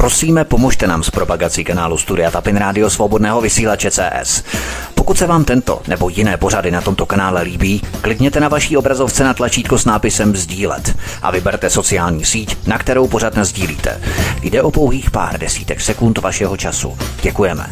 Prosíme, pomožte nám s propagací kanálu Studia Tapin Rádio Svobodného vysílače CS. Pokud se vám tento nebo jiné pořady na tomto kanále líbí, klikněte na vaší obrazovce na tlačítko s nápisem sdílet a vyberte sociální síť, na kterou pořad nasdílíte. Jde o pouhých pár desítek sekund vašeho času. Děkujeme.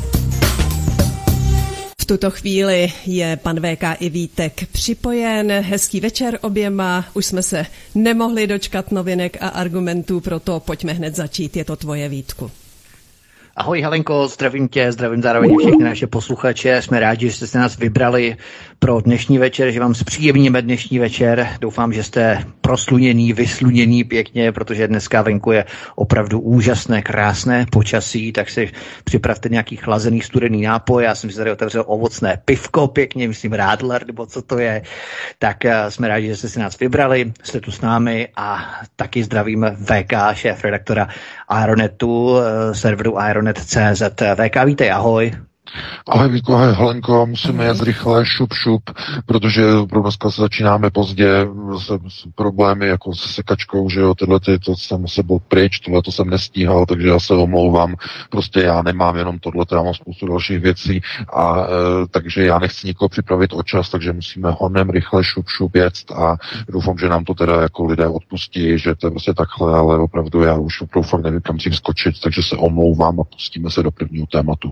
V tuto chvíli je pan VK i Vítek připojen. Hezký večer oběma. Už jsme se nemohli dočkat novinek a argumentů, proto pojďme hned začít. Je to tvoje, Vítku. Ahoj Helenko, zdravím tě, zdravím zároveň všechny naše posluchače. Jsme rádi, že jste nás vybrali pro dnešní večer, že vám zpříjemníme dnešní večer. Doufám, že jste prosluněný, vysluněný pěkně, protože dneska venku je opravdu úžasné, krásné počasí, tak si připravte nějaký chlazený studený nápoj. Já jsem si tady otevřel ovocné pivko pěkně, myslím Radler, nebo co to je. Tak jsme rádi, že jste si nás vybrali, jste tu s námi a taky zdravím VK, šéf-redaktora Aeronetu, serveru Aeronet.cz. VK, vítej, ahoj. Ahoj Vítko, ahoj Helenko, musíme jet rychle, šup, protože pro dneska se začínáme pozdě, s problémy jako se sekačkou, že jo, to jsem se byl pryč, to jsem nestíhal, takže já se omlouvám, prostě já nemám jenom tohleto, já mám spoustu dalších věcí a takže já nechci nikoho připravit o čas, takže musíme honem rychle šup jet a doufám, že nám to teda jako lidé odpustí, že to je prostě takhle, ale opravdu já už opravdu fakt nevím, kam dřív skočit, takže se omlouvám a pustíme se do prvního tématu.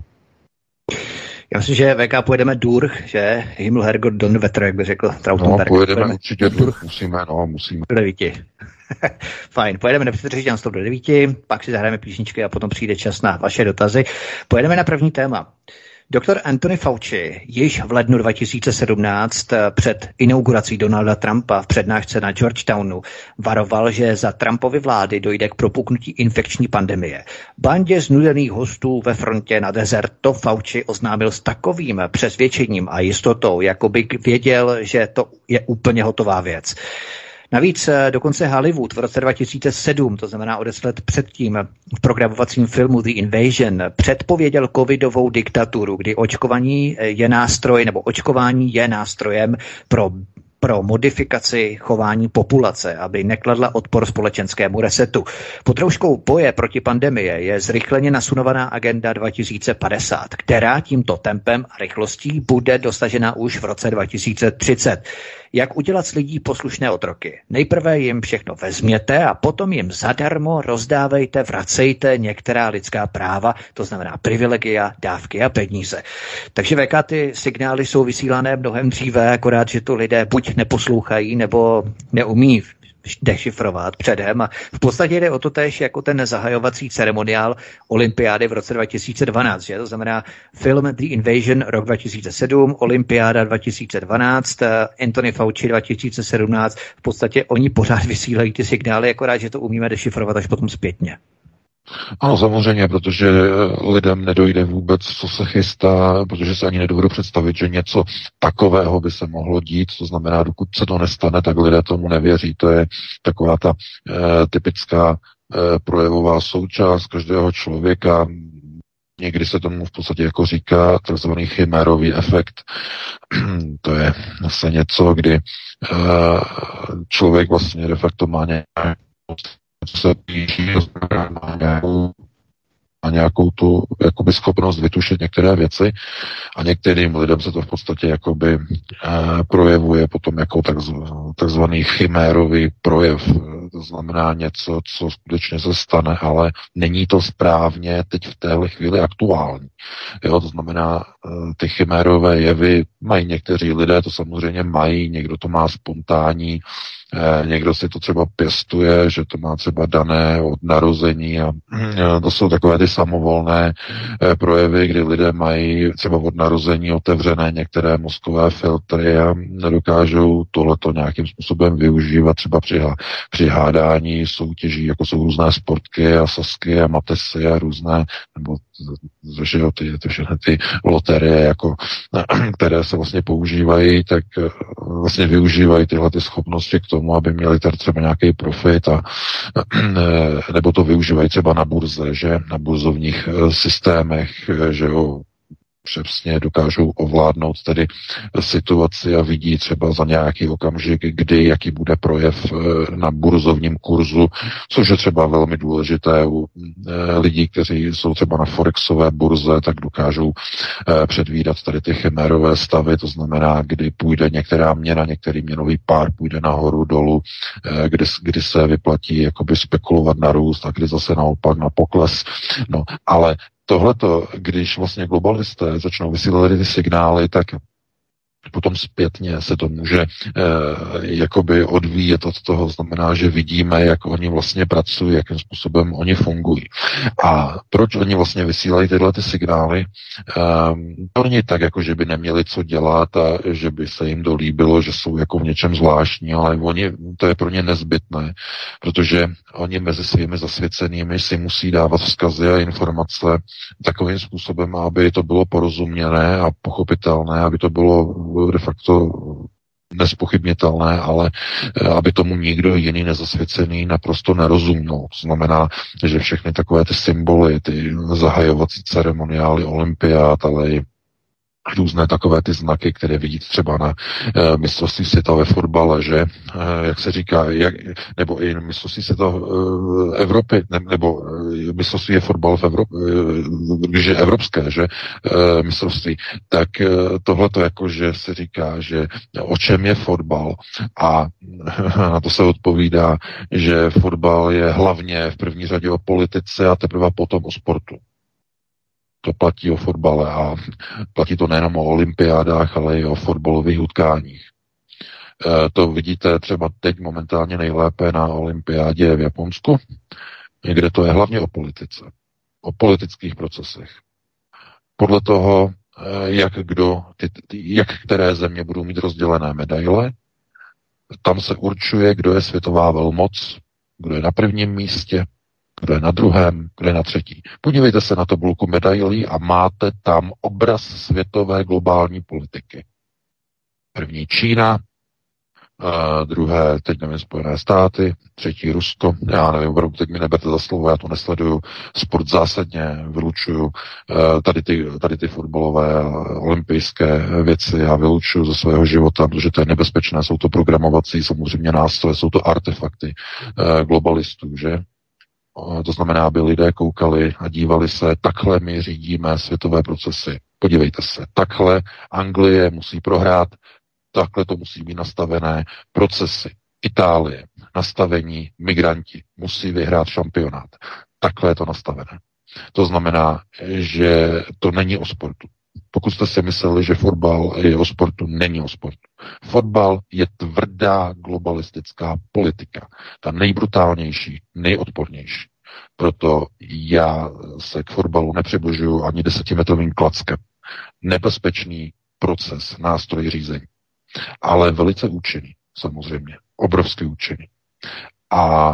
Já myslím, že VK pojedeme durch, že? Himmel, Herrgott, Donnerwetter, jak by řekl Trautenberg. No, pojedeme určitě durch, musíme. Do 9. Fajn, pojedeme nepřetržitě na 100 do 9, pak si zahrajeme písničky a potom přijde čas na vaše dotazy. Pojedeme na první téma. Doktor Anthony Fauci již v lednu 2017 před inaugurací Donalda Trumpa v přednášce na Georgetownu varoval, že za Trumpovy vlády dojde k propuknutí infekční pandemie. Bandě znudených hostů ve frontě na desert to Fauci oznámil s takovým přesvědčením a jistotou, jako by věděl, že to je úplně hotová věc. Navíc dokonce Hollywood v roce 2007, to znamená o 10 let předtím, v programovacím filmu The Invasion předpověděl covidovou diktaturu, kdy očkování je nástrojem pro modifikaci chování populace, aby nekladla odpor společenskému resetu. Pod rouškou boje proti pandemie je zrychleně nasunovaná agenda 2050, která tímto tempem a rychlostí bude dosažena už v roce 2030. Jak udělat z lidí poslušné otroky? Nejprve jim všechno vezměte a potom jim zadarmo rozdávejte, vracejte některá lidská práva, to znamená privilegia, dávky a peníze. Takže VK, ty signály jsou vysílané mnohem dříve, akorát, že to lidé buď neposlouchají, nebo neumí dešifrovat předem. A v podstatě jde o to též jako ten zahajovací ceremoniál olympiády v roce 2012. Že? To znamená film The Invasion rok 2007, olympiáda 2012, Anthony Fauci 2017. V podstatě oni pořád vysílají ty signály, akorát, že to umíme dešifrovat až potom zpětně. Ano, samozřejmě, protože lidem nedojde vůbec, co se chystá, protože se ani nedovedu představit, že něco takového by se mohlo dít, to znamená, dokud se to nestane, tak lidé tomu nevěří. To je taková ta typická projevová součást každého člověka. Někdy se tomu v podstatě jako říká takzvaný chimérový efekt. To je zase něco, kdy člověk vlastně de facto má se píší, má nějakou tu jakoby schopnost vytušit některé věci a některým lidem se to v podstatě jakoby projevuje potom jako takzvaný chimérový projev. To znamená něco, co skutečně se stane, ale není to správně teď v téhle chvíli aktuální. Jo, to znamená, ty chimérové jevy mají někteří lidé, to samozřejmě mají, někdo to má spontánní, někdo si to třeba pěstuje, že to má třeba dané od narození a to jsou takové ty samovolné projevy, kdy lidé mají třeba od narození otevřené některé mozkové filtry a nedokážou tohleto nějakým způsobem využívat třeba při hádání soutěží, jako jsou různé sportky a sasky a matesy a různé, nebo že ty všechny ty loterie, jako, které se vlastně používají, tak vlastně využívají tyhle ty schopnosti k tomu, aby měli tady třeba nějaký profit a nebo to využívají třeba na burze, že na burzovních systémech, že jo, přesně dokážou ovládnout tedy situaci a vidí třeba za nějaký okamžik, kdy, jaký bude projev na burzovním kurzu, což je třeba velmi důležité u lidí, kteří jsou třeba na forexové burze, tak dokážou předvídat tady ty chimérové stavy, to znamená, kdy půjde některá měna, některý měnový pár půjde nahoru, dolů, kdy se vyplatí jakoby spekulovat na růst a kdy zase naopak na pokles. No, ale tohleto, když vlastně globalisté začnou vysílat ty signály, tak potom zpětně se to může jakoby odvíjet od toho, znamená, že vidíme, jak oni vlastně pracují, jakým způsobem oni fungují. A proč oni vlastně vysílají tyhle ty signály? To není tak, jako že by neměli co dělat a že by se jim to líbilo, že jsou jako v něčem zvláštní, ale to je pro ně nezbytné, protože oni mezi svými zasvěcenými si musí dávat vzkazy a informace takovým způsobem, aby to bylo porozuměné a pochopitelné, aby to bylo de facto nezpochybnitelné, ale aby tomu nikdo jiný nezasvěcený naprosto nerozuměl. To znamená, že všechny takové ty symboly, ty zahajovací ceremoniály olympiád, ale i různé takové ty znaky, které vidíte třeba na mistrovství světa ve fotbale, že, jak se říká, nebo i mistrovství světa Evropy, nebo mistrovství je fotbal v Evropě, když je evropské, že, mistrovství, tak tohle to jako, že se říká, že o čem je fotbal a na to se odpovídá, že fotbal je hlavně v první řadě o politice a teprve potom o sportu. To platí o fotbale a platí to nejenom o olympiádách, ale i o fotbalových utkáních. To vidíte třeba teď momentálně nejlépe na olympiádě v Japonsku, kde to je hlavně o politice, o politických procesech. Podle toho, jak které země budou mít rozdělené medaile, tam se určuje, kdo je světová velmoc, kdo je na prvním místě, kdo je na druhém, kdo je na třetí. Podívejte se na tabulku medailí a máte tam obraz světové globální politiky. První Čína, druhé, teď nevím, Spojené státy, třetí Rusko, já nevím, opravdu teď mi neberte za slovo, já to nesleduju, sport zásadně vylučuju, tady ty fotbalové a olympijské věci já vylučuju ze svého života, protože to je nebezpečné, jsou to programovací samozřejmě nástroje, jsou to artefakty globalistů, že? To znamená, aby lidé koukali a dívali se, takhle my řídíme světové procesy. Podívejte se, takhle Anglie musí prohrát, takhle to musí být nastavené procesy. Itálie, nastavení migranti, musí vyhrát šampionát. Takhle je to nastavené. To znamená, že to není o sportu. Pokud jste si mysleli, že fotbal je o sportu, není o sportu. Fotbal je tvrdá globalistická politika. Ta nejbrutálnější, nejodpornější. Proto já se k fotbalu nepřibližuju ani 10metrovým klackem. Nebezpečný proces, nástroj řízení. Ale velice účinný, samozřejmě. Obrovsky účinný. A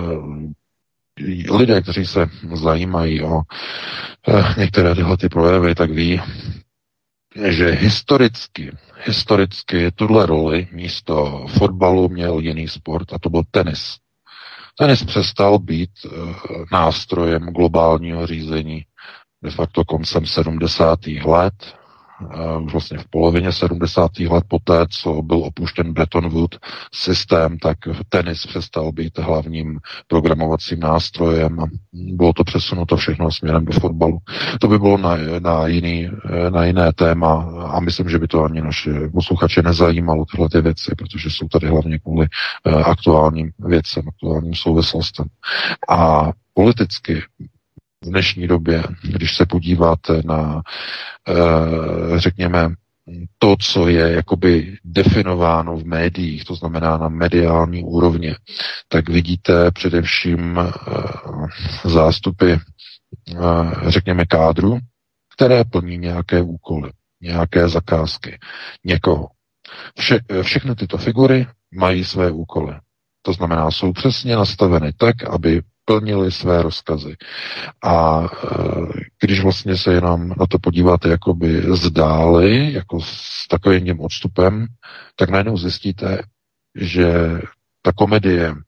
lidé, kteří se zajímají o některé tyhle ty projevy, tak ví, že historicky tuhle roli místo fotbalu měl jiný sport a to byl tenis. Tenis přestal být nástrojem globálního řízení de facto koncem 70. let, už vlastně v polovině 70. let poté, co byl opuštěn Bretton Woods systém, tak tenis přestal být hlavním programovacím nástrojem a bylo to přesunuto všechno směrem do fotbalu. To by bylo na jiné téma a myslím, že by to ani naše posluchače nezajímalo tyhle ty věci, protože jsou tady hlavně kvůli aktuálním věcem, aktuálním souvislostem. A politicky v dnešní době, když se podíváte na, řekněme, to, co je jakoby definováno v médiích, to znamená na mediální úrovni, tak vidíte především zástupy, řekněme, kádru, které plní nějaké úkoly, nějaké zakázky, někoho. Všechny tyto figury mají své úkoly. To znamená, jsou přesně nastaveny tak, aby plnili své rozkazy. A když vlastně se jenom na to podíváte jakoby zdáli, jako s takovým tím odstupem, tak najednou zjistíte, že ta komedie,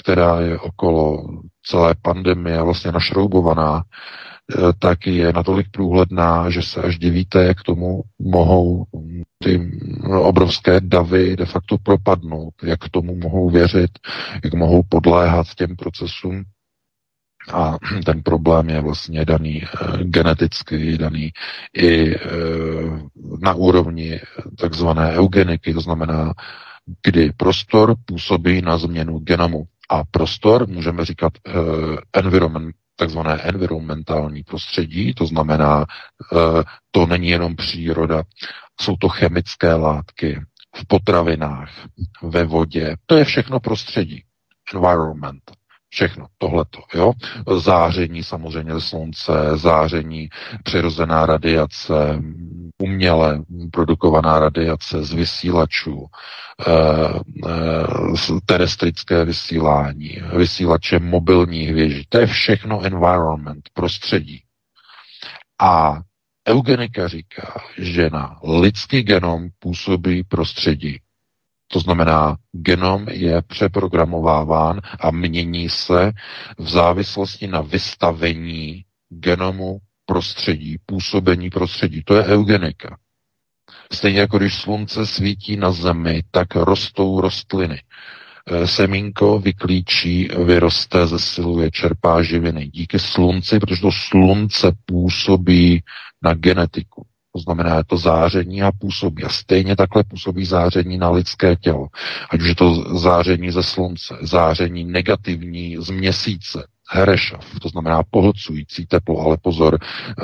která je okolo celé pandemie vlastně našroubovaná, tak je natolik průhledná, že se až divíte, jak tomu mohou ty obrovské davy de facto propadnout, jak tomu mohou věřit, jak mohou podléhat těm procesům. A ten problém je vlastně daný geneticky, daný i na úrovni takzvané eugeniky, to znamená, kdy prostor působí na změnu genomu. A prostor můžeme říkat takzvané environmentální prostředí, to znamená, to není jenom příroda, jsou to chemické látky v potravinách, ve vodě, to je všechno prostředí, environment. Všechno tohleto, jo. Záření samozřejmě ze slunce, záření, přirozená radiace, uměle produkovaná radiace z vysílačů, terestrické vysílání, vysílače mobilních věží. To je všechno environment, prostředí. A eugenika říká, že na lidský genom působí prostředí. To znamená, genom je přeprogramováván a mění se v závislosti na vystavení genomu prostředí, působení prostředí. To je eugenika. Stejně jako když slunce svítí na zemi, tak rostou rostliny. Semínko vyklíčí, vyroste, zesiluje, čerpá živiny. Díky slunci, protože to slunce působí na genetiku. To znamená, to záření a působí. A stejně takhle působí záření na lidské tělo. Ať už je to záření ze slunce, záření negativní z měsíce, herešav, to znamená pohlcující teplo, ale pozor,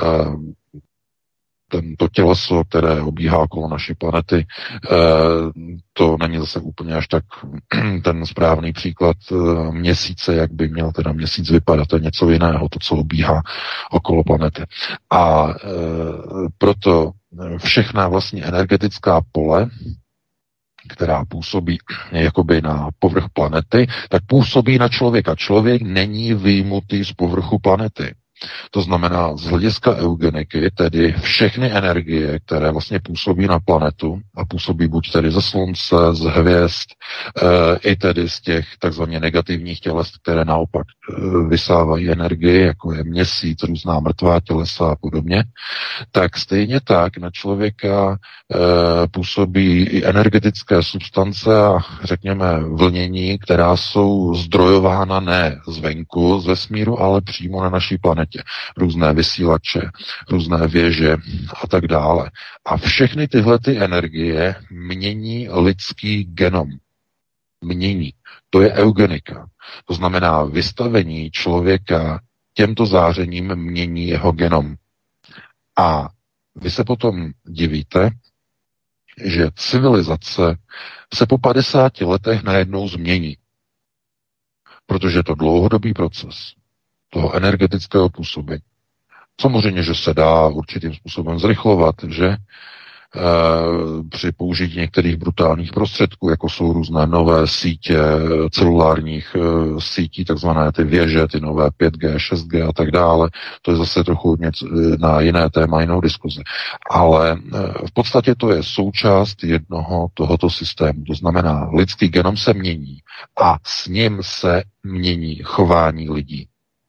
to těleso, které obíhá okolo naší planety, to není zase úplně až tak ten správný příklad měsíce, jak by měl teda měsíc vypadat, to je něco jiného, to, co obíhá okolo planety. A proto všechna vlastně energetická pole, která působí jakoby na povrch planety, tak působí na člověka. Člověk není vyjmutý z povrchu planety. To znamená, z hlediska eugeniky, tedy všechny energie, které vlastně působí na planetu a působí buď tedy ze slunce, z hvězd, i tedy z těch takzvaně negativních těles, které naopak vysávají energii, jako je měsíc, různá mrtvá tělesa a podobně, tak stejně tak na člověka působí i energetické substance a řekněme vlnění, která jsou zdrojována ne zvenku, z vesmíru, ale přímo na naší planetě. Různé vysílače, různé věže a tak dále. A všechny tyhle ty energie mění lidský genom. Mění. To je eugenika. To znamená, vystavení člověka těmto zářením mění jeho genom. A vy se potom divíte, že civilizace se po 50 letech najednou změní. Protože je to dlouhodobý proces toho energetického působení. Samozřejmě, že se dá určitým způsobem zrychlovat, že při použití některých brutálních prostředků, jako jsou různé nové sítě, celulárních sítí, takzvané ty věže, ty nové 5G, 6G a tak dále, to je zase trochu něco na jiné téma, jinou diskuzi. Ale v podstatě to je součást jednoho tohoto systému. To znamená, lidský genom se mění a s ním se mění chování lidí.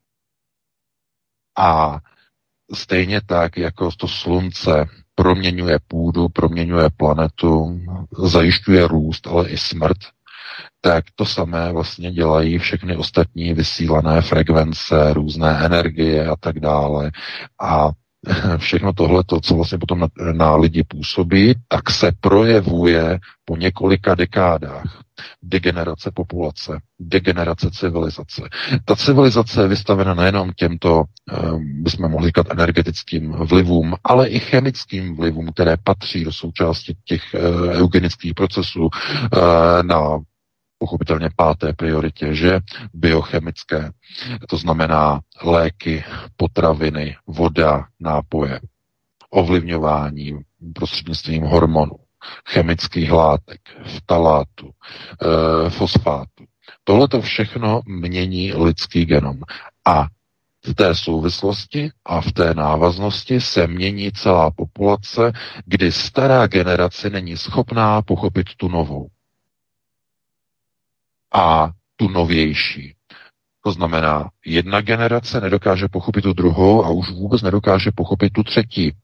A stejně tak, jako to slunce proměňuje půdu, proměňuje planetu, zajišťuje růst, ale i smrt, tak to samé vlastně dělají všechny ostatní vysílané frekvence, různé energie a tak dále. A všechno tohle, co vlastně potom na lidi působí, tak se projevuje po několika dekádách. Degenerace populace, degenerace civilizace. Ta civilizace je vystavena nejenom těmto, bychom mohli říkat, energetickým vlivům, ale i chemickým vlivům, které patří do součásti těch eugenických procesů na pochopitelně 5. prioritě, že biochemické, to znamená léky, potraviny, voda, nápoje, ovlivňování prostřednictvím hormonů, chemických látek, ftalátu, fosfátu. Tohle to všechno mění lidský genom. A v té souvislosti a v té návaznosti se mění celá populace, kdy stará generace není schopná pochopit tu novou. A tu novější. To znamená, jedna generace nedokáže pochopit tu druhou a už vůbec nedokáže pochopit tu třetí.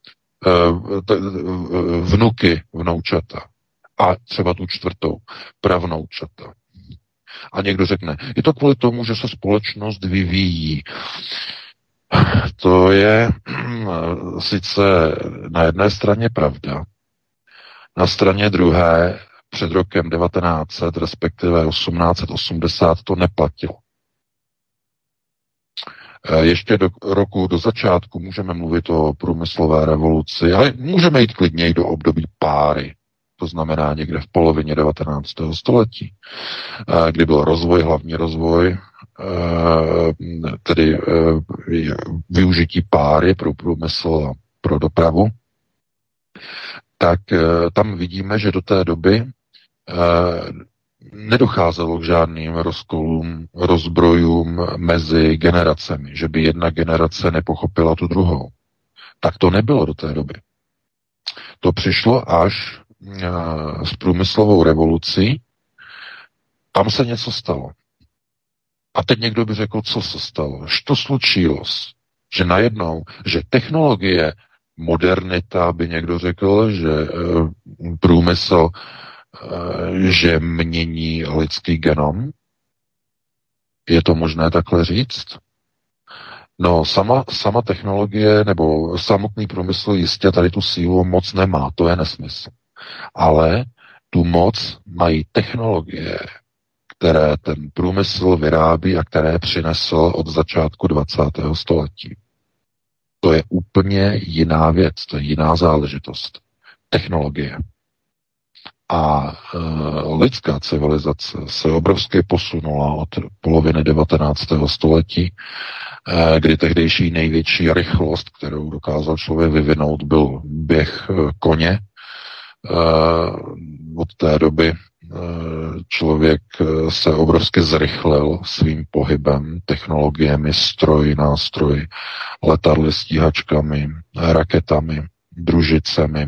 Vnuky, vnoučata. A třeba tu čtvrtou, pravnoučata. A někdo řekne, je to kvůli tomu, že se společnost vyvíjí. To je sice na jedné straně pravda, na straně druhé před rokem 1900, respektive 1880 to neplatilo. Ještě do začátku můžeme mluvit o průmyslové revoluci, ale můžeme jít klidně i do období páry. To znamená někde v polovině 19. století, kdy byl hlavní rozvoj, tedy využití páry pro průmysl a pro dopravu, tak tam vidíme, že do té doby nedocházelo k žádným rozkolům, rozbrojům mezi generacemi, že by jedna generace nepochopila tu druhou. Tak to nebylo do té doby. To přišlo až s průmyslovou revolucí, tam se něco stalo. A teď někdo by řekl, co se stalo, že to slučilo, že najednou, že technologie, modernita, by někdo řekl, že průmysl, že mění lidský genom. Je to možné takhle říct? No, sama technologie nebo samotný průmysl jistě tady tu sílu moc nemá, to je nesmysl. Ale tu moc mají technologie, které ten průmysl vyrábí a které přinesl od začátku 20. století. To je úplně jiná věc, to je jiná záležitost. Technologie. A lidská civilizace se obrovsky posunula od poloviny 19. století, kdy tehdejší největší rychlost, kterou dokázal člověk vyvinout, byl běh koně. Od té doby člověk se obrovsky zrychlil svým pohybem, technologiemi, nástroj, letadly, stíhačkami, raketami, družicemi,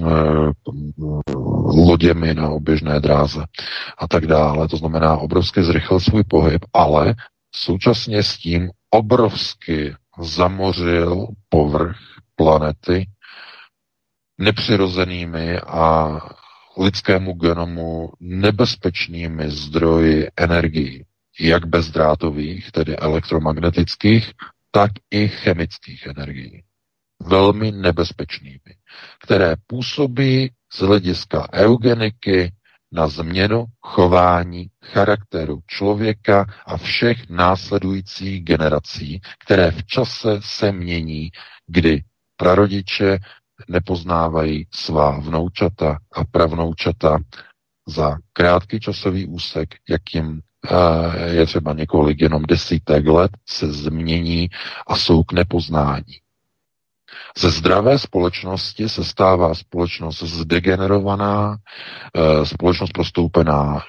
loděmi na oběžné dráze a tak dále. To znamená, obrovsky zrychlil svůj pohyb, ale současně s tím obrovsky zamořil povrch planety nepřirozenými a lidskému genomu nebezpečnými zdroji energií, jak bezdrátových, tedy elektromagnetických, tak i chemických energií. Velmi nebezpečnými, které působí z hlediska eugeniky na změnu chování charakteru člověka a všech následujících generací, které v čase se mění, kdy prarodiče nepoznávají svá vnoučata a pravnoučata za krátký časový úsek, jakým je třeba několik jenom desítek let, se změní a jsou k nepoznání. Ze zdravé společnosti se stává společnost zdegenerovaná, společnost prostoupená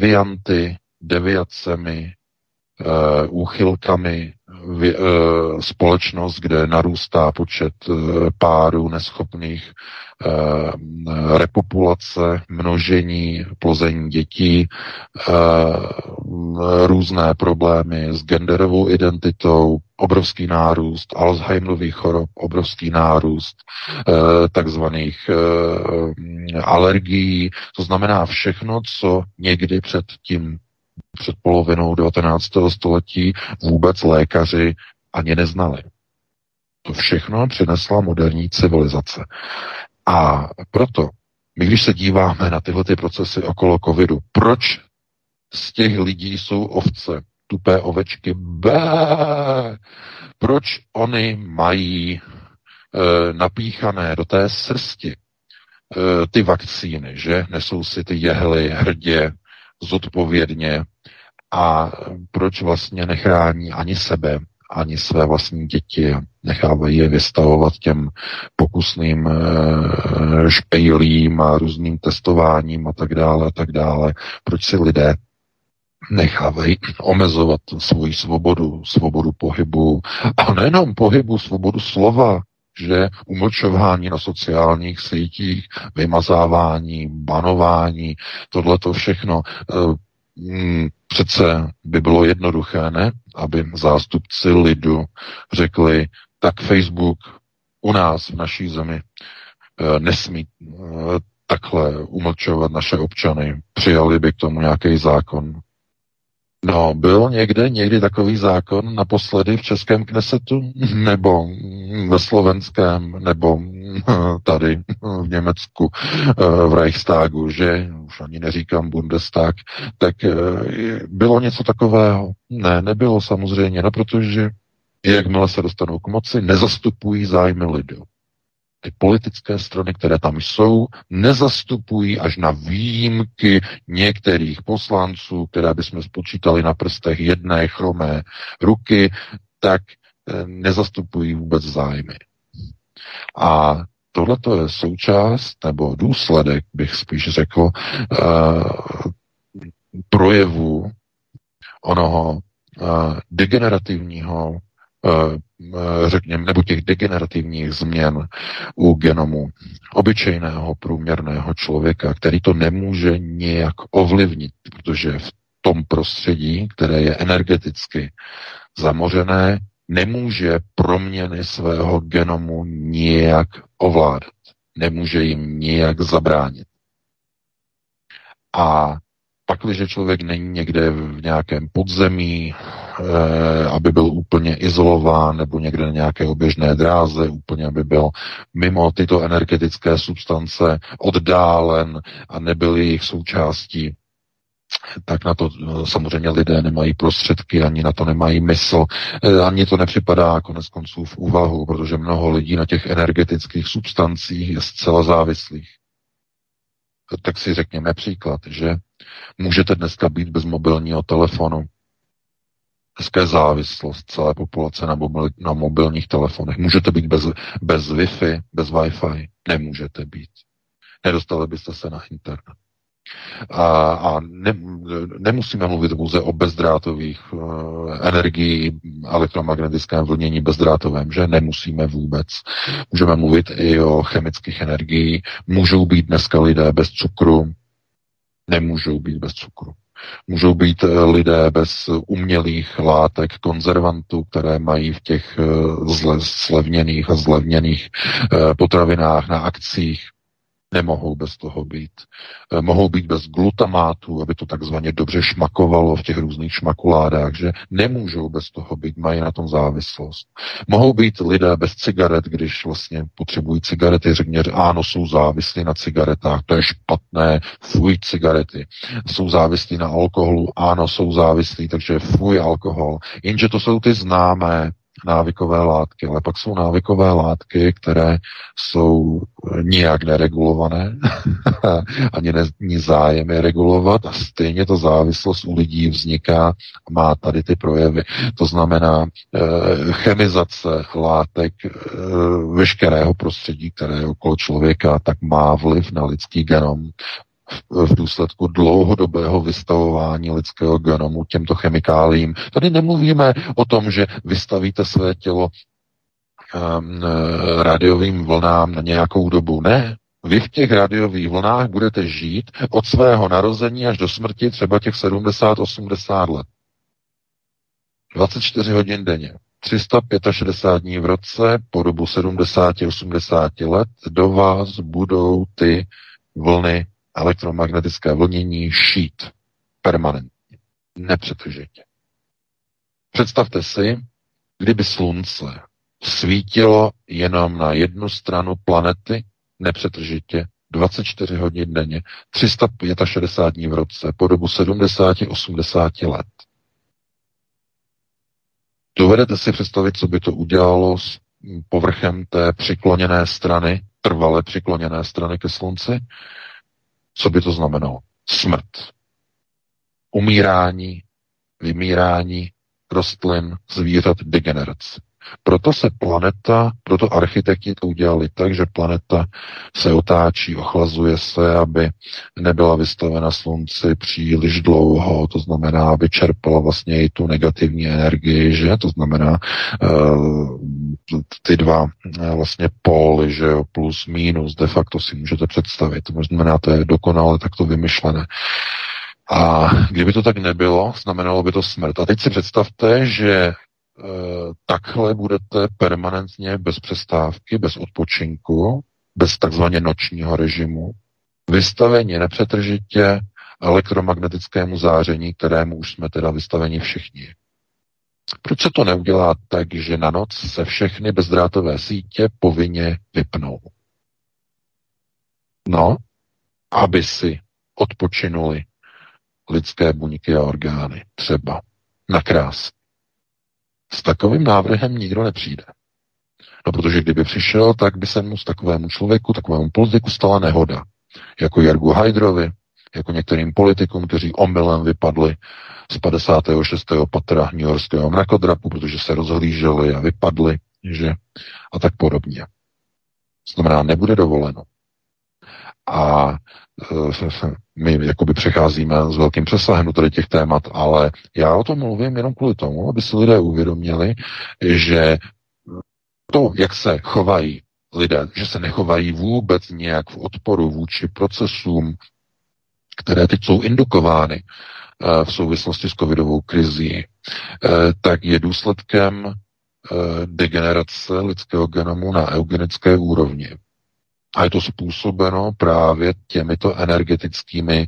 deviacemi, úchylkami, společnost, kde narůstá počet párů neschopných, repopulace, množení, plození dětí, různé problémy s genderovou identitou, obrovský nárůst Alzheimerových chorob, obrovský nárůst takzvaných alergií, to znamená všechno, co někdy před polovinou 19. století vůbec lékaři ani neznali. To všechno přinesla moderní civilizace. A proto, my když se díváme na tyhle procesy okolo covidu, proč z těch lidí jsou ovce, tupé ovečky, proč oni mají napíchané do té srsti ty vakcíny, že nesou si ty jehly hrdě, zodpovědně, a proč vlastně nechrání ani sebe, ani své vlastní děti, nechávají je vystavovat těm pokusným špejlím a různým testováním a tak dále. Proč si lidé nechávají omezovat svoji svobodu pohybu, a nejenom pohybu, svobodu slova, že umlčování na sociálních sítích, vymazávání, banování, tohleto všechno. Přece by bylo jednoduché, ne? Aby zástupci lidu řekli, tak Facebook u nás v naší zemi nesmí takhle umlčovat naše občany. Přijali by k tomu nějaký zákon. No, byl někdy takový zákon naposledy v českém Knesetu, nebo ve slovenském, nebo tady v Německu, v Reichstagu, že už ani neříkám Bundestag, tak bylo něco takového? Ne, nebylo samozřejmě, no protože jakmile se dostanou k moci, nezastupují zájmy lidu. Ty politické strany, které tam jsou, nezastupují až na výjimky některých poslanců, které bychom spočítali na prstech jedné chromé ruky, tak nezastupují vůbec zájmy. A tohleto je součást, nebo důsledek, bych spíš řekl, projevu onoho degenerativního, řekněme, nebo těch degenerativních změn u genomu obyčejného průměrného člověka, který to nemůže nijak ovlivnit, protože v tom prostředí, které je energeticky zamořené, nemůže proměny svého genomu nijak ovládat. Nemůže jim nijak zabránit. A pak, když člověk není někde v nějakém podzemí, aby byl úplně izolován, nebo někde na nějaké oběžné dráze, úplně aby byl mimo tyto energetické substance, oddálen a nebyl jejich součástí, tak na to samozřejmě lidé nemají prostředky, ani na to nemají mysl, ani to nepřipadá konec konců v úvahu, protože mnoho lidí na těch energetických substancích je zcela závislých. Tak si řekněme příklad, že můžete dneska být bez mobilního telefonu. Dneska je závislost celé populace na mobilních telefonech. Můžete být bez Wi-Fi, bez Wi-Fi? Nemůžete být. Nedostali byste se na internet. Nemusíme mluvit pouze o bezdrátových energií, elektromagnetickém vlnění bezdrátovém, že nemusíme vůbec. Můžeme mluvit i o chemických energií. Můžou být dneska lidé bez cukru, nemůžou být bez cukru. Můžou být lidé bez umělých látek, konzervantů, které mají v těch slevněných a zlevněných potravinách na akcích. Nemohou bez toho být. Mohou být bez glutamátu, aby to takzvaně dobře šmakovalo v těch různých šmakuládách, že nemůžou bez toho být, mají na tom závislost. Mohou být lidé bez cigaret, když vlastně potřebují cigarety, řekněme, ano, jsou závislí na cigaretách, to je špatné, fuj cigarety. Jsou závislí na alkoholu, ano, jsou závislí, takže fuj alkohol. Jenže to jsou ty známé návykové látky, ale pak jsou návykové látky, které jsou nijak neregulované, ani není zájem je regulovat a stejně ta závislost u lidí vzniká a má tady ty projevy. To znamená chemizace látek veškerého prostředí, které je okolo člověka, tak má vliv na lidský genom v důsledku dlouhodobého vystavování lidského genomu těmto chemikáliím. Tady nemluvíme o tom, že vystavíte své tělo rádiovým vlnám na nějakou dobu. Ne, vy v těch rádiových vlnách budete žít od svého narození až do smrti třeba těch 70-80 let. 24 hodin denně. 365 dní v roce po dobu 70-80 let do vás budou ty vlny elektromagnetické vlnění šít permanentně, nepřetržitě. Představte si, kdyby slunce svítilo jenom na jednu stranu planety nepřetržitě 24 hodin denně, 365 dní v roce po dobu 70-80 let. Dovedete si představit, co by to udělalo s povrchem té přikloněné strany, trvale přikloněné strany ke slunci? Co by to znamenalo? Smrt. Umírání, vymírání rostlin, zvířat, degenerace. Proto architekti to udělali tak, že planeta se otáčí, ochlazuje se, aby nebyla vystavena slunci příliš dlouho, to znamená, aby čerpala vlastně i tu negativní energii, že? To znamená ty dva vlastně póly, že jo, plus, minus, de facto si můžete představit. To znamená, to je dokonale takto vymyšlené. A kdyby to tak nebylo, znamenalo by to smrt. A teď si představte, že takhle budete permanentně bez přestávky, bez odpočinku, bez takzvaně nočního režimu, vystaveni nepřetržitě elektromagnetickému záření, kterému už jsme teda vystaveni všichni. Proč se to neudělá tak, že na noc se všechny bezdrátové sítě povinně vypnou? No, aby si odpočinuli lidské buňky a orgány. Třeba na krás. S takovým návrhem nikdo nepřijde. No, protože kdyby přišel, tak by se mu s takovému člověku, takovému politiku stala nehoda. Jako Jargu Hajdrovi, jako některým politikům, kteří omylem vypadli z 56. patra newyorského mrakodrapu, protože se rozhlíželi a vypadli, že? A tak podobně. To znamená, nebude dovoleno. A my jakoby přecházíme s velkým přesahem do tady těch témat, ale já o tom mluvím jenom kvůli tomu, aby si lidé uvědomili, že to, jak se chovají lidé, že se nechovají vůbec nějak v odporu vůči procesům, které teď jsou indukovány v souvislosti s covidovou krizí, tak je důsledkem degenerace lidského genomu na eugenické úrovni. A je to způsobeno právě těmito energetickými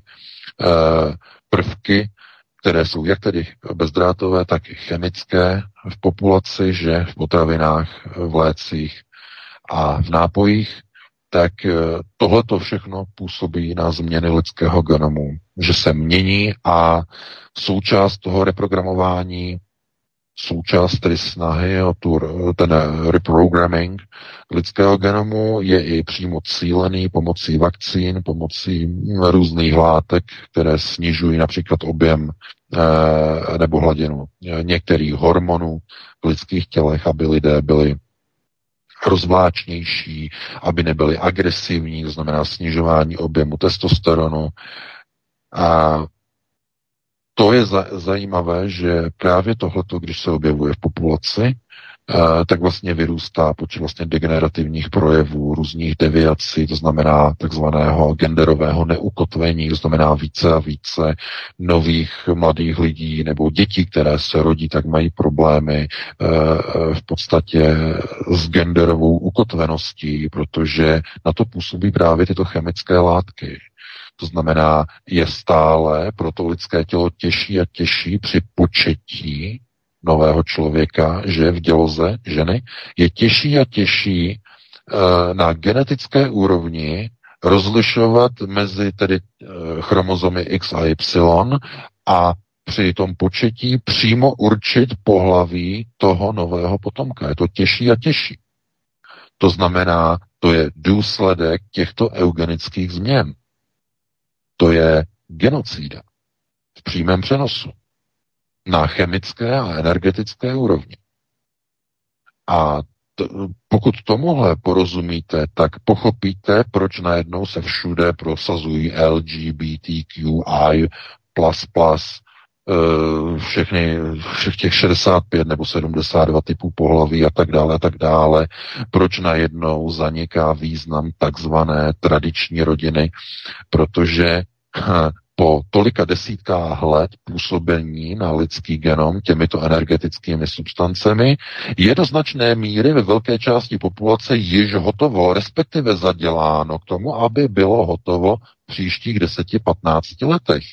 prvky, které jsou jak tedy bezdrátové, tak i chemické v populaci, že v potravinách, v lécích a v nápojích, tak tohleto všechno působí na změny lidského genomu, že se mění a součást toho reprogramování, součást tedy snahy o ten reprogramming lidského genomu je i přímo cílený pomocí vakcín, pomocí různých látek, které snižují například objem nebo hladinu některých hormonů v lidských tělech, aby lidé byli rozvláčnější, aby nebyli agresivní, to znamená snižování objemu testosteronu. A to je zajímavé, že právě tohleto, když se objevuje v populaci, tak vlastně vyrůstá počet vlastně degenerativních projevů, různých deviací, to znamená takzvaného genderového neukotvení, to znamená více a více nových mladých lidí nebo dětí, které se rodí, tak mají problémy v podstatě s genderovou ukotveností, protože na to působí právě tyto chemické látky. To znamená, je stále pro to lidské tělo těžší a těžší při početí nového člověka, že v děloze ženy je těžší a těžší na genetické úrovni rozlišovat mezi tedy chromozomy X a Y a při tom početí přímo určit pohlaví toho nového potomka. Je to těžší a těžší. To znamená, to je důsledek těchto eugenických změn. To je genocída v přímém přenosu na chemické a energetické úrovni. A pokud tomuhle porozumíte, tak pochopíte, proč najednou se všude prosazují LGBTQI++, všech těch 65 nebo 72 typů pohlaví a tak dále, proč najednou zaniká význam takzvané tradiční rodiny, protože po tolika desítkách let působení na lidský genom těmito energetickými substancemi je do značné míry ve velké části populace již hotovo, respektive zaděláno k tomu, aby bylo hotovo v příštích 10-15 letech.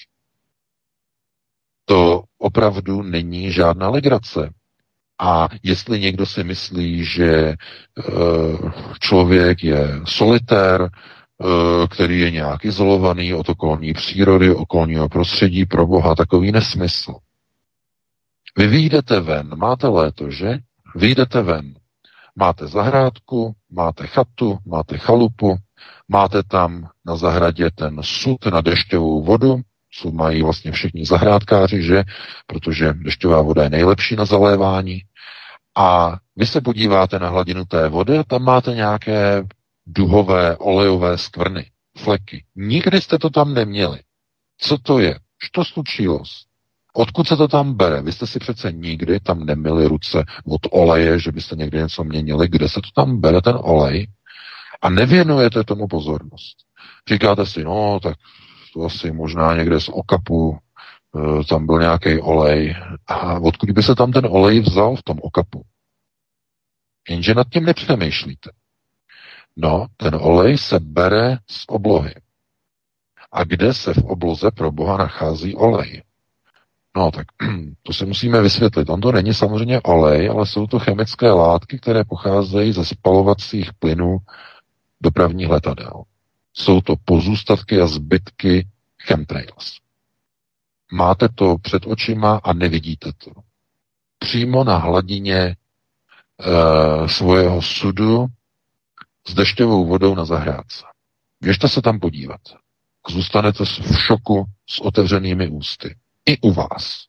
To opravdu není žádná legrace. A jestli někdo si myslí, že člověk je solitér, který je nějak izolovaný od okolní přírody, okolního prostředí, pro Boha, takový nesmysl. Vy vyjdete ven, máte léto, že? Vyjdete ven. Máte zahrádku, máte chatu, máte chalupu, máte tam na zahradě ten sud na dešťovou vodu, co mají vlastně všichni zahrádkáři, že? Protože dešťová voda je nejlepší na zalévání. A vy se podíváte na hladinu té vody a tam máte nějaké duhové, olejové skvrny, fleky. Nikdy jste to tam neměli. Co to je? Što slučilo? Odkud se to tam bere? Vy jste si přece nikdy tam nemyli ruce od oleje, že byste někdy něco měnili. Kde se to tam bere, ten olej? A nevěnujete tomu pozornost. Říkáte si, no, tak to asi možná někde z okapu, tam byl nějaký olej. A odkud by se tam ten olej vzal v tom okapu? Jenže nad tím nepřemýšlíte. No, ten olej se bere z oblohy. A kde se v obloze pro Boha nachází olej? No, tak to si musíme vysvětlit. On to není samozřejmě olej, ale jsou to chemické látky, které pocházejí ze spalovacích plynů dopravních letadel. Jsou to pozůstatky a zbytky chemtrails. Máte to před očima a nevidíte to. Přímo na hladině svého sudu s dešťovou vodou na zahrádce. Běžte se tam podívat. Zůstanete v šoku s otevřenými ústy. I u vás.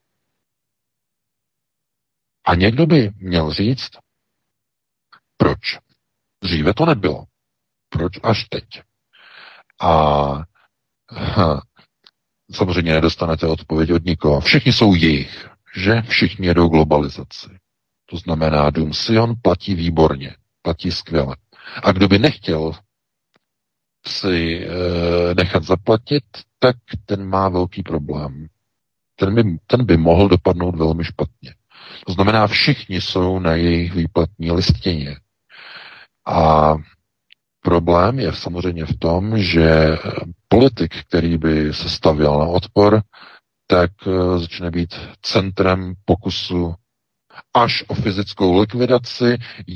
A někdo by měl říct, proč? Dříve to nebylo. Proč až teď? A samozřejmě nedostanete odpověď od nikoho. Všichni jsou jejich, že? Všichni jedou globalizaci. To znamená, Dům Sion platí výborně, platí skvěle. A kdo by nechtěl si nechat zaplatit, tak ten má velký problém. Ten by mohl dopadnout velmi špatně. To znamená, všichni jsou na jejich výplatní listině. A problém je samozřejmě v tom, že politik, který by se stavěl na odpor, tak začne být centrem pokusu až o fyzickou likvidaci,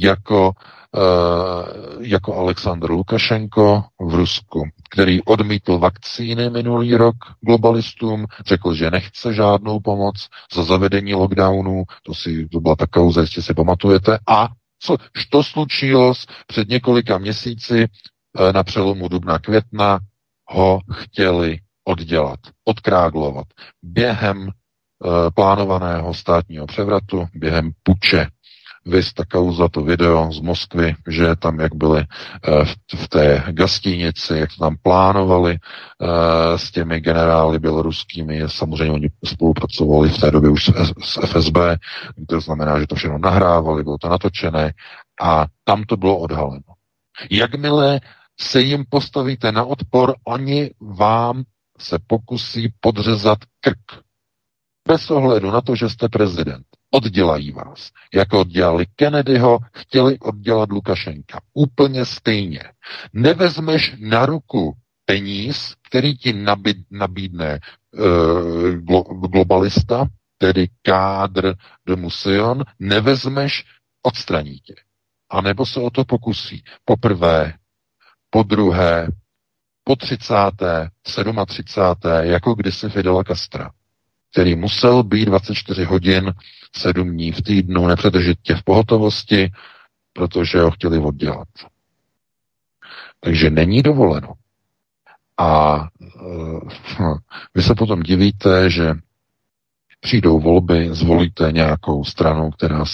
jako Aleksandr Lukašenko v Rusku, který odmítl vakcíny minulý rok globalistům, řekl, že nechce žádnou pomoc za zavedení lockdownu, to byla ta kauza, jestli si pamatujete, a to slučilo před několika měsíci na přelomu dubna května ho chtěli oddělat, odkráglovat během plánovaného státního převratu, během puče. Viz ta kauza, to video z Moskvy, že tam, jak byli v té gastinici, jak to tam plánovali s těmi generály běloruskými, samozřejmě oni spolupracovali v té době už s FSB, to znamená, že to všechno nahrávali, bylo to natočené a tam to bylo odhaleno. Jakmile se jim postavíte na odpor, oni vám se pokusí podřezat krk. Bez ohledu na to, že jste prezident. Oddělají vás. Jako oddělali Kennedyho, chtěli oddělat Lukašenka. Úplně stejně. Nevezmeš na ruku peníz, který ti nabídne globalista, tedy kádr Domu Sion, nevezmeš, odstraní tě. A nebo se o to pokusí. Poprvé, po druhé, po 30., 37., jako kdysi Fidela Castra, který musel být 24 hodin, 7 dní v týdnu nepřetržitě v pohotovosti, protože ho chtěli oddělat. Takže není dovoleno. A vy se potom divíte, že přijdou volby, zvolíte nějakou stranu,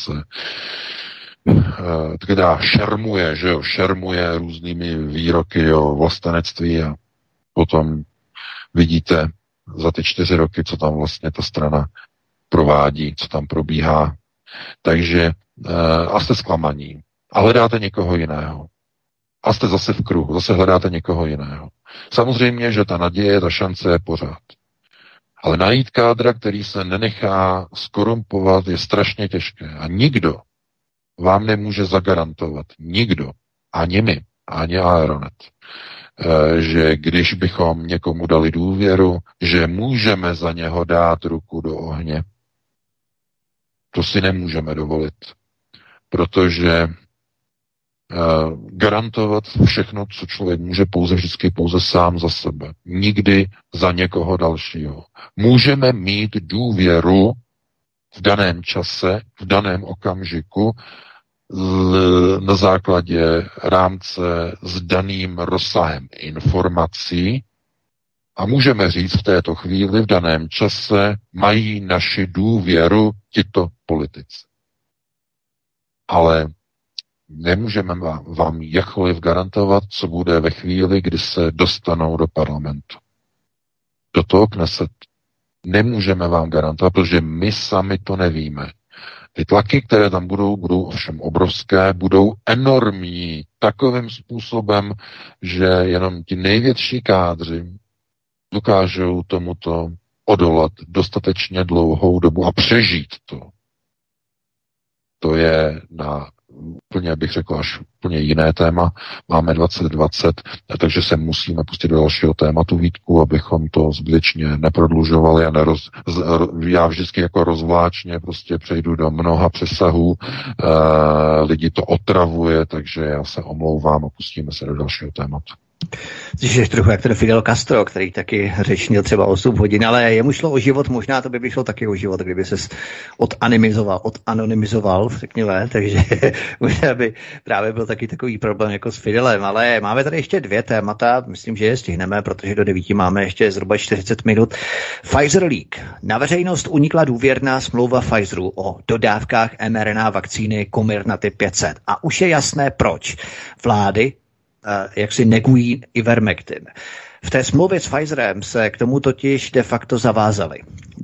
která šermuje, že jo, šermuje různými výroky o vlastenectví a potom vidíte za ty 4 roky, co tam vlastně ta strana provádí, co tam probíhá. Takže a jste zklamaní. A hledáte někoho jiného. A jste zase v kruhu, zase hledáte někoho jiného. Samozřejmě, že ta naděje, ta šance je pořád. Ale najít kádra, který se nenechá skorumpovat, je strašně těžké. A nikdo vám nemůže zagarantovat, nikdo, ani my, ani Aeronet, že když bychom někomu dali důvěru, že můžeme za něho dát ruku do ohně. To si nemůžeme dovolit, protože garantovat všechno, co člověk může vždycky pouze sám za sebe. Nikdy za někoho dalšího. Můžeme mít důvěru v daném čase, v daném okamžiku, na základě rámce s daným rozsahem informací a můžeme říct v této chvíli, v daném čase, mají naši důvěru tito politici. Ale nemůžeme vám jakkoliv garantovat, co bude ve chvíli, kdy se dostanou do parlamentu. Do toho Knesetu. Nemůžeme vám garantovat, protože my sami to nevíme. Ty tlaky, které tam budou ovšem obrovské, budou enormní takovým způsobem, že jenom ti největší kádři dokážou tomuto odolat dostatečně dlouhou dobu a přežít to. To je na úplně, bych řekl, až úplně jiné téma. Máme 2020, takže se musíme pustit do dalšího tématu, Vítku, abychom to zbytečně neprodlužovali a já vždycky jako rozvláčně prostě přejdu do mnoha přesahů. Lidi to otravuje, takže já se omlouvám a pustíme se do dalšího tématu. Což trochu jak ten Fidel Castro, který taky řečnil třeba 8 hodin, ale jemu šlo o život, možná to by šlo taky o život, kdyby ses odanonymizoval, řekněme, takže možná by právě byl taky takový problém jako s Fidelem, ale máme tady ještě 2 témata, myslím, že je stihneme, protože do 9 máme ještě zhruba 40 minut. Pfizer Leak. Na veřejnost unikla důvěrná smlouva Pfizeru o dodávkách mRNA vakcíny Comirnaty 500 a už je jasné proč. Vlády jak si negují Ivermectin. V té smlouvě s Pfizerem se k tomu totiž de facto zavázali.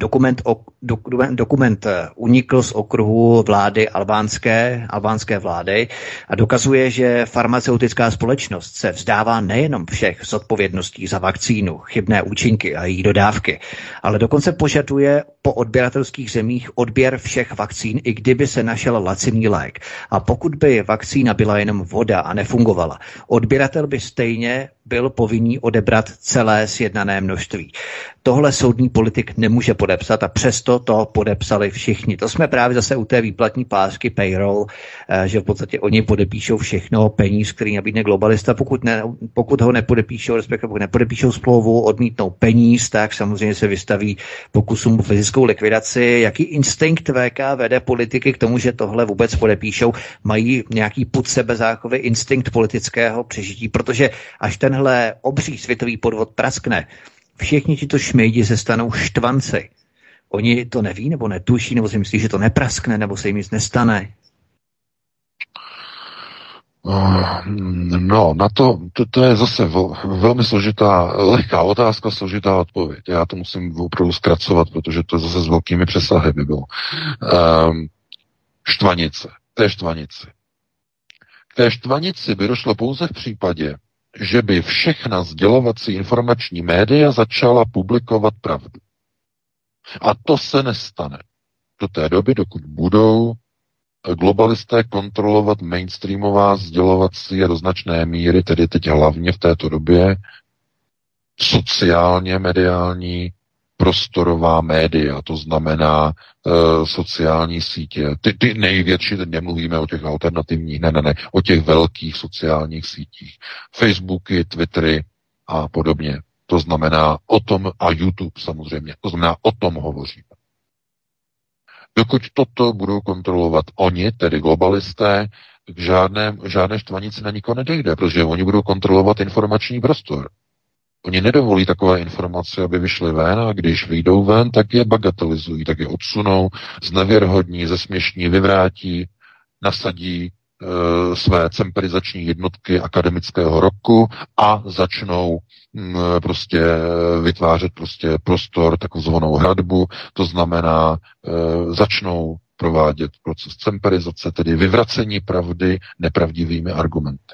Dokument unikl z okruhu vlády albánské vlády a dokazuje, že farmaceutická společnost se vzdává nejenom všech zodpovědností za vakcínu, chybné účinky a její dodávky, ale dokonce požaduje po odběratelských zemích odběr všech vakcín, i kdyby se našel laciný lék. A pokud by vakcína byla jenom voda a nefungovala, odběratel by stejně byl povinný odebrat celé sjednané množství. Tohle soudní politik nemůže podepsat a přesto to podepsali všichni. To jsme právě zase u té výplatní pásky payroll, že v podstatě oni podepíšou všechno, peníz, který nabídne globalista. Pokud ho nepodepíšou, respektive pokud nepodepíšou smlouvu, odmítnou peníz, tak samozřejmě se vystaví pokusům o fyzickou likvidaci. Jaký instinkt VK vede politiky k tomu, že tohle vůbec podepíšou? Mají nějaký pud sebezáchovy, instinkt politického přežití, protože až tenhle obří světový podvod praskne, všichni tito šmejdi se stanou štvanci. Oni to neví, nebo netuší, nebo si myslí, že to nepraskne, nebo se jim nic nestane? No, na to je zase velmi složitá, lehká otázka, složitá odpověď. Já to musím opravdu zkracovat, protože to je zase s velkými přesahy by bylo. Štvanice. K té štvanici by došlo pouze v případě, že by všechna sdělovací informační média začala publikovat pravdu. A to se nestane do té doby, dokud budou globalisté kontrolovat mainstreamová sdělovací a do značné míry, tedy teď hlavně v této době, sociálně mediální prostorová média, to znamená sociální sítě. Ty největší, teď nemluvíme o těch alternativních, ne, o těch velkých sociálních sítích. Facebooky, Twittery a podobně. To znamená o tom, a YouTube samozřejmě, to znamená o tom hovoříme. Dokud toto budou kontrolovat oni, tedy globalisté, k žádné štvanici na nikoho nedejde, protože oni budou kontrolovat informační prostor. Oni nedovolí takové informace, aby vyšly ven, a když vyjdou ven, tak je bagatelizují, tak je odsunou, znevěrhodní, zesměšní, vyvrátí, nasadí své cemperizační jednotky akademického roku a začnou prostě vytvářet prostě prostor, takzvanou hradbu, to znamená začnou provádět proces cemperizace, tedy vyvracení pravdy nepravdivými argumenty.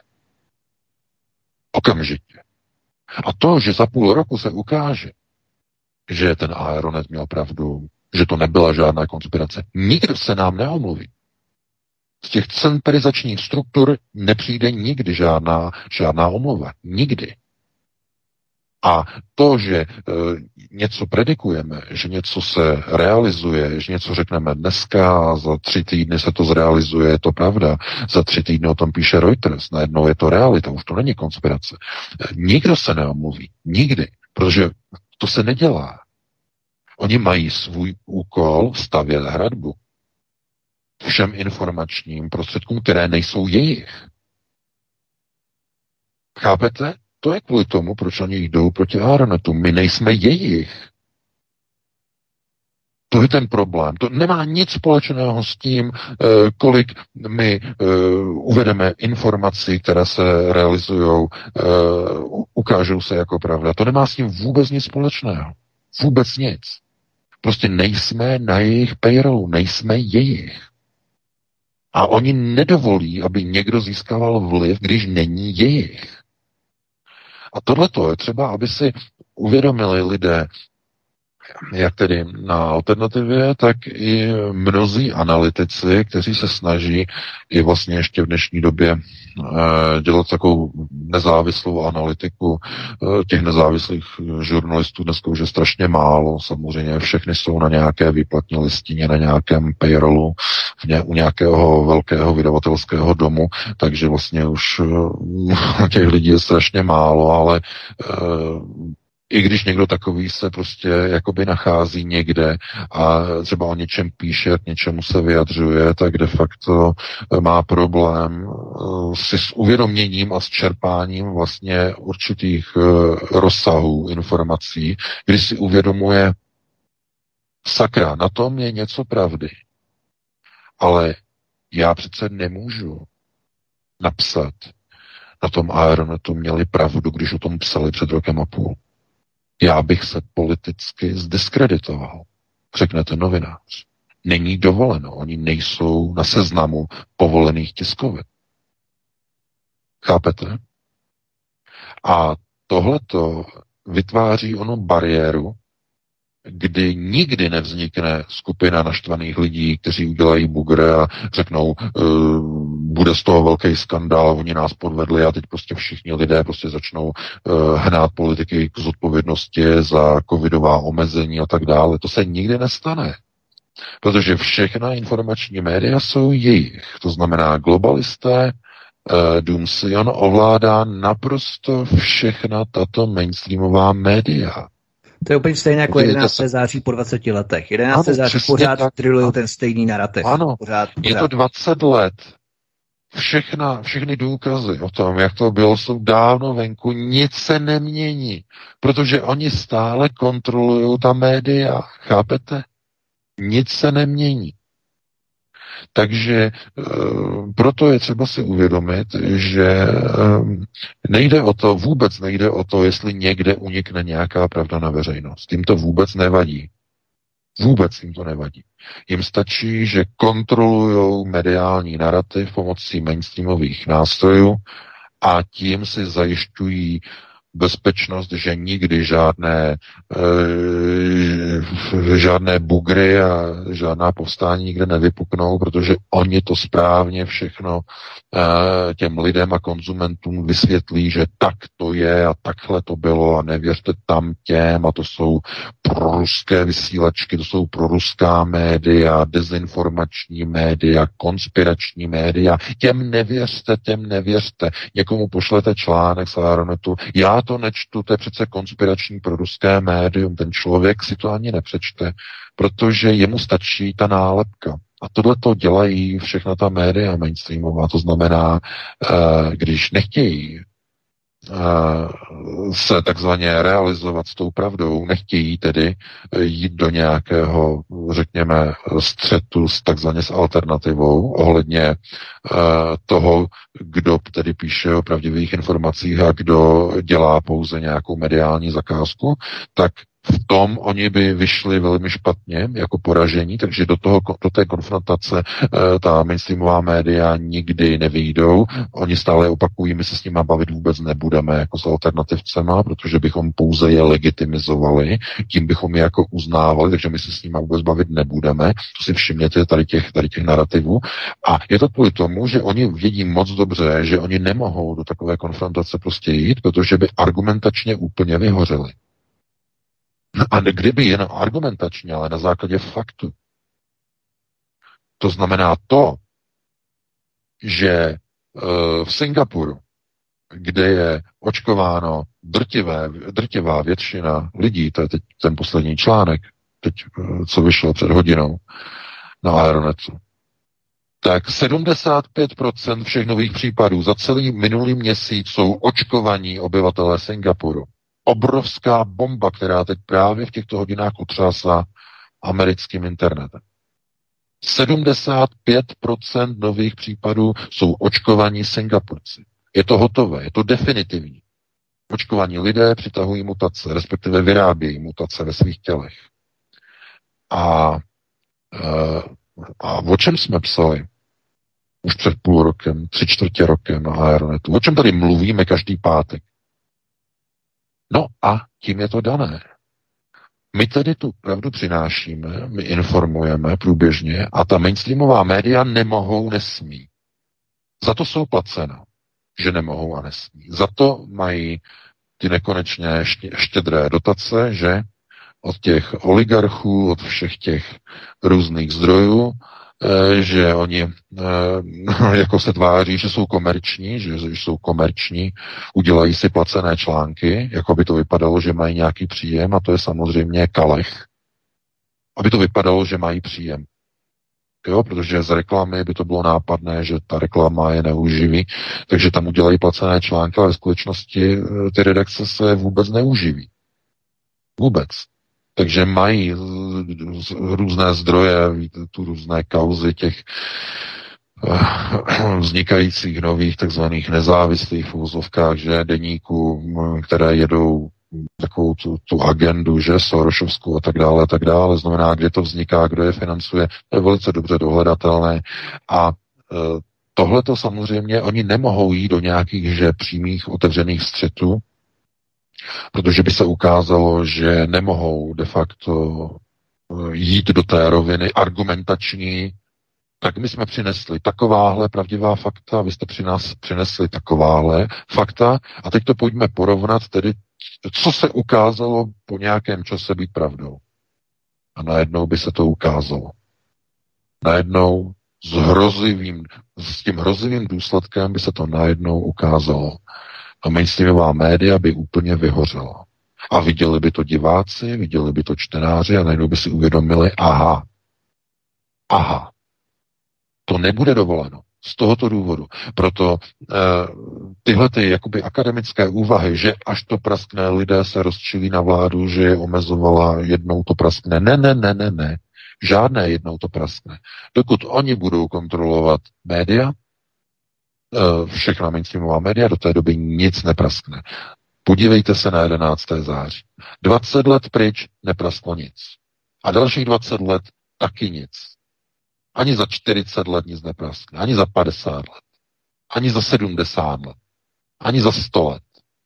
Okamžitě. A to, že za půl roku se ukáže, že ten Aeronet měl pravdu, že to nebyla žádná konspirace, nikdo se nám neomluví. Z těch cemperizačních struktur nepřijde nikdy žádná omluva. Nikdy. A to, že něco predikujeme, že něco se realizuje, že něco řekneme dneska a za 3 týdny se to zrealizuje, je to pravda. Za 3 týdny o tom píše Reuters, najednou je to realita, už to není konspirace. Nikdo se neomluví. Nikdy. Protože to se nedělá. Oni mají svůj úkol stavět hradbu všem informačním prostředkům, které nejsou jejich. Chápete? To je kvůli tomu, proč oni jdou proti Aeronetu. My nejsme jejich. To je ten problém. To nemá nic společného s tím, kolik my uvedeme informací, které se realizují, ukážou se jako pravda. To nemá s tím vůbec nic společného. Vůbec nic. Prostě nejsme na jejich payrollu, nejsme jejich. A oni nedovolí, aby někdo získával vliv, když není jejich. A tohleto je třeba, aby si uvědomili lidé, jak tedy na Alternativě, tak i mnozí analytici, kteří se snaží i vlastně ještě v dnešní době dělat takovou nezávislou analytiku. Těch nezávislých žurnalistů dneska už je strašně málo. Samozřejmě všechny jsou na nějaké výplatní listině, na nějakém payrollu, u nějakého velkého vydavatelského domu, takže vlastně už těch lidí je strašně málo, ale i když někdo takový se prostě jakoby nachází někde a třeba o něčem píše, k něčemu se vyjadřuje, tak de facto má problém s uvědoměním a s čerpáním vlastně určitých rozsahů informací, kdy si uvědomuje, sakra, na tom je něco pravdy. Ale já přece nemůžu napsat, na tom Aeronetu měli pravdu, když o tom psali před rokem a půl. Já bych se politicky zdiskreditoval, řekne ten novinář. Není dovoleno, oni nejsou na seznamu povolených tiskovin. Chápete? A tohleto vytváří onu bariéru, kdy nikdy nevznikne skupina naštvaných lidí, kteří udělají bugre a řeknou, bude z toho velký skandál, oni nás podvedli a teď prostě všichni lidé prostě začnou hnát politiky k zodpovědnosti za covidová omezení a tak dále. To se nikdy nestane. Protože všechna informační média jsou jejich. To znamená globalisté, Dům Sion ovládá naprosto všechna tato mainstreamová média. To je úplně stejné jako 11. září po 20 letech. 11. Ano, září pořád trilují ten stejný narrativ. Ano, pořád. Je to 20 let. Všechny důkazy o tom, jak to bylo, jsou dávno venku. Nic se nemění, protože oni stále kontrolují ta média. Chápete? Nic se nemění. Takže proto je třeba si uvědomit, že vůbec nejde o to, jestli někde unikne nějaká pravda na veřejnost. Jim to vůbec nevadí. Vůbec jim to nevadí. Jim stačí, že kontrolujou mediální narrativ pomocí mainstreamových nástrojů a tím si zajišťují bezpečnost, že nikdy žádné bugry a žádná povstání nikde nevypuknou, protože oni to správně všechno těm lidem a konzumentům vysvětlí, že tak to je a takhle to bylo a nevěřte tam těm a to jsou proruské vysílačky, to jsou proruská média, dezinformační média, konspirační média. Těm nevěřte. Někomu pošlete článek z Aeronetu, já to nečtu, to je přece konspirační proruské médium, ten člověk si to ani nepřečte, protože jemu stačí ta nálepka. A tohle to dělají všechna ta média mainstreamová, to znamená, když nechtějí se takzvaně realizovat s tou pravdou, nechtějí tedy jít do nějakého, řekněme, střetu takzvaně s alternativou ohledně toho, kdo tedy píše o pravdivých informacích a kdo dělá pouze nějakou mediální zakázku, tak v tom oni by vyšli velmi špatně jako poražení, takže do té konfrontace ta mainstreamová média nikdy nevyjdou. Oni stále opakují, my se s nimi bavit vůbec nebudeme jako s alternativcema, protože bychom pouze je legitimizovali, tím bychom je jako uznávali, takže my se s nimi vůbec bavit nebudeme. To si všimněte tady těch narrativů. A je to kvůli tomu, že oni vědí moc dobře, že oni nemohou do takové konfrontace prostě jít, protože by argumentačně úplně vyhořeli. A kdyby jen argumentačně, ale na základě faktu. To znamená to, že v Singapuru, kde je očkováno drtivá většina lidí, to je teď ten poslední článek, co vyšlo před hodinou na Aeronetu, tak 75% všech nových případů za celý minulý měsíc jsou očkovaní obyvatelé Singapuru. Obrovská bomba, která teď právě v těchto hodinách otřásá americkým internetem. 75% nových případů jsou očkovaní Singapurci. Je to hotové, je to definitivní. Očkovaní lidé přitahují mutace, respektive vyrábějí mutace ve svých tělech. A o čem jsme psali? Už před půl rokem, 3/4 rokem na Aeronetu. O čem tady mluvíme každý pátek? No a tím je to dané. My tedy tu pravdu přinášíme, my informujeme průběžně a ta mainstreamová média nemohou, nesmí. Za to jsou placena, že nemohou a nesmí. Za to mají ty nekonečně štědré dotace, že od těch oligarchů, od všech těch různých zdrojů, že oni jako se tváří, že jsou komerční, že jsou komerční, udělají si placené články, jako by to vypadalo, že mají nějaký příjem, a to je samozřejmě kalech, aby to vypadalo, že mají příjem. Jo, protože z reklamy by to bylo nápadné, že ta reklama je neuživí, takže tam udělají placené články, ale v skutečnosti ty redakce se vůbec neuživí. Vůbec. Takže mají různé zdroje, tu různé kauzy těch vznikajících nových takzvaných nezávislých v uvozovkách, že deníků, které jedou takovou tu agendu, že Sorosovskou a tak dále, znamená, kde to vzniká, kdo je financuje, to je velice dobře dohledatelné a tohleto samozřejmě oni nemohou jít do nějakých že přímých otevřených střetů, protože by se ukázalo, že nemohou de facto jít do té roviny argumentační, tak my jsme přinesli takováhle pravdivá fakta, vy jste při nás přinesli takováhle fakta a teď to pojďme porovnat, tedy co se ukázalo po nějakém čase být pravdou. A najednou by se to ukázalo. Najednou s tím hrozivým důsledkem by se to najednou ukázalo. A mainstreamová média by úplně vyhořela. A viděli by to diváci, viděli by to čtenáři a najednou by si uvědomili, aha, to nebude dovoleno. Z tohoto důvodu. Proto tyhle ty jakoby akademické úvahy, že až to praskne, lidé se rozčilí na vládu, že je omezovala, jednou to praskne. Ne. Žádné jednou to praskne. Dokud oni budou kontrolovat média, všechna mainstreamová média, do té doby nic nepraskne. Podívejte se na 11. září. 20 let pryč neprasklo nic. A dalších 20 let taky nic. Ani za 40 let nic nepraskne. Ani za 50 let. Ani za 70 let. Ani za 100 let.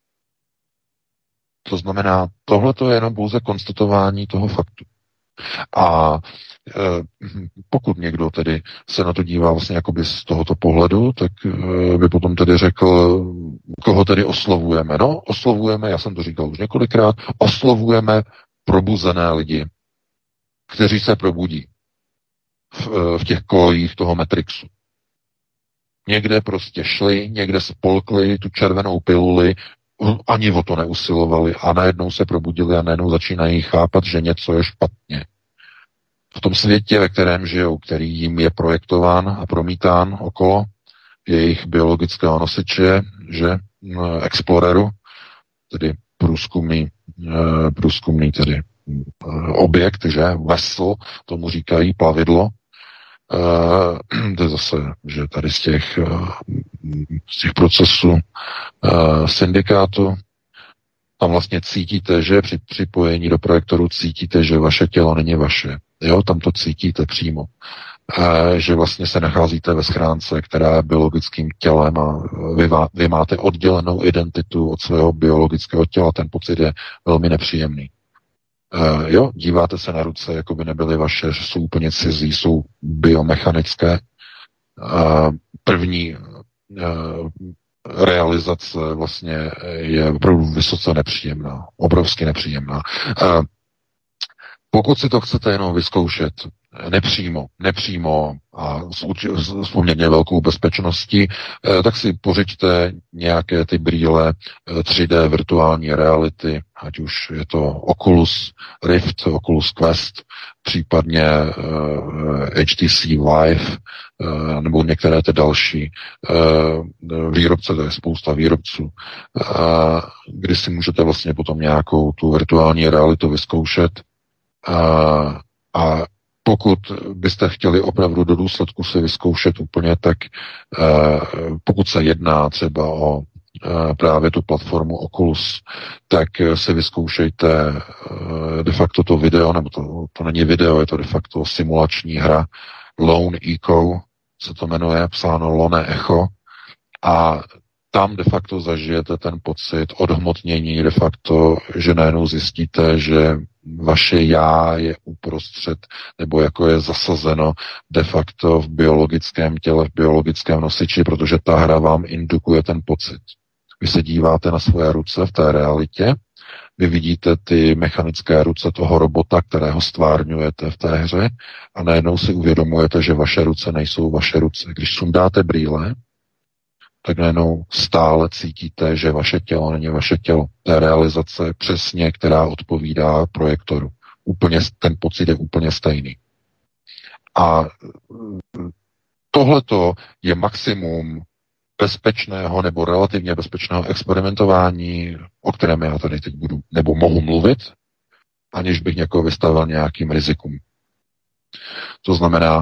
To znamená, tohle je jenom pouze konstatování toho faktu. A pokud někdo tedy se na to dívá vlastně jakoby z tohoto pohledu, tak by potom tedy řekl, koho tedy oslovujeme. No, oslovujeme, já jsem to říkal už několikrát, oslovujeme probuzené lidi, kteří se probudí v těch kolejích toho Matrixu. Někde prostě šli, někde spolkli tu červenou piluli, ani o to neusilovali a najednou se probudili a najednou začínají chápat, že něco je špatně. V tom světě, ve kterém žijou, který jim je projektován a promítán okolo jejich biologického nosiče, že Exploreru, tedy průzkumný tedy objekt, že vessel, tomu říkají plavidlo. To je zase, že tady z těch procesů syndikátu tam vlastně cítíte, že při připojení do projektoru cítíte, že vaše tělo není vaše. Jo, tam to cítíte přímo. Že vlastně se nacházíte ve schránce, která je biologickým tělem a vy máte oddělenou identitu od svého biologického těla. Ten pocit je velmi nepříjemný. Jo, díváte se na ruce, jako by nebyly vaše, že jsou úplně cizí, jsou biomechanické. První realizace vlastně je opravdu vysoce nepříjemná, obrovsky nepříjemná. Pokud si to chcete jenom vyzkoušet nepřímo a s poměrně velkou bezpečností, tak si pořiďte nějaké ty brýle 3D virtuální reality, ať už je to Oculus Rift, Oculus Quest, případně HTC Vive, nebo některé ty další výrobce, to je spousta výrobců, kdy si můžete vlastně potom nějakou tu virtuální realitu vyzkoušet. A pokud byste chtěli opravdu do důsledku si vyzkoušet úplně, tak pokud se jedná třeba o právě tu platformu Oculus, tak si vyzkoušejte de facto to video, nebo to není video, je to de facto simulační hra Lone Echo, se to jmenuje, psáno Lone Echo, a tam de facto zažijete ten pocit odhmotnění, de facto, že najednou zjistíte, že vaše já je uprostřed, nebo jako je zasazeno de facto v biologickém těle, v biologickém nosiči, protože ta hra vám indukuje ten pocit. Vy se díváte na svoje ruce v té realitě, vy vidíte ty mechanické ruce toho robota, kterého stvárňujete v té hře a najednou si uvědomujete, že vaše ruce nejsou vaše ruce. Když sundáte brýle, tak najednou stále cítíte, že vaše tělo není vaše tělo. To je realizace přesně, která odpovídá projektoru. Úplně, ten pocit je úplně stejný. A tohleto je maximum bezpečného nebo relativně bezpečného experimentování, o kterém já tady teď budu nebo mohu mluvit, aniž bych někoho vystavil nějakým rizikům. To znamená,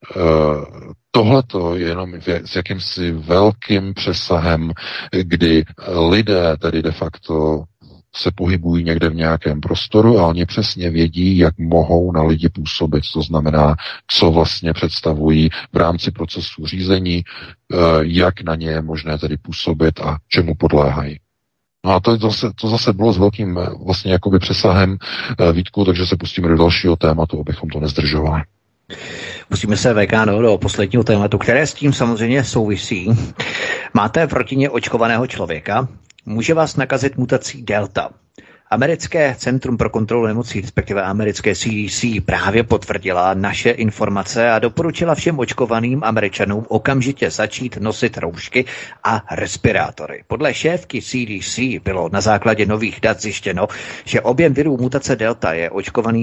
tohleto je jenom s jakýmsi velkým přesahem, kdy lidé tedy de facto se pohybují někde v nějakém prostoru a oni přesně vědí, jak mohou na lidi působit. To znamená, co vlastně představují v rámci procesu řízení, jak na ně je možné tedy působit a čemu podléhají. No a to zase bylo s velkým vlastně jakoby přesahem, Vítku, takže se pustíme do dalšího tématu, abychom to nezdržovali. Pustíme se VKno do posledního tématu, které s tím samozřejmě souvisí. Máte v rodině očkovaného člověka, může vás nakazit mutací Delta. Americké centrum pro kontrolu nemocí, respektive americké CDC, právě potvrdila naše informace a doporučila všem očkovaným Američanům okamžitě začít nosit roušky a respirátory. Podle šéfky CDC bylo na základě nových dat zjištěno, že objem virů mutace Delta je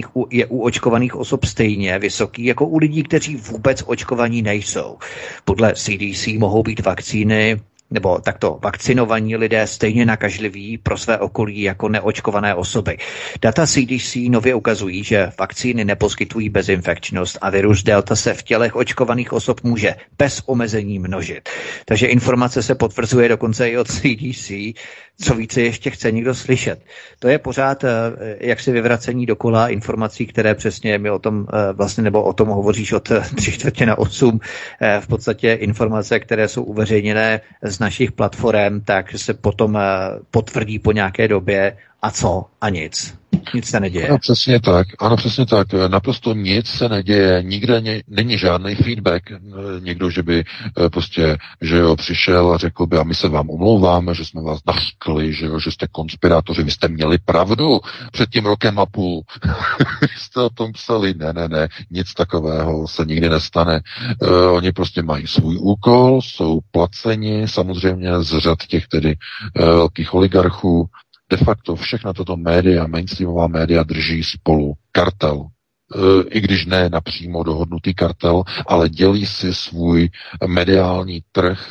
u očkovaných osob stejně vysoký jako u lidí, kteří vůbec očkovaní nejsou. Podle CDC mohou být vakcíny nebo takto vakcinovaní lidé stejně nakažliví pro své okolí jako neočkované osoby. Data CDC nově ukazují, že vakcíny neposkytují bezinfekčnost a virus Delta se v tělech očkovaných osob může bez omezení množit. Takže informace se potvrzuje dokonce i od CDC. Co více ještě chce někdo slyšet. To je pořád jaksi vyvracení dokola informací, které přesně mi o tom vlastně, nebo o tom hovoříš od 7:45, v podstatě informace, které jsou uveřejněné z našich platform, takže se potom potvrdí po nějaké době a co? A nic. Nic se neděje. Ano, přesně tak. Ano, přesně tak. Naprosto nic se neděje. Nikde není žádný feedback. Někdo, že by prostě, že jo, přišel a řekl by, a my se vám omlouváme, že jsme vás nařkli, že jo, že jste konspirátoři, vy jste měli pravdu před tím rokem a půl. Jste o tom psali. Ne, nic takového se nikdy nestane. Oni prostě mají svůj úkol, jsou placeni, samozřejmě z řad těch tedy velkých oligarchů. De facto všechna toto média, mainstreamová média drží spolu kartel. I když ne napřímo dohodnutý kartel, ale dělí si svůj mediální trh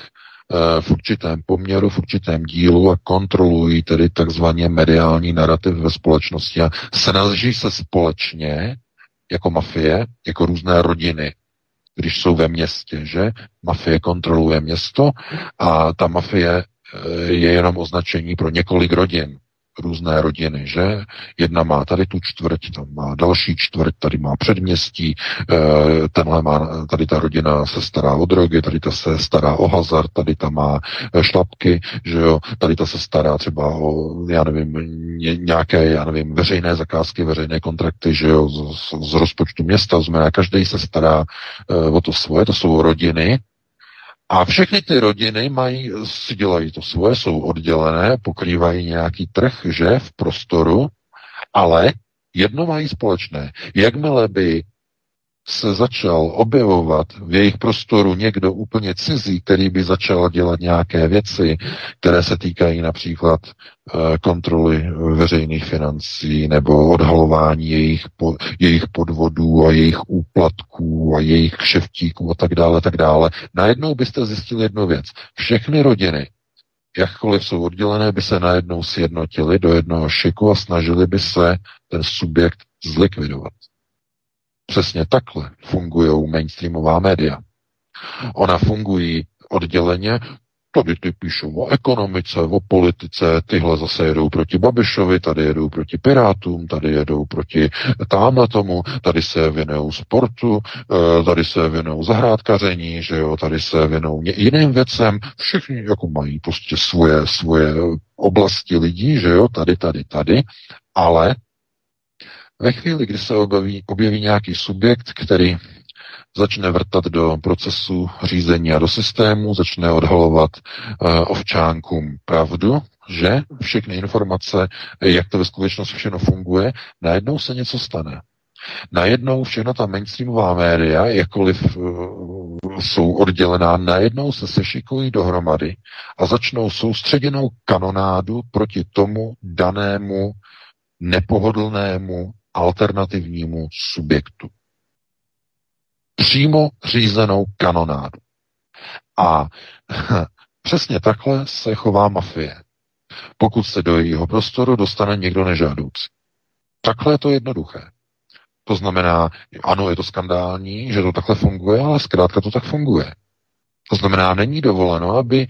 v určitém poměru, v určitém dílu a kontrolují tedy takzvaně mediální narrativ ve společnosti a snaží se společně jako mafie, jako různé rodiny, když jsou ve městě, že? Mafie kontroluje město a ta mafie je jenom označení pro několik rodin. Různé rodiny, že? Jedna má tady tu čtvrť, tam má další čtvrť, tady má předměstí, tenhle má, tady ta rodina se stará o drogy, tady ta se stará o hazard, tady ta má šlapky, že jo, tady ta se stará třeba o, já nevím, nějaké, já nevím, veřejné zakázky, veřejné kontrakty, že jo, z rozpočtu města, znamená, každý se stará o to svoje, to jsou rodiny. A všechny ty rodiny si dělají to svoje, jsou oddělené, pokrývají nějaký trh, že, v prostoru, ale jedno mají společné. Jakmile by se začal objevovat v jejich prostoru někdo úplně cizí, který by začal dělat nějaké věci, které se týkají například kontroly veřejných financí nebo odhalování jejich podvodů a jejich úplatků a jejich kšeftíků a tak dále. Najednou byste zjistili jednu věc. Všechny rodiny, jakkoliv jsou oddělené, by se najednou sjednotily do jednoho šiku a snažili by se ten subjekt zlikvidovat. Přesně takhle fungují mainstreamová média. Ona fungují odděleně, Tady ty píšou o ekonomice, o politice, tyhle zase jedou proti Babišovi, tady jedou proti Pirátům, tady jedou proti támhle tomu, tady se věnují sportu, tady se věnují zahrádkaření, že jo, tady se věnují jiným věcem, všichni jako mají prostě svoje oblasti lidí, že jo, tady, ale ve chvíli, kdy se objeví nějaký subjekt, který začne vrtat do procesu řízení a do systému, začne odhalovat ovčánkům pravdu, že všechny informace, jak to ve skutečnosti všechno funguje, najednou se něco stane. Najednou všechna ta mainstreamová média, jakkoliv jsou oddělená, najednou se sešikují dohromady a začnou soustředěnou kanonádu proti tomu danému nepohodlnému alternativnímu subjektu. Přímo řízenou kanonádu. A přesně takhle se chová mafie. Pokud se do jejího prostoru dostane někdo nežádoucí. Takhle je to jednoduché. To znamená, ano, je to skandální, že to takhle funguje, ale zkrátka to tak funguje. To znamená, není dovoleno, aby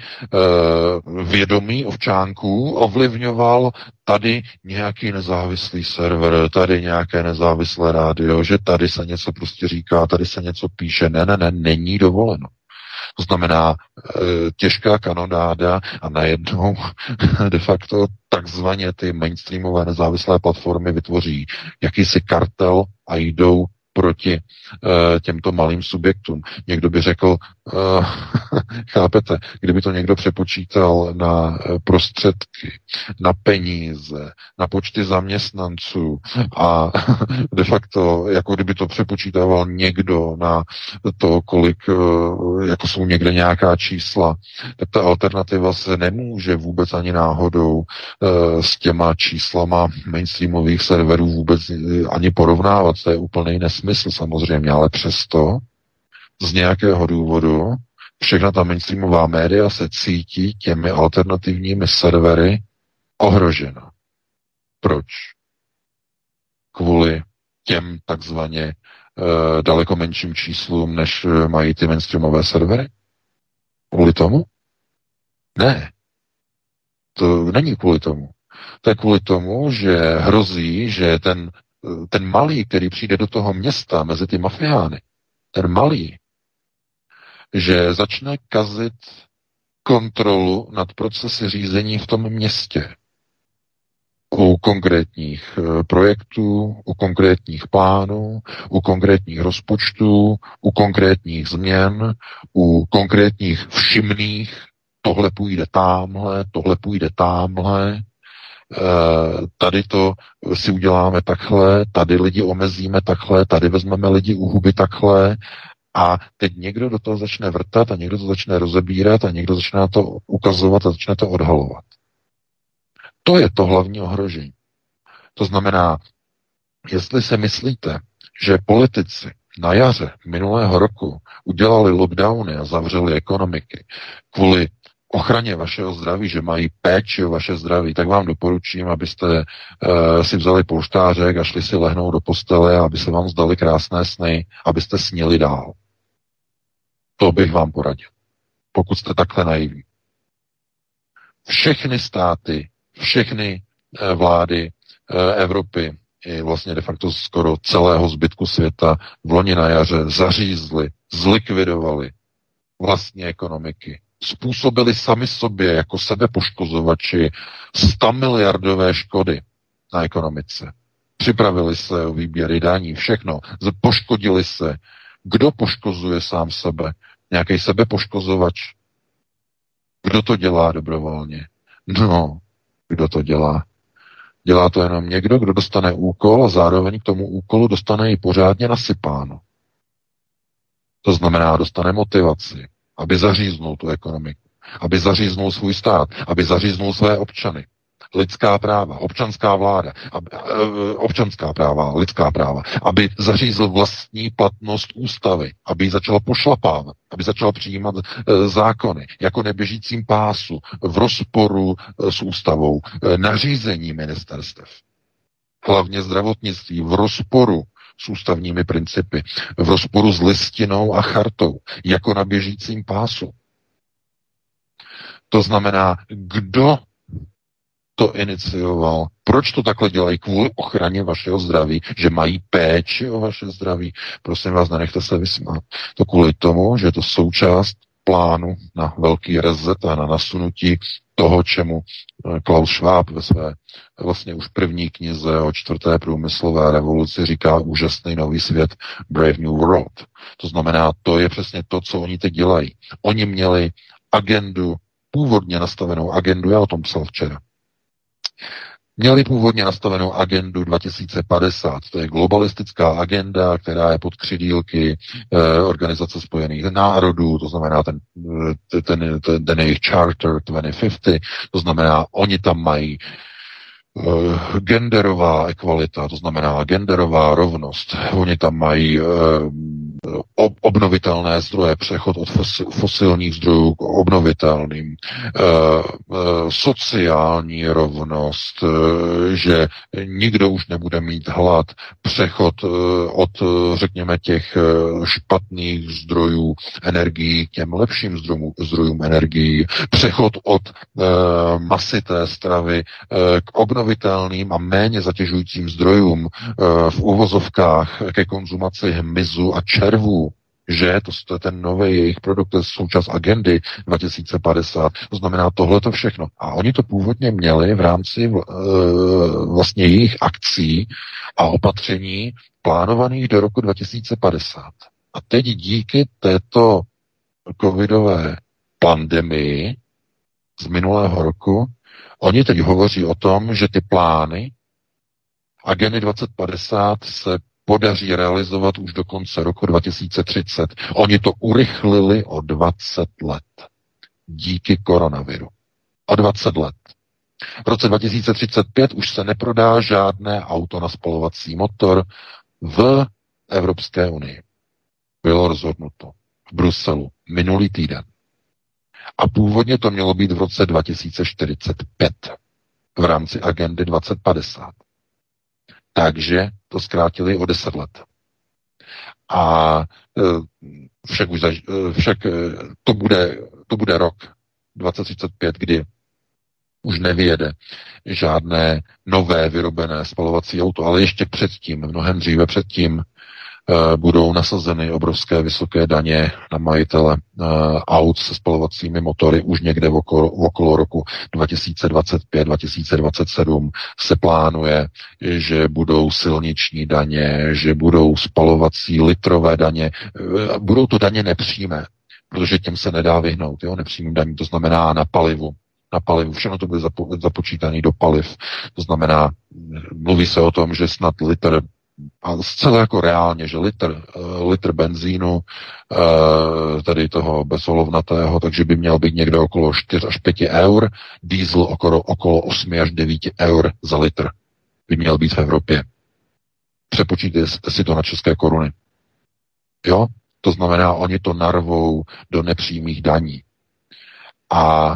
vědomí ovčánků ovlivňoval tady nějaký nezávislý server, tady nějaké nezávislé rádio, že tady se něco prostě říká, tady se něco píše. Ne, není dovoleno. To znamená těžká kanonáda a najednou de facto takzvaně ty mainstreamové nezávislé platformy vytvoří jakýsi kartel a jdou proti těmto malým subjektům. Někdo by řekl, chápete, kdyby to někdo přepočítal na prostředky, na peníze, na počty zaměstnanců a de facto, jako kdyby to přepočítával někdo na to, kolik, jako jsou někde nějaká čísla, tak ta alternativa se nemůže vůbec ani náhodou s těma číslama mainstreamových serverů vůbec ani porovnávat. To je úplný nesmysl samozřejmě, ale přesto z nějakého důvodu všechna ta mainstreamová média se cítí těmi alternativními servery ohrožena. Proč? Kvůli těm takzvaně daleko menším číslům, než mají ty mainstreamové servery? Kvůli tomu? Ne. To není kvůli tomu. To je kvůli tomu, že hrozí, že ten malý, který přijde do toho města mezi ty mafiány, ten malý, že začne kazit kontrolu nad procesy řízení v tom městě. U konkrétních projektů, u konkrétních plánů, u konkrétních rozpočtů, u konkrétních změn, u konkrétních všimných, tohle půjde támhle, tady to si uděláme takhle, tady lidi omezíme takhle, tady vezmeme lidi u huby takhle a teď někdo do toho začne vrtat a někdo to začne rozebírat a někdo začne na to ukazovat a začne to odhalovat. To je to hlavní ohrožení. To znamená, jestli si myslíte, že politici na jaře minulého roku udělali lockdowny a zavřeli ekonomiky kvůli ochraně vašeho zdraví, že mají péči o vaše zdraví, tak vám doporučím, abyste si vzali polštářek a šli si lehnout do postele, aby se vám zdali krásné sny, abyste snili dál. To bych vám poradil, pokud jste takhle naivní. Všechny státy, všechny vlády Evropy i vlastně de facto skoro celého zbytku světa v loni na jaře zařízli, zlikvidovali vlastní ekonomiky. Způsobili sami sobě jako sebepoškozovači 100 miliardové škody na ekonomice. Připravili se o výběry daní, všechno. Poškodili se. Kdo poškozuje sám sebe? Nějaký sebepoškozovač? Kdo to dělá dobrovolně? No, kdo to dělá? Dělá to jenom někdo, kdo dostane úkol a zároveň k tomu úkolu dostane i pořádně nasypáno. To znamená, dostane motivaci, aby zaříznul tu ekonomiku, aby zaříznul svůj stát, aby zaříznul své občany. Lidská práva, občanská vláda, občanská práva, lidská práva, aby zařízl vlastní platnost ústavy, aby ji začal pošlapávat, aby začal přijímat zákony jako neběžícím pásu, v rozporu s ústavou, nařízení ministerstev. Hlavně zdravotnictví v rozporu s ústavními principy, v rozporu s listinou a chartou, jako na běžícím pásu. To znamená, kdo to inicioval, proč to takhle dělají, kvůli ochraně vašeho zdraví, že mají péči o vaše zdraví. Prosím vás, nenechte se vysmát. To kvůli tomu, že je to součást plánu na velký reset a na nasunutí toho, čemu Klaus Schwab ve své vlastně už první knize o 4. průmyslové revoluci říká úžasný nový svět, Brave New World. To znamená, to je přesně to, co oni teď dělají. Oni měli agendu, původně nastavenou agendu, já o tom psal včera, měli původně nastavenou agendu 2050. To je globalistická agenda, která je pod křidílky Organizace spojených národů, to znamená ten jejich Charter 2050, to znamená, oni tam mají genderová ekvalita, to znamená genderová rovnost. Oni tam mají obnovitelné zdroje, přechod od fosilních zdrojů k obnovitelným, sociální rovnost, že nikdo už nebude mít hlad, přechod od, řekněme, těch špatných zdrojů energií k těm lepším zdrojům energií, přechod od masité stravy k obnovitelným a méně zatěžujícím zdrojům v uvozovkách ke konzumaci hmyzu a červů, že to je ten nový jejich produkt, to je součást agendy 2050. To znamená tohleto všechno. A oni to původně měli v rámci vlastně jejich akcí a opatření plánovaných do roku 2050. A teď díky této covidové pandemii z minulého roku oni teď hovoří o tom, že ty plány agendy 2050 se podaří realizovat už do konce roku 2030. Oni to urychlili o 20 let. Díky koronaviru. O 20 let. V roce 2035 už se neprodá žádné auto na spalovací motor v Evropské unii. Bylo rozhodnuto v Bruselu minulý týden. A původně to mělo být v roce 2045 v rámci agendy 2050. Takže to zkrátili o 10 let. A však to bude rok 2035, kdy už nevyjede žádné nové vyrobené spalovací auto, ale ještě předtím, mnohem dříve předtím, budou nasazeny obrovské vysoké daně na majitele aut se spalovacími motory už někde okolo roku 2025-2027 se plánuje, že budou silniční daně, že budou spalovací litrové daně. Budou to daně nepřímé, protože těm se nedá vyhnout. Nepřímým daní, to znamená na palivu, všechno to bude započítané do paliv. To znamená, mluví se o tom, že snad litr, a zcela jako reálně, že litr benzínu, tady toho bezolovnatého, takže by měl být někde okolo 4 až 5 eur, diesel okolo 8 až 9 eur za litr by měl být v Evropě. Přepočítejte si to na české koruny. Jo? To znamená, oni to narvou do nepřímých daní. A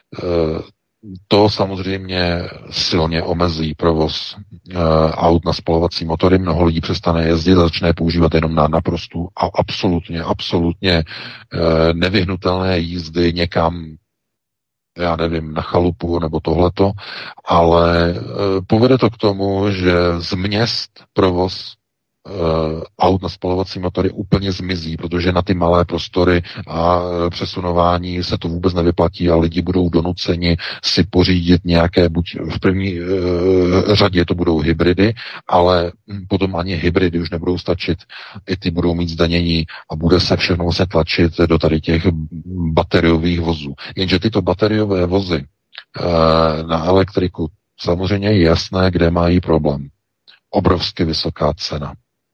to samozřejmě silně omezí provoz aut na spalovací motory. Mnoho lidí přestane jezdit, začne používat jenom na naprosto a absolutně nevyhnutelné jízdy někam, já nevím, na chalupu nebo tohleto, ale povede to k tomu, že z měst provoz aut na spalovací motory úplně zmizí, protože na ty malé prostory a přesunování se to vůbec nevyplatí a lidi budou donuceni si pořídit nějaké, buď v první řadě to budou hybridy, ale potom ani hybridy už nebudou stačit, i ty budou mít zdanění a bude se všechno se tlačit do tady těch bateriových vozů. Jenže tyto bateriové vozy na elektriku samozřejmě je jasné, kde mají problém. Obrovsky vysoká cena.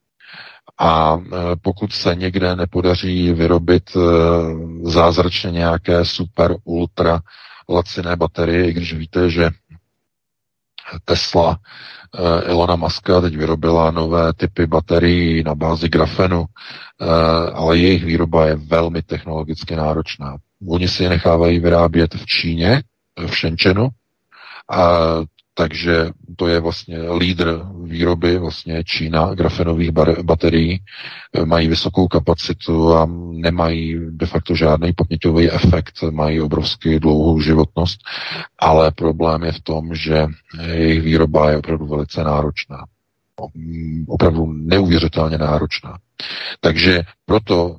A pokud se někde nepodaří vyrobit zázračně nějaké super, ultra laciné baterie, i když víte, že Tesla Elona Muska teď vyrobila nové typy baterií na bázi grafenu, ale jejich výroba je velmi technologicky náročná. Oni si je nechávají vyrábět v Číně, v Shenzhenu, a Takže to je vlastně lídr výroby, vlastně Čína, grafenových baterií. Mají vysokou kapacitu a nemají de facto žádný paměťový efekt, mají obrovsky dlouhou životnost, ale problém je v tom, že jejich výroba je opravdu velice náročná. Opravdu neuvěřitelně náročná. Takže proto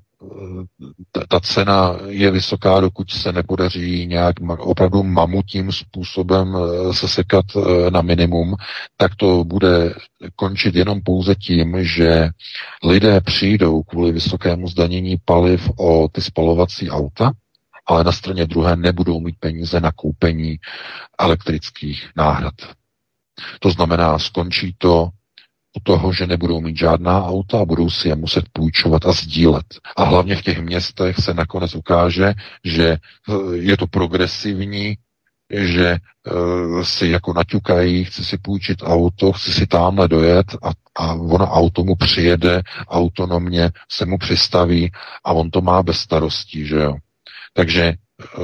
ta cena je vysoká, dokud se nepodaří nějak opravdu mamutím způsobem sesekat na minimum, tak to bude končit jenom pouze tím, že lidé přijdou kvůli vysokému zdanění paliv o ty spalovací auta, ale na straně druhé nebudou mít peníze na koupení elektrických náhrad. To znamená, skončí to u toho, že nebudou mít žádná auta a budou si je muset půjčovat a sdílet. A hlavně v těch městech se nakonec ukáže, že je to progresivní, že si jako naťukají, chci si půjčit auto, chci si tamhle dojet a ono auto mu přijede autonomně, se mu přistaví a on to má bez starostí, že jo. Takže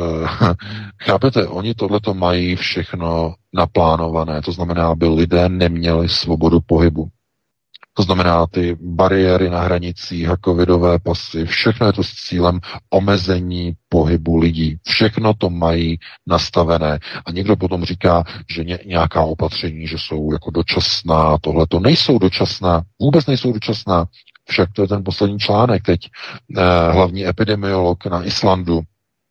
chápete, oni tohleto mají všechno naplánované, to znamená, aby lidé neměli svobodu pohybu. To znamená ty bariéry na hranicích a covidové pasy, všechno je to s cílem omezení pohybu lidí. Všechno to mají nastavené. A někdo potom říká, že nějaká opatření, že jsou jako dočasná, tohle to nejsou dočasná, vůbec nejsou dočasná. Však to je ten poslední článek teď. Hlavní epidemiolog na Islandu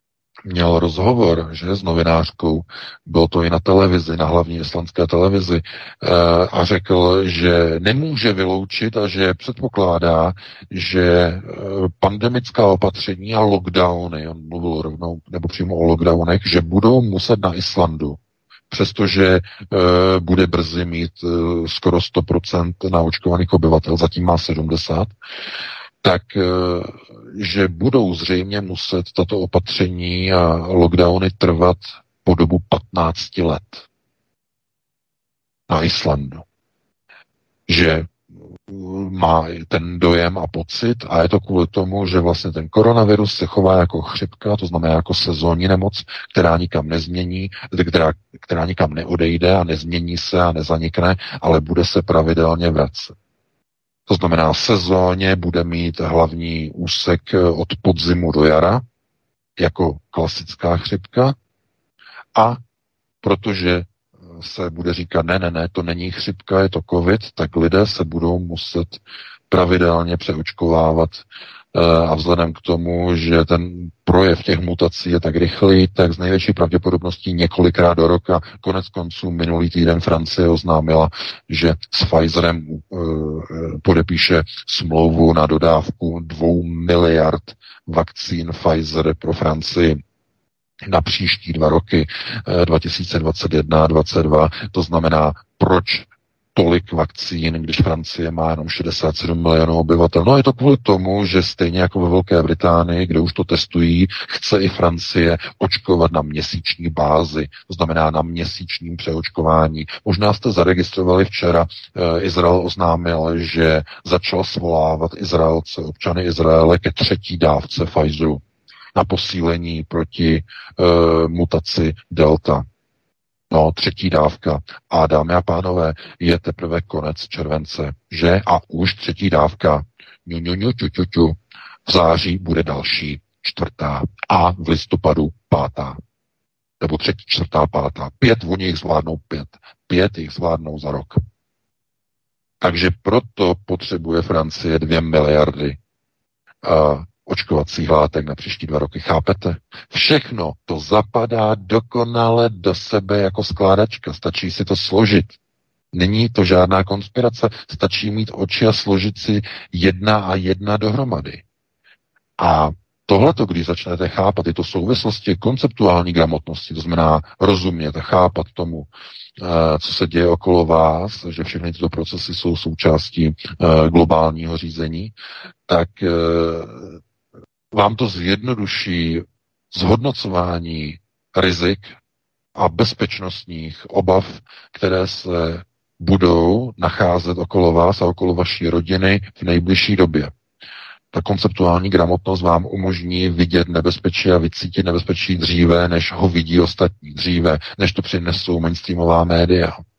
měl rozhovor, že s novinářkou, bylo to i na televizi, na hlavní islandské televizi, a řekl, že nemůže vyloučit a že předpokládá, že pandemická opatření a lockdowny, on mluvil rovnou nebo přímo o lockdownech, že budou muset na Islandu, přestože bude brzy mít skoro 100% naočkovaných obyvatel, zatím má 70%, tak že budou zřejmě muset tato opatření a lockdowny trvat po dobu 15 let na Islandu. Že má ten dojem a pocit a je to kvůli tomu, že vlastně ten koronavirus se chová jako chřipka, to znamená jako sezónní nemoc, která nikam nezmění, která nikam neodejde a nezmění se a nezanikne, ale bude se pravidelně vracet. To znamená, sezóně bude mít hlavní úsek od podzimu do jara, jako klasická chřipka, a protože se bude říkat, ne, to není chřipka, je to covid, tak lidé se budou muset pravidelně přeočkovávat a vzhledem k tomu, že ten projev těch mutací je tak rychlý, tak z největší pravděpodobností několikrát do roka. Konec konců minulý týden Francie oznámila, že s Pfizerem podepíše smlouvu na dodávku 2 miliard vakcín Pfizer pro Francii na příští 2 roky, 2021 a 2022. To znamená, proč tolik vakcín, když Francie má jenom 67 milionů obyvatel. No je to kvůli tomu, že stejně jako ve Velké Británii, kde už to testují, chce i Francie očkovat na měsíční bázi, to znamená na měsíčním přeočkování. Možná jste zaregistrovali včera, Izrael oznámil, že začal svolávat Izraelce, občany Izraele ke 3. dávce Pfizeru na posílení proti mutaci Delta. No, 3. dávka. A dámy a pánové, je teprve konec července, že? A už 3. dávka. V září bude další 4. a v listopadu 5. Nebo 3., 4., 5. 5, oni jich zvládnou 5. 5 jich zvládnou za rok. Takže proto potřebuje Francie 2 miliardy očkovacích látek na příští 2 roky. Chápete? Všechno to zapadá dokonale do sebe jako skládačka. Stačí si to složit. Není to žádná konspirace. Stačí mít oči a složit si 1 a 1 dohromady. A tohleto, když začnete chápat tyto souvislosti konceptuální gramotnosti, to znamená rozumět a chápat tomu, co se děje okolo vás, že všechny tyto procesy jsou součástí globálního řízení, tak vám to zjednoduší zhodnocování rizik a bezpečnostních obav, které se budou nacházet okolo vás a okolo vaší rodiny v nejbližší době. Ta konceptuální gramotnost vám umožní vidět nebezpečí a vycítit nebezpečí dříve, než ho vidí ostatní, dříve, než to přinesou mainstreamová média.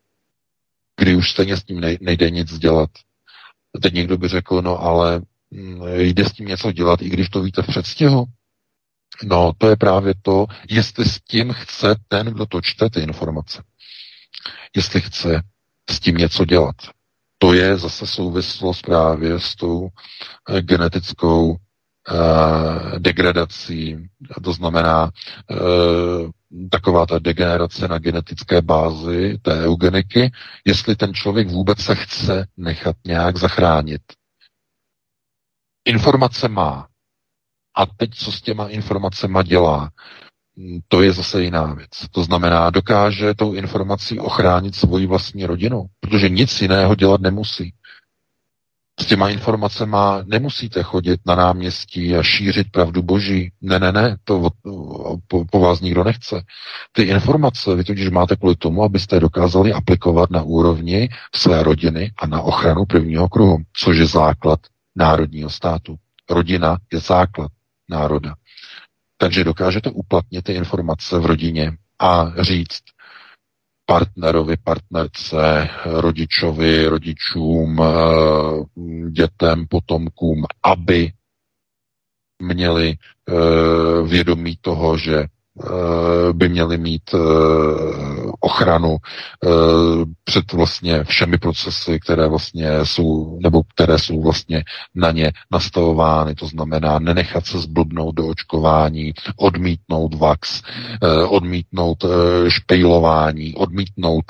kdy už stejně s tím nejde nic dělat. Teď někdo by řekl, no ale jde s tím něco dělat, i když to víte v předstihu. No, to je právě to, jestli s tím chce ten, kdo to čte, ty informace. Jestli chce s tím něco dělat. To je zase souvislost právě s tou genetickou degradací. To znamená taková ta degenerace na genetické bázi té eugeniky, jestli ten člověk vůbec se chce nechat nějak zachránit. Informace má. A teď, co s těma informacema dělá, to je zase jiná věc. To znamená, dokáže tou informací ochránit svoji vlastní rodinu, protože nic jiného dělat nemusí. S těma informacema nemusíte chodit na náměstí a šířit pravdu boží. Ne, to po vás nikdo nechce. Ty informace vy totiž máte kvůli tomu, abyste je dokázali aplikovat na úrovni své rodiny a na ochranu prvního kruhu, což je základ národního státu. Rodina je základ národa. Takže dokážete uplatnit ty informace v rodině a říct partnerovi, partnerce, rodičovi, rodičům, dětem, potomkům, aby měli vědomí toho, že by měli mít ochranu před vlastně všemi procesy, které vlastně jsou, nebo které jsou vlastně na ně nastavovány. To znamená nenechat se zblbnout do očkování, odmítnout vax, odmítnout špejlování, odmítnout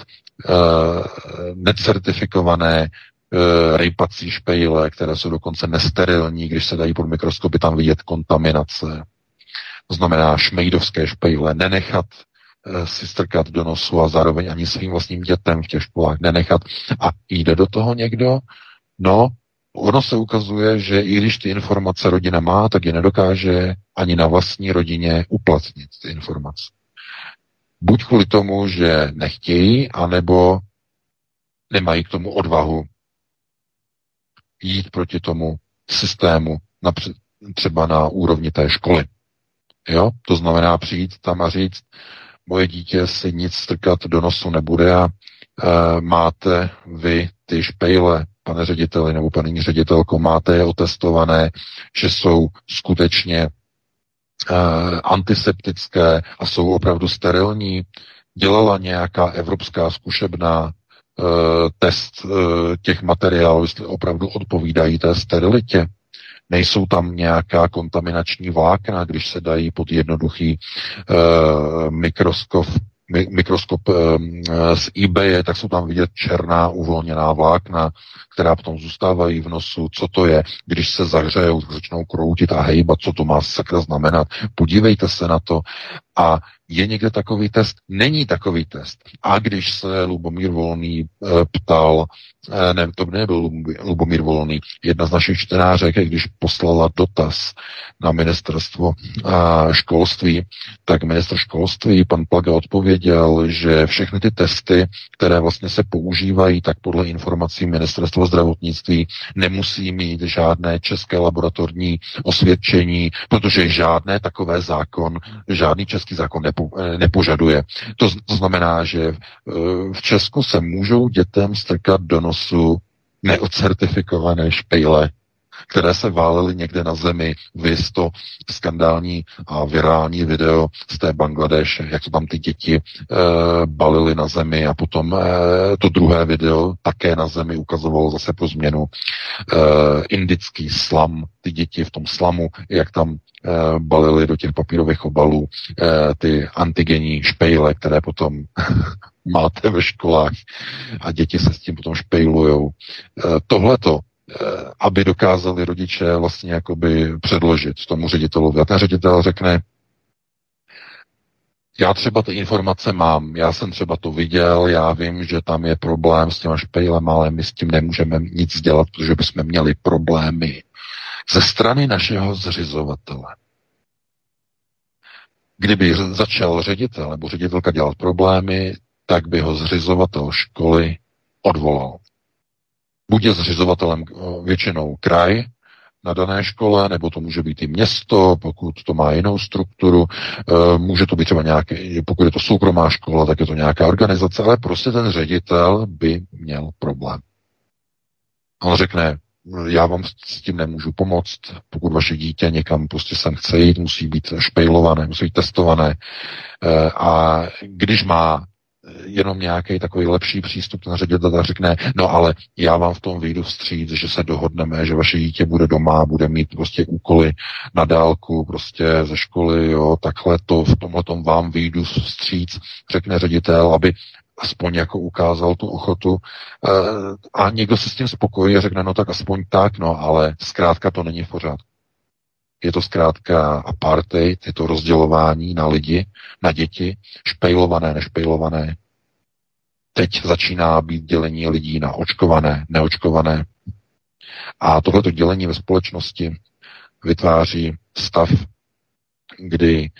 necertifikované rejpací špejle, které jsou dokonce nesterilní, když se dají pod mikroskopy tam vidět kontaminace. To znamená šmejdovské špejle, nenechat si strkat do nosu a zároveň ani svým vlastním dětem v těch školách nenechat. A jde do toho někdo? No, ono se ukazuje, že i když ty informace rodina má, tak je nedokáže ani na vlastní rodině uplatnit ty informace. Buď kvůli tomu, že nechtějí, anebo nemají k tomu odvahu jít proti tomu systému, třeba na úrovni té školy. Jo? To znamená přijít tam a říct, moje dítě si nic strkat do nosu nebude a máte vy ty špejle, pane řediteli nebo paní ředitelko, máte je otestované, že jsou skutečně antiseptické a jsou opravdu sterilní. Dělala nějaká evropská zkušebná test těch materiálů, jestli opravdu odpovídají té sterilitě. Nejsou tam nějaká kontaminační vlákna, když se dají pod jednoduchý mikroskop z eBay, tak jsou tam vidět černá uvolněná vlákna, která potom zůstávají v nosu. Co to je? Když se zahřejou, tak začnou kroutit a hejbat, co to má sakra znamenat. Podívejte se na to. A je někde takový test? Není takový test. A když se Lubomír Volný ptal, ne, to nebyl Lubomír Volný, jedna z našich čtenářek, když poslala dotaz na ministerstvo školství, tak ministr školství, pan Plaga, odpověděl, že všechny ty testy, které vlastně se používají, tak podle informací ministerstva zdravotnictví nemusí mít žádné české laboratorní osvědčení, protože žádné takové žádný český zákon nepožaduje. To znamená, že v Česku se můžou dětem strkat do nosu neocertifikované špejle, které se válely někde na zemi. Viz to skandální a virální video z té Bangladeše, jak to tam ty děti balily na zemi a potom to druhé video také na zemi ukazovalo zase pro změnu indický slam, ty děti v tom slamu, jak tam balili do těch papírových obalů ty antigenní špejle, které potom máte ve školách a děti se s tím potom špejlujou. Tohleto, aby dokázali rodiče vlastně jakoby předložit tomu ředitelovi. A ten ředitel řekne, já třeba ty informace mám, já jsem třeba to viděl, já vím, že tam je problém s těma špejlem, ale my s tím nemůžeme nic dělat, protože bychom měli problémy ze strany našeho zřizovatele. Kdyby začal ředitel nebo ředitelka dělat problémy, tak by ho zřizovatel školy odvolal. Buď je zřizovatelem většinou kraj, na dané škole, nebo to může být i město, pokud to má jinou strukturu, může to být třeba nějaké, pokud je to soukromá škola, tak je to nějaká organizace, ale prostě ten ředitel by měl problém. On řekne, já vám s tím nemůžu pomoct, pokud vaše dítě někam prostě sem chce jít, musí být špejlované, musí být testované. A když má jenom nějaký takový lepší přístup, ten ředitel tak řekne, no ale já vám v tom vyjdu vstříc, že se dohodneme, že vaše dítě bude doma, bude mít prostě úkoly na dálku prostě ze školy, jo, takhle to, v tomhletom vám vyjdu vstříc, řekne ředitel, aby aspoň jako ukázal tu ochotu a někdo se s tím spokojí a řekne, no tak aspoň tak, no ale zkrátka to není v pořádku. Je to zkrátka apartheid, je to rozdělování na lidi, na děti, špejlované, nešpejlované. Teď začíná být dělení lidí na očkované, neočkované. A tohleto dělení ve společnosti vytváří stav, kdy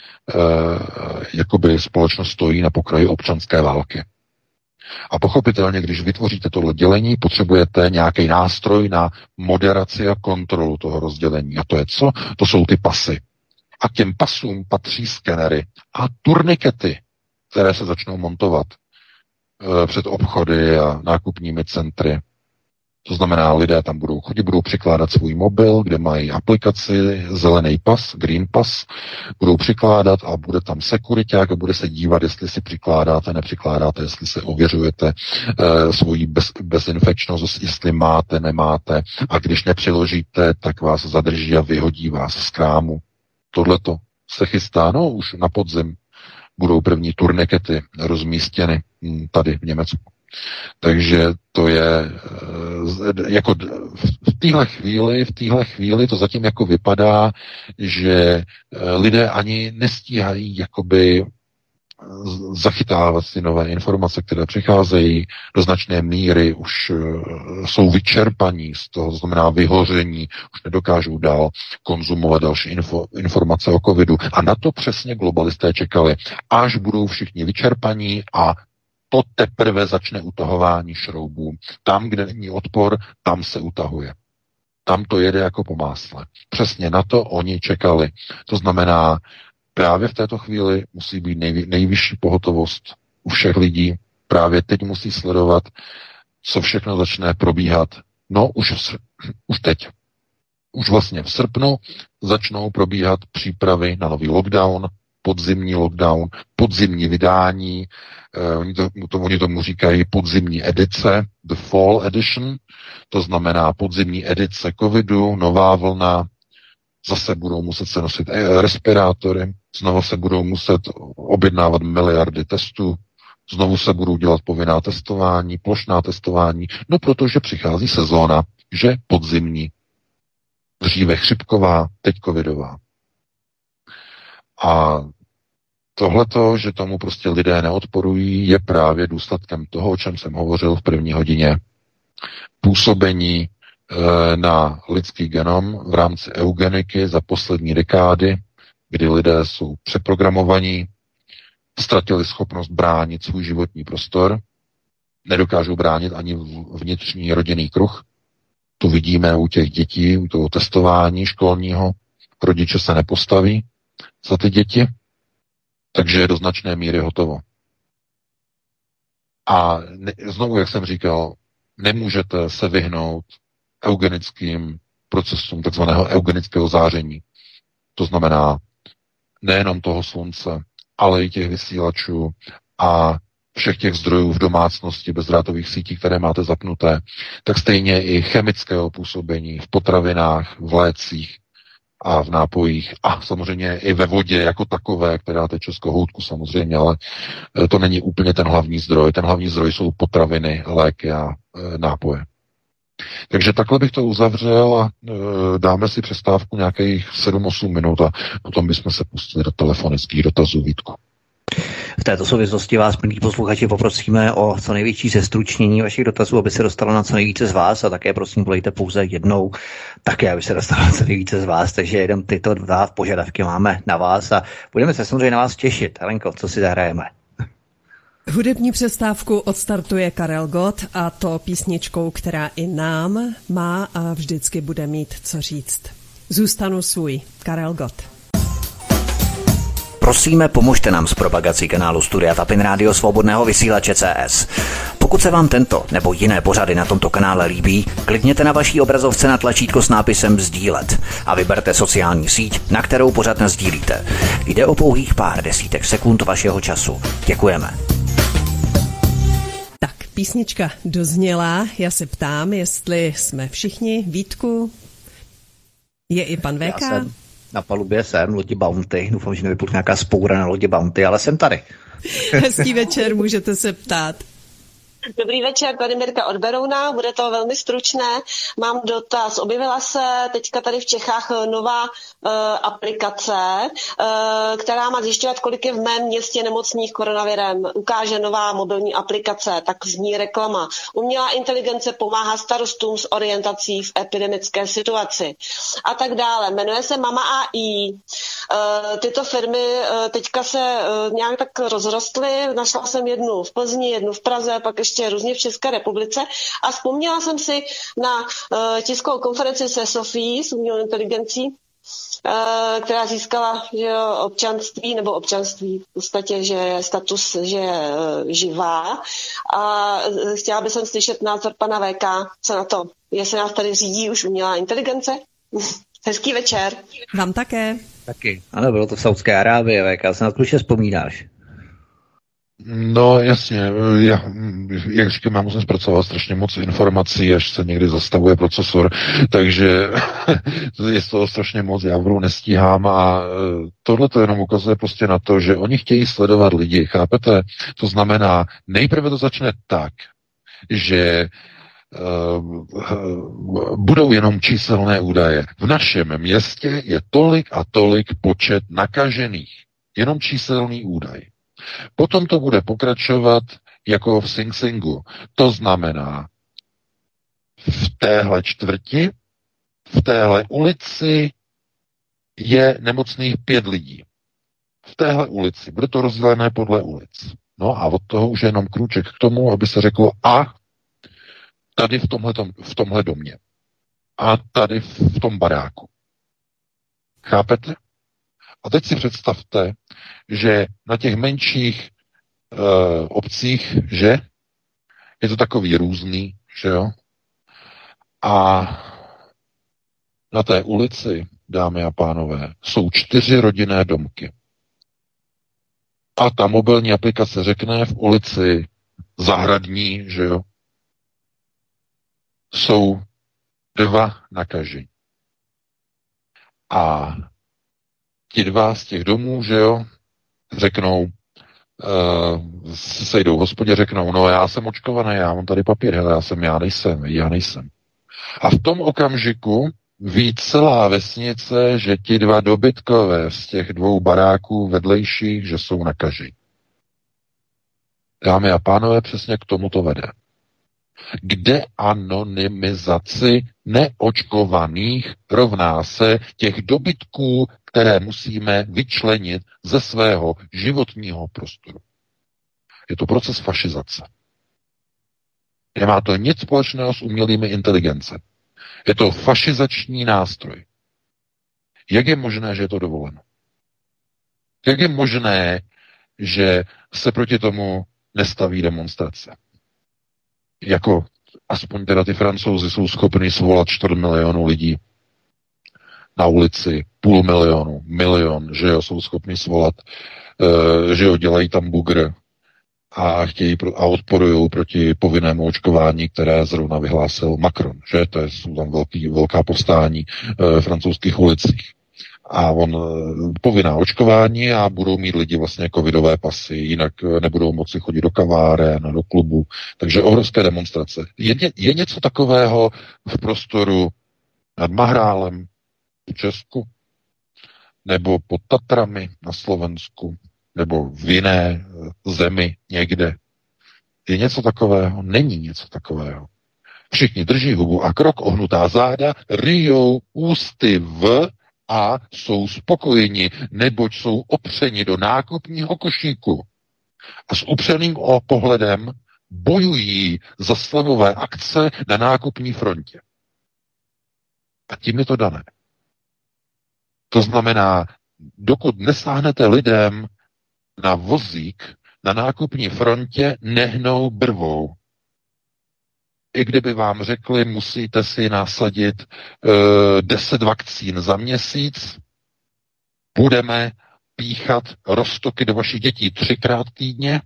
jakoby společnost stojí na pokraji občanské války. A pochopitelně, když vytvoříte tohle dělení, potřebujete nějaký nástroj na moderaci a kontrolu toho rozdělení. A to je co? To jsou ty pasy. A k těm pasům patří skenery a turnikety, které se začnou montovat před obchody a nákupními centry. To znamená, lidé tam budou chodit, budou přikládat svůj mobil, kde mají aplikaci zelený pas, green pass, budou přikládat a bude tam sekuriťák a bude se dívat, jestli si přikládáte, nepřikládáte, jestli se ověřujete svoji bezinfekčnost, jestli máte, nemáte. A když nepřiložíte, tak vás zadrží a vyhodí vás z krámu. Tohleto se chystá, no už na podzim budou první turnikety rozmístěny tady v Německu. Takže to je jako v téhle chvíli to zatím jako vypadá, že lidé ani nestíhají jakoby zachytávat ty nové informace, které přicházejí do značné míry, už jsou vyčerpaní z toho, znamená vyhoření, už nedokážou dál konzumovat další informace o covidu. A na to přesně globalisté čekali, až budou všichni vyčerpaní a to teprve začne utahování šroubů. Tam, kde není odpor, tam se utahuje. Tam to jede jako po másle. Přesně na to oni čekali. To znamená, právě v této chvíli musí být nejvyšší pohotovost u všech lidí. Právě teď musí sledovat, co všechno začne probíhat. No, už teď. Už vlastně v srpnu začnou probíhat přípravy na nový lockdown, podzimní lockdown, podzimní vydání, oni tomu říkají podzimní edice, the fall edition, to znamená podzimní edice covidu, nová vlna, zase budou muset se nosit respirátory, znovu se budou muset objednávat miliardy testů, znovu se budou dělat povinná testování, plošná testování, no protože přichází sezóna, že podzimní, dříve chřipková, teď covidová. A tohleto, že tomu prostě lidé neodporují, je právě důsledkem toho, o čem jsem hovořil v první hodině. Působení na lidský genom v rámci eugeniky za poslední dekády, kdy lidé jsou přeprogramovaní, ztratili schopnost bránit svůj životní prostor, nedokážou bránit ani vnitřní rodinný kruh. To vidíme u těch dětí, u toho testování školního. Rodiče se nepostaví za ty děti, takže je do značné míry hotovo. A znovu, jak jsem říkal, nemůžete se vyhnout eugenickým procesům takzvaného eugenického záření. To znamená nejenom toho slunce, ale i těch vysílačů a všech těch zdrojů v domácnosti, bezdrátových sítí, které máte zapnuté, tak stejně i chemického působení v potravinách, v lécích a v nápojích a samozřejmě i ve vodě jako takové, která teče z kohoutku samozřejmě, ale to není úplně ten hlavní zdroj. Ten hlavní zdroj jsou potraviny, léky a nápoje. Takže takhle bych to uzavřel a dáme si přestávku nějakých 7-8 minut a potom bychom se pustili do telefonických dotazů. Vítku. V této souvislosti vás, milí posluchači, poprosíme o co největší zestručnění vašich dotazů, aby se dostalo na co nejvíce z vás, a také prosím volejte pouze jednou, také aby se dostalo na co nejvíce z vás, takže jenom tyto dva požadavky máme na vás a budeme se samozřejmě na vás těšit. Helenko, co si zahrajeme? Hudební přestávku odstartuje Karel Gott, a to písničkou, která i nám má a vždycky bude mít co říct. Zůstanu svůj. Karel Gott. Prosíme, pomožte nám s propagací kanálu Studia Tapin Rádio Svobodného vysílače CS. Pokud se vám tento nebo jiné pořady na tomto kanále líbí, klikněte na vaší obrazovce na tlačítko s nápisem sdílet a vyberte sociální síť, na kterou pořad nasdílíte. Jde o pouhých pár desítek sekund vašeho času. Děkujeme. Tak, písnička dozněla. Já se ptám, jestli jsme všichni. Vítku, je i pan VK? Na palubě jsem, lodi Bounty. Doufám, že nevypukne nějaká spoura na lodi Bounty, ale jsem tady. Hezký večer, můžete se ptát. Dobrý večer, tady Mirka od Berouna, bude to velmi stručné. Mám dotaz, objevila se teďka tady v Čechách nová aplikace, která má zjišťovat, kolik je v mém městě nemocných koronavirem. Ukáže nová mobilní aplikace, tak zní reklama. Umělá inteligence pomáhá starostům s orientací v epidemické situaci a tak dále. Jmenuje se Mama AI. Tyto firmy teďka se nějak tak rozrostly. Našla jsem jednu v Plzni, jednu v Praze, pak ještě různě v České republice a vzpomněla jsem si na tiskovou konferenci se Sofií s umělou inteligencí, která získala občanství v podstatě, že je status, že je živá, a chtěla bych slyšet názor pana VK, co na to, jestli nás tady řídí už umělá inteligence. Hezký večer. Vám také. Taky. Ano, bylo to v Saudské Arábii, VK, se na to určitě vzpomínáš. No jasně, jak říkám, já musím zpracovat strašně moc informací, až se někdy zastavuje procesor, takže je toho strašně moc, já opravdu nestíhám a tohle to jenom ukazuje prostě na to, že oni chtějí sledovat lidi, chápete? To znamená, nejprve to začne tak, že budou jenom číselné údaje. V našem městě je tolik a tolik počet nakažených. Jenom číselný údaj. Potom to bude pokračovat jako v Sing Singu. To znamená, v téhle čtvrti, v téhle ulici je nemocných 5 lidí. V téhle ulici. Bude to rozdělené podle ulic. No a od toho už je jenom krůček k tomu, aby se řeklo a tady v tomhle domě. A tady v tom baráku. Chápete? A teď si představte, že na těch menších obcích, že je to takový různý, že jo? A na té ulici, dámy a pánové, jsou 4 rodinné domky. A ta mobilní aplikace řekne v ulici Zahradní, že jo? Jsou 2 nakažení. A ti 2 z těch domů, že jo, řeknou, sejdou v hospodě, řeknou, no já jsem očkovaný, já mám tady papír, hele, já nejsem. A v tom okamžiku ví celá vesnice, že ti 2 dobytkové z těch 2 baráků vedlejších, že jsou nakažení. Dámy a pánové, přesně k tomu to vede. Kde anonymizaci neočkovaných rovná se těch dobytků, které musíme vyčlenit ze svého životního prostoru. Je to proces fašizace. Nemá to nic společného s umělými inteligence. Je to fašizační nástroj. Jak je možné, že je to dovoleno? Jak je možné, že se proti tomu nestaví demonstrace? Jako aspoň teda ty Francouzi jsou schopni svolat 4 milionu lidí na ulici, 500 000, 1 000 000, že jo, jsou schopni svolat, že jo, dělají tam bugr a chtějí a odporují proti povinnému očkování, které zrovna vyhlásil Macron, že to jsou tam velká povstání v francouzských ulicích. A on povinná očkování a budou mít lidi vlastně covidové pasy, jinak nebudou moci chodit do kaváren, do klubu. Takže obrovské demonstrace. Je něco takového v prostoru nad Mahrálem v Česku? Nebo pod Tatrami na Slovensku? Nebo v jiné zemi někde? Je něco takového? Není něco takového. Všichni drží hubu a krok ohnutá záda, ryjou ústy a jsou spokojeni, neboť jsou opřeni do nákupního košíku. A s upřeným pohledem bojují za slevové akce na nákupní frontě. A tím je to dané. To znamená, dokud nesáhnete lidem na vozík na nákupní frontě, nehnou brvou. I kdyby vám řekli, musíte si nasadit 10 vakcín za měsíc, budeme píchat roztoky do vašich dětí 3krát týdně,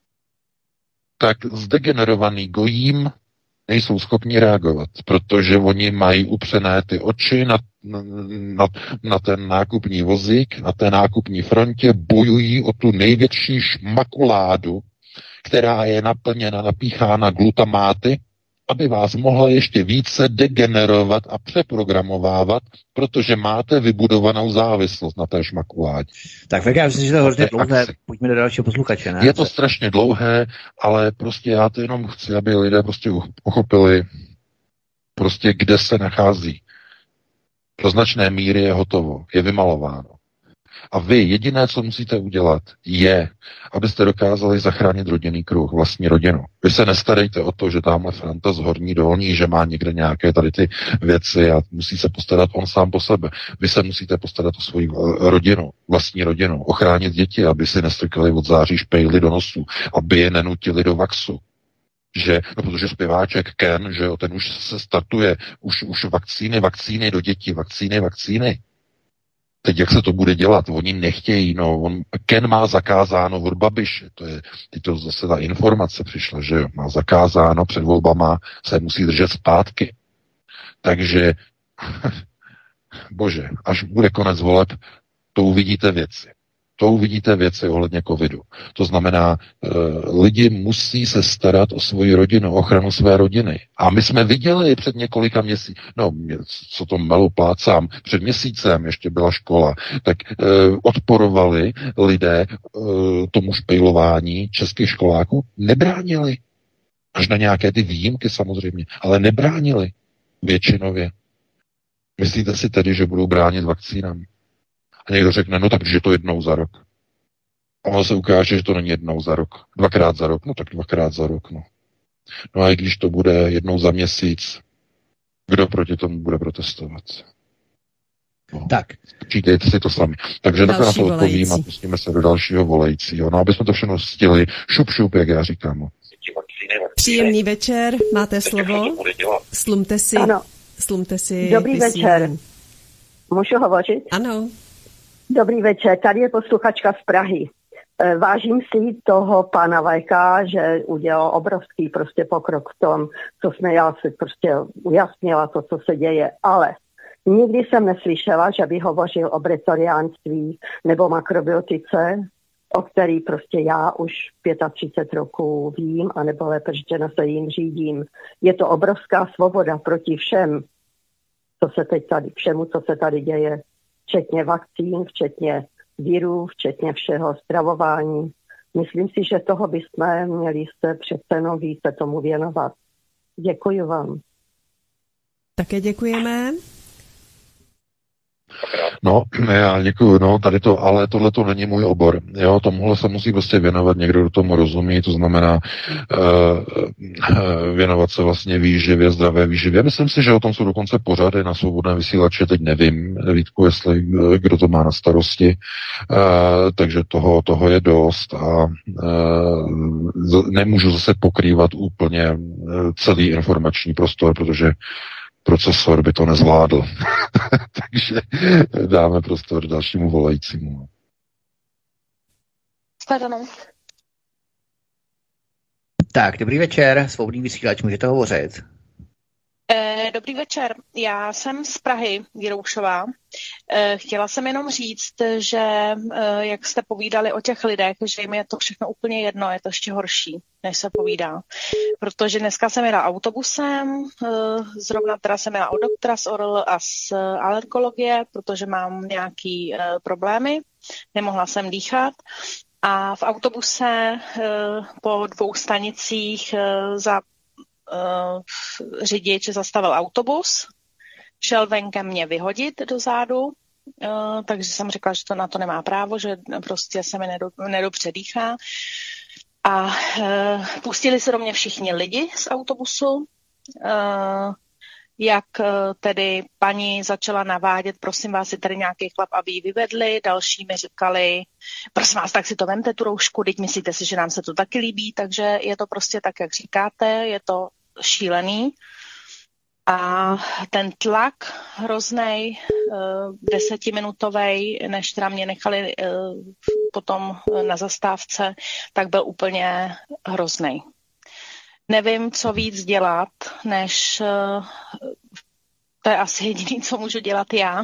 tak zdegenerovaný gojím nejsou schopni reagovat, protože oni mají upřené ty oči na ten nákupní vozík, na té nákupní frontě, bojují o tu největší šmakuládu, která je naplněna, napíchána glutamáty, aby vás mohla ještě více degenerovat a přeprogramovávat, protože máte vybudovanou závislost na té šmakuládě. Tak já myslím, že to je hodně dlouhé. Pojďme do dalšího posluchače, ne? Je to strašně dlouhé, ale prostě já to jenom chci, aby lidé prostě pochopili, prostě kde se nachází. Do značné míry je hotovo, je vymalováno. A vy jediné, co musíte udělat, je, abyste dokázali zachránit rodinný kruh, vlastní rodinu. Vy se nestarejte o to, že tamhle Franta z Horní Dolní, že má někde nějaké tady ty věci a musí se postarat on sám po sebe. Vy se musíte postarat o svoji rodinu, vlastní rodinu, ochránit děti, aby si nestrkali od září špejly do nosu, aby je nenutili do vaxu. Protože zpěváček Ken, že jo, ten už se startuje, už vakcíny do dětí, vakcíny. Teď jak se to bude dělat? Oni nechtějí, Ken má zakázáno od Babiše, to zase ta informace přišla, že jo, má zakázáno, před volbama se musí držet zpátky. Takže, bože, až bude konec voleb, to uvidíte věci ohledně covidu. To znamená, lidi musí se starat o svoji rodinu, ochranu své rodiny. A my jsme viděli před několika měsíci, co to melu plácám, před měsícem ještě byla škola, tak odporovali lidé tomu špejlování českých školáků, nebránili. Až na nějaké ty výjimky samozřejmě, ale nebránili většinově. Myslíte si tedy, že budou bránit vakcínám? A někdo řekne, takže to jednou za rok. A ono se ukáže, že to není jednou za rok. 2krát za rok, tak 2krát za rok, No a i když to bude jednou za měsíc, kdo proti tomu bude protestovat? Tak. Čítejte si to sami. Takže takhle na to odpovím a pustíme se do dalšího volajícího. Aby jsme to všechno stihli šup, jak já říkám. Příjemný večer, máte slovo. Slumte si. Ano. Slumte si. Dobrý večer. Můžu hovořit? Ano. Dobrý večer, tady je posluchačka z Prahy. Vážím si toho pana Vajka, že udělal obrovský pokrok v tom, já si ujasnila to, co se děje, ale nikdy jsem neslyšela, že by hovořil o bretoriánství nebo makrobiotice, o který já už 35 roků vím, anebo lépe řečeno se jim řídím. Je to obrovská svoboda proti všemu, co se tady děje, včetně vakcín, včetně virů, včetně všeho stravování. Myslím si, že toho bychom měli se přece jenom více tomu věnovat. Děkuji vám. Také děkujeme. Já děkuju, tady to, ale tohle to není můj obor. Jo, tomuhle se musí věnovat někdo, kdo tomu rozumí, to znamená věnovat se vlastně výživě, zdravé výživě. Myslím si, že o tom jsou dokonce pořady na Svobodné vysílači, teď nevím, Vítku, jestli kdo to má na starosti, takže toho je dost a nemůžu zase pokrývat úplně celý informační prostor, protože procesor by to nezvládl. Takže dáme prostor dalšímu volajícímu. Tak, dobrý večer, Svobodný vysílač, můžete hovořit. Dobrý večer, já jsem z Prahy, Jiroušová. Chtěla jsem jenom říct, že jak jste povídali o těch lidech, že jim je to všechno úplně jedno, je to ještě horší, než se povídá. Protože dneska jsem jela autobusem, zrovna teda jsem jela od doktora z ORL a z alergologie, protože mám nějaký problémy, nemohla jsem dýchat. A v autobuse po 2 stanicích řidič zastavil autobus, šel venkem mě vyhodit do zádu, takže jsem řekla, že to na to nemá právo, že prostě se mi nedobře dýchá. A pustili se do mě všichni lidi z autobusu, jak tedy paní začala navádět, prosím vás, je tady nějaký chlap, aby ji vyvedli, další mi říkali, prosím vás, tak si to vemte tu roušku, teď myslíte si, že nám se to taky líbí, takže je to prostě tak, jak říkáte, je to šílený. A ten tlak hroznej, 10minutovej, než teda mě nechali potom na zastávce, tak byl úplně hroznej. Nevím, co víc dělat, než to je asi jediné, co můžu dělat já.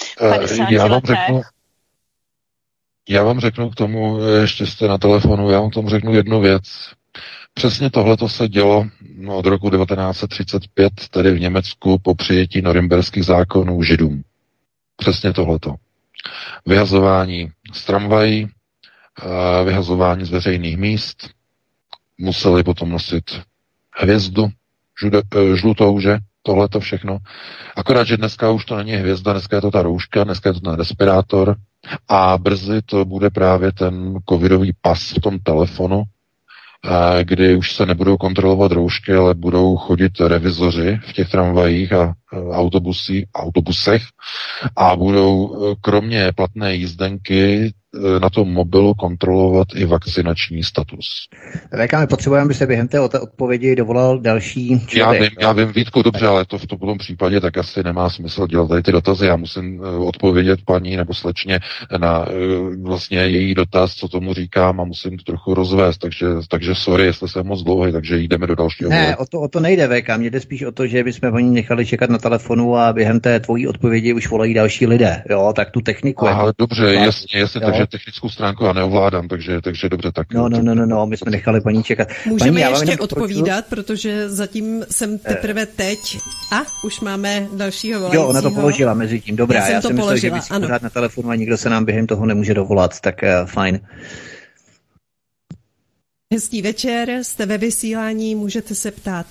Já vám řeknu k tomu, ještě jste na telefonu, já vám tomu řeknu jednu věc. Přesně tohleto se dělo od roku 1935, tedy v Německu, po přijetí norimberských zákonů Židům. Přesně tohleto. Vyhazování z tramvají, vyhazování z veřejných míst, museli potom nosit hvězdu, žlutou, že? Tohleto všechno. Akorát, že dneska už to není hvězda, dneska je to ta rouška, dneska je to ten respirátor a brzy to bude právě ten covidový pas v tom telefonu, kdy už se nebudou kontrolovat roušky, ale budou chodit revizoři v těch tramvajích a autobusech a budou kromě platné jízdenky na tom mobilu kontrolovat i vakcinační status. VK, my potřebujeme, aby se během té odpovědi dovolal další člověk. Já vím, Vítku, dobře, ale to v tom případě tak asi nemá smysl dělat tady ty dotazy. Já musím odpovědět paní nebo slečně na vlastně její dotaz, co tomu říkám a musím to trochu rozvést, takže sorry, jestli jsem moc dlouhý, takže jdeme do dalšího. Ne, o to nejde, VK, mě jde spíš o to, že bychom paní nechali čekat na telefonu a během té tvojí odpovědi už volají další lidé, jo, tak tu techniku. Aha, dobře, jasně, takže technickou stránku já neovládám, takže dobře, tak. No, my jsme nechali paní čekat. Můžeme paní, ještě odpovídat, protože zatím jsem teprve teď už máme dalšího volajícího. Jo, ona to položila mezi tím, dobrá, já jsem myslel, že bys pořád na telefonu a nikdo se nám během toho nemůže dovolat, tak fajn. Hezký večer, jste ve vysílání, můžete se ptát.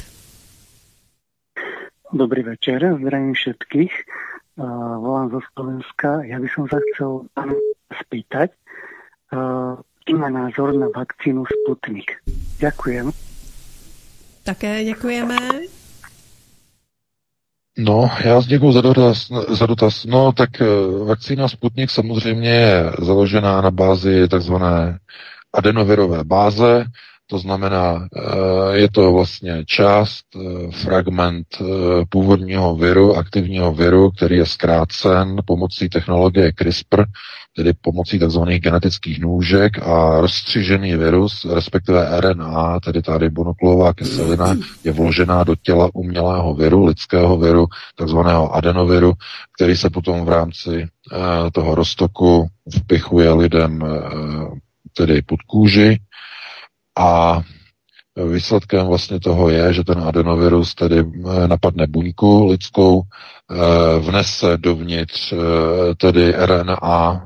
Dobrý večer, zdravím všetkých. Volám zo Slovenska. Ja by som sa chcel spýtať, aký má názor na vakcínu Sputnik. Ďakujem. Také děkujeme. No, já děkuji za dotaz. No, tak vakcína Sputnik samozřejmě je založená na bázi takzvané adenovirové báze, to znamená, je to vlastně část, fragment původního viru, aktivního viru, který je zkrácen pomocí technologie CRISPR, tedy pomocí tzv. Genetických nůžek a rozstřižený virus, respektive RNA, tedy ta ribonukleová kyselina, je vložená do těla umělého viru, lidského viru, takzvaného adenoviru, který se potom v rámci toho roztoku vpichuje lidem tedy pod kůži. A výsledkem vlastně toho je, že ten adenovirus tedy napadne buňku lidskou, vnese dovnitř tedy RNA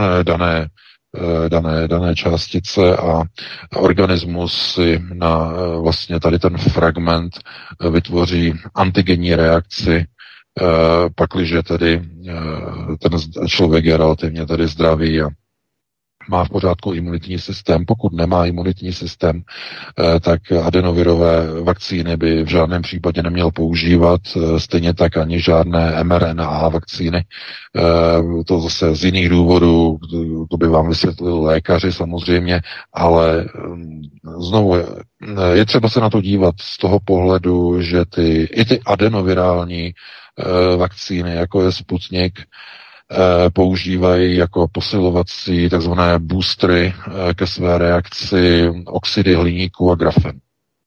dané částice a organismus si na vlastně tady ten fragment vytvoří antigenní reakci, pakliže tedy ten člověk je relativně tedy zdravý a má v pořádku imunitní systém. Pokud nemá imunitní systém, tak adenovirové vakcíny by v žádném případě neměl používat, stejně tak ani žádné mRNA vakcíny. To zase z jiných důvodů, to by vám vysvětlili lékaři samozřejmě, ale znovu je třeba se na to dívat z toho pohledu, že i ty adenovirální vakcíny, jako je Sputnik, používají jako posilovací takzvané boostery ke své reakci oxidy hliníku a grafen.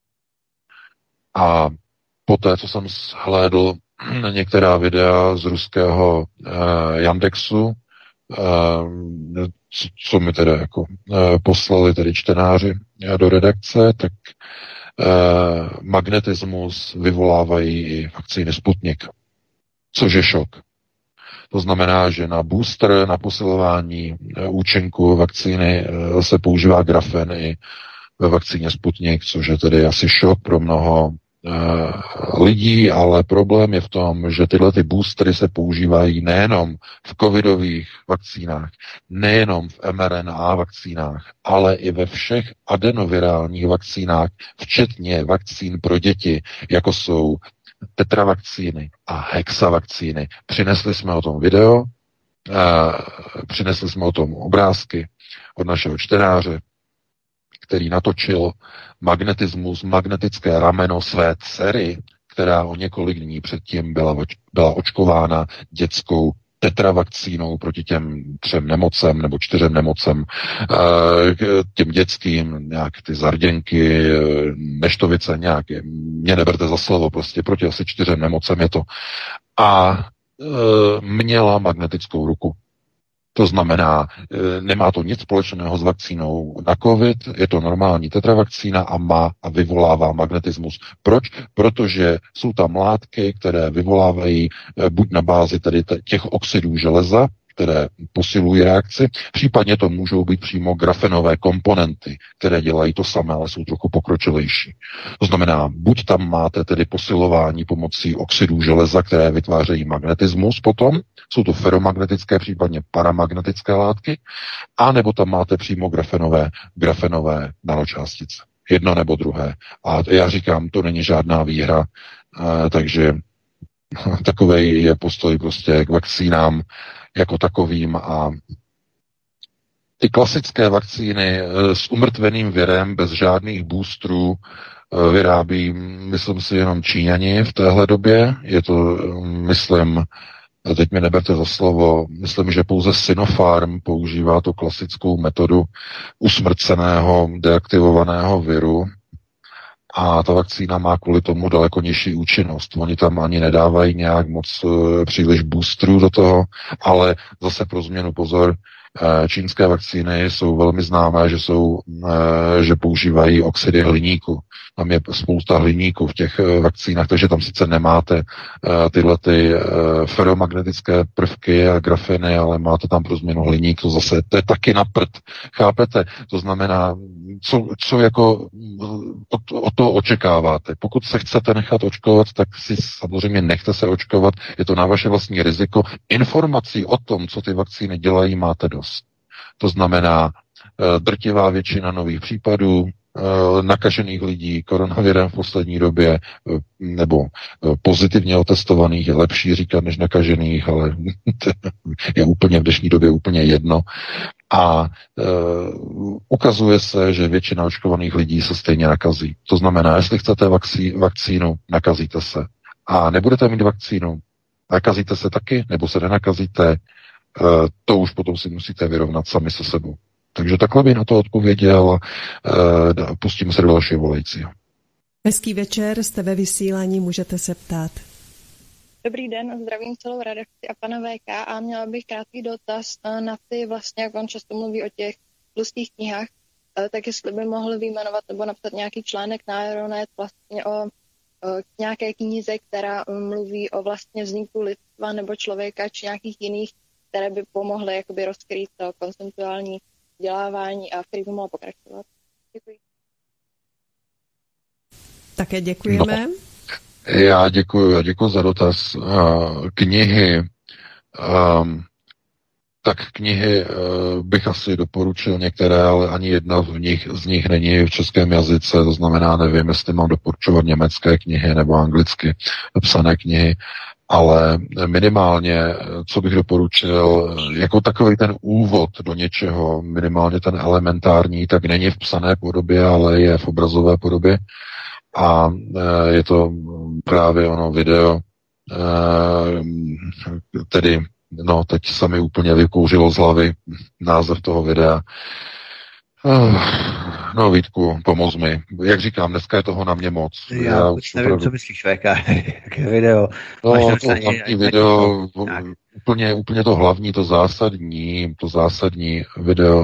A poté, co jsem shlédl některá videa z ruského Yandexu, co mi tedy jako poslali tedy čtenáři do redakce, tak magnetismus vyvolávají i vakcíny Sputnik, což je šok. To znamená, že na booster, na posilování účinku vakcíny se používá grafen i ve vakcíně Sputnik, což je tedy asi šok pro mnoho lidí, ale problém je v tom, že tyhle ty boostery se používají nejenom v covidových vakcínách, nejenom v mRNA vakcínách, ale i ve všech adenovirálních vakcínách, včetně vakcín pro děti, jako jsou tetravakcíny a hexavakcíny. Přinesli jsme o tom video, přinesli jsme o tom obrázky od našeho čtenáře, který natočil magnetismus, magnetické rameno své dcery, která o několik dní předtím byla očkována dětskou tetravakcínou proti těm 3 nemocem nebo 4 nemocem, těm dětským, nějak ty zarděnky, neštovice nějaké, mě neberte za slovo, prostě proti asi 4 nemocem je to. A měla magnetickou ruku. To znamená, nemá to nic společného s vakcínou na COVID, je to normální tetravakcína a má a vyvolává magnetismus. Proč? Protože jsou tam látky, které vyvolávají buď na bázi tedy těch oxidů železa, které posilují reakci, případně to můžou být přímo grafenové komponenty, které dělají to samé, ale jsou trochu pokročilejší. To znamená, buď tam máte tedy posilování pomocí oxidů železa, které vytvářejí magnetismus potom, jsou to feromagnetické, případně paramagnetické látky, a nebo tam máte přímo grafenové nanočástice. Jedno nebo druhé. A já říkám, to není žádná výhra, takže takovej je postoj prostě k vakcínám jako takovým a ty klasické vakcíny s umrtveným virem bez žádných boostrů vyrábí, myslím si, jenom Číňani v téhle době. Je to, myslím, teď mi neberte za slovo, myslím, že pouze Sinopharm používá tu klasickou metodu usmrceného, deaktivovaného viru, a ta vakcína má kvůli tomu daleko nižší účinnost. Oni tam ani nedávají nějak moc příliš boostrů do toho, ale zase pro změnu pozor, čínské vakcíny jsou velmi známé, že používají oxidy hliníku. Tam je spousta hliníku v těch vakcínách, takže tam sice nemáte tyhle ty feromagnetické prvky a grafeny, ale máte tam pro změnu hliník, to zase, to je taky na prd. Chápete? To znamená, co jako o to očekáváte. Pokud se chcete nechat očkovat, tak si samozřejmě nechte se očkovat, je to na vaše vlastní riziko. Informací o tom, co ty vakcíny dělají, máte dost. To znamená, drtivá většina nových případů nakažených lidí koronavirem v poslední době, nebo pozitivně otestovaných, je lepší říkat než nakažených, ale je úplně v dnešní době úplně jedno. A ukazuje se, že většina očkovaných lidí se stejně nakazí. To znamená, jestli chcete vakcínu, nakazíte se. A nebudete mít vakcínu, nakazíte se taky, nebo se nenakazíte, to už potom si musíte vyrovnat sami se sebou. Takže takhle bych na to odpověděl a pustíme se do dalšího volajícího. Hezký večer, jste ve vysílání, můžete se ptát. Dobrý den, zdravím celou redakci a pana VK a měla bych krátký dotaz na ty vlastně, jak on často mluví o těch tlustých knihách, tak jestli by mohl vyjmenovat nebo napsat nějaký článek na Aeronet vlastně o nějaké knize, která mluví o vlastně vzniku lidstva nebo člověka či nějakých jiných, které by pomohly jakoby rozkrýt to konsensuální vzdělávání a v který by mohlo pokračovat. Děkuji. Také děkujeme. No, já děkuji za dotaz. Knihy, tak knihy bych asi doporučil některé, ale ani jedna z nich není v českém jazyce, to znamená, nevím, jestli mám doporučovat německé knihy nebo anglicky psané knihy, ale minimálně, co bych doporučil, jako takový ten úvod do něčeho, minimálně ten elementární, tak není v psané podobě, ale je v obrazové podobě. A je to právě ono video, tedy, no, teď se mi úplně vykouřilo z hlavy název toho videa. No, Vítku, pomoz mi. Jak říkám, dneska je toho na mě moc. Já už nevím, opravdu... co myslíš, VK, jaké video. No, to hlavní video, úplně to hlavní, to zásadní video.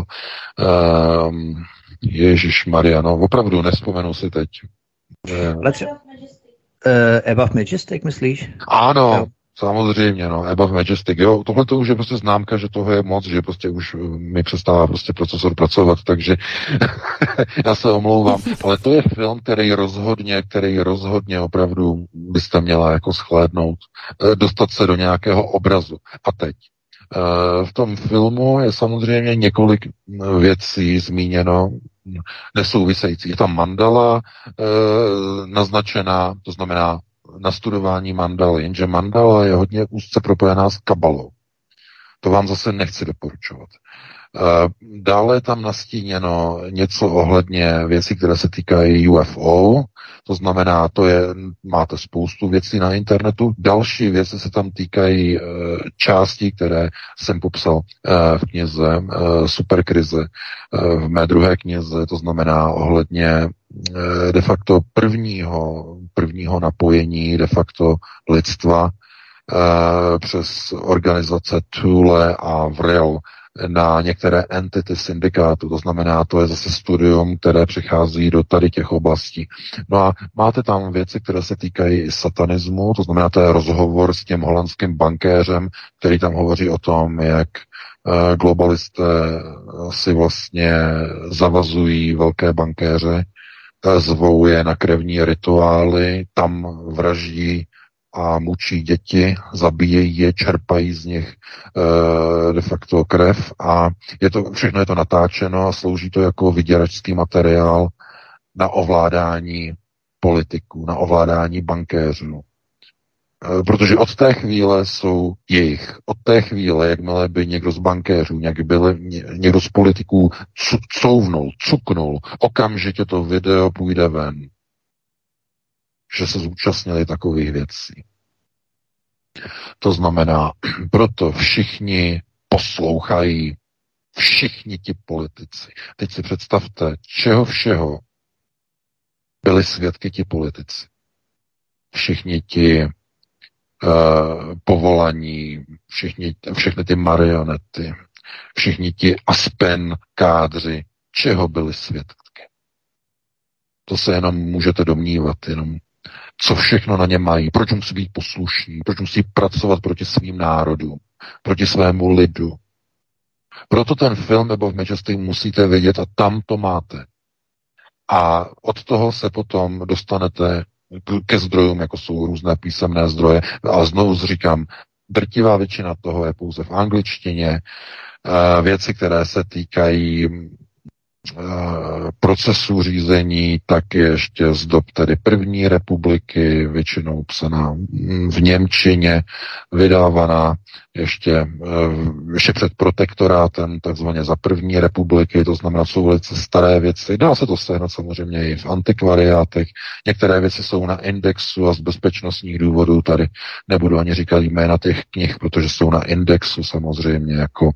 Ježišmarja, no, opravdu nespomenu si teď. Eva Majestic, myslíš? Ano, Samozřejmě, no, Above Majestic, jo, tohle to už je prostě známka, že toho je moc, že prostě už mi přestává prostě procesor pracovat, takže já se omlouvám, ale to je film, který rozhodně opravdu byste měla jako shlédnout, dostat se do nějakého obrazu. A teď, v tom filmu je samozřejmě několik věcí zmíněno, nesouvisející. Je tam mandala naznačená, to znamená nastudování mandaly, jenže mandala je hodně úzce propojená s kabalou. To vám zase nechci doporučovat. Dále je tam nastíněno něco ohledně věcí, které se týkají UFO, to znamená, máte spoustu věcí na internetu. Další věci se tam týkají částí, které jsem popsal v knize Superkrize, v mé druhé knize, to znamená ohledně de facto prvního napojení de facto lidstva přes organizace Thule a Vril na některé entity syndikátu, to znamená, to je zase studium, které přichází do tady těch oblastí. No a máte tam věci, které se týkají i satanismu, to znamená, to je rozhovor s tím holandským bankéřem, který tam hovoří o tom, jak globalisté si vlastně zavazují velké bankéře, zvou je na krevní rituály, tam vraždí a mučí děti, zabíjejí je, čerpají z nich de facto krev a všechno je to natáčeno a slouží to jako vyděračský materiál na ovládání politiků, na ovládání bankéřů. Protože od té chvíle jsou jejich. Od té chvíle, jakmile by někdo z bankéřů, někdo z politiků cuknul, okamžitě to video půjde ven. Že se zúčastnili takových věcí. To znamená, proto všichni poslouchají, všichni ti politici. Teď si představte, čeho všeho byli svědky ti politici. Všichni ti povolaní, všechny ty marionety, všichni ti Aspen kádři, čeho byli svědky. To se jenom můžete domnívat, jenom co všechno na ně mají, proč musí být poslušní, proč musí pracovat proti svým národům, proti svému lidu. Proto ten film Above Majestic musíte vidět a tam to máte. A od toho se potom dostanete ke zdrojům, jako jsou různé písemné zdroje. A znovu říkám, drtivá většina toho je pouze v angličtině. Věci, které se týkají procesu řízení, tak ještě z dob tedy první republiky, většinou psaná v němčině, vydávaná ještě před protektorátem, takzvaně za první republiky, to znamená, jsou velice staré věci. Dá se to sehnat samozřejmě i v antikvariátech. Některé věci jsou na indexu a z bezpečnostních důvodů tady nebudu ani říkat jména těch knih, protože jsou na indexu samozřejmě jako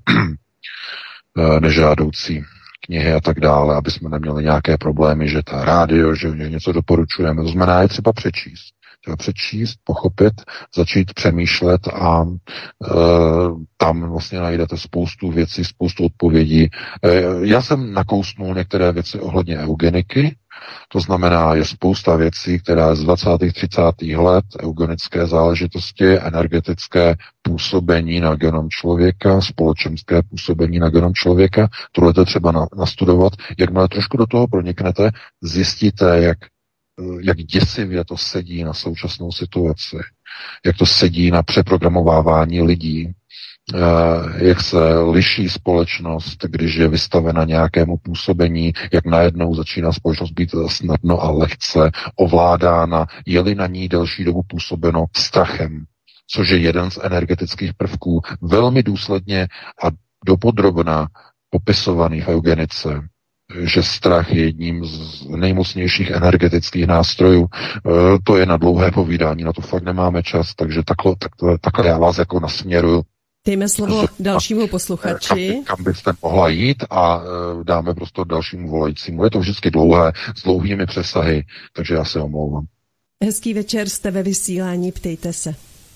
nežádoucí knihy a tak dále, aby jsme neměli nějaké problémy, že ta rádio, že něco doporučujeme. To znamená, je třeba přečíst. Třeba přečíst, pochopit, začít přemýšlet a tam vlastně najdete spoustu věcí, spoustu odpovědí. Já jsem nakousnul některé věci ohledně eugeniky, to znamená, je spousta věcí, která z 20. 30. let, eugenické záležitosti, energetické působení na genom člověka, společenské působení na genom člověka, tohle je třeba nastudovat. Jakmile trošku do toho proniknete, zjistíte, jak děsivě to sedí na současnou situaci, jak to sedí na přeprogramovávání lidí, jak se liší společnost, když je vystavena nějakému působení, jak najednou začíná společnost být snadno a lehce ovládána, je-li na ní delší dobu působeno strachem, což je jeden z energetických prvků velmi důsledně a dopodrobna popisovaný v eugenice, že strach je jedním z nejmocnějších energetických nástrojů. To je na dlouhé povídání, na to fakt nemáme čas, takže takhle já vás jako nasměruju. Dejme slovo dalšímu posluchači. Kam byste mohla jít a dáme prostor dalšímu volajícímu. Je to vždycky dlouhé, s dlouhými přesahy, takže já se omlouvám. Hezký večer, jste ve vysílání, ptejte se.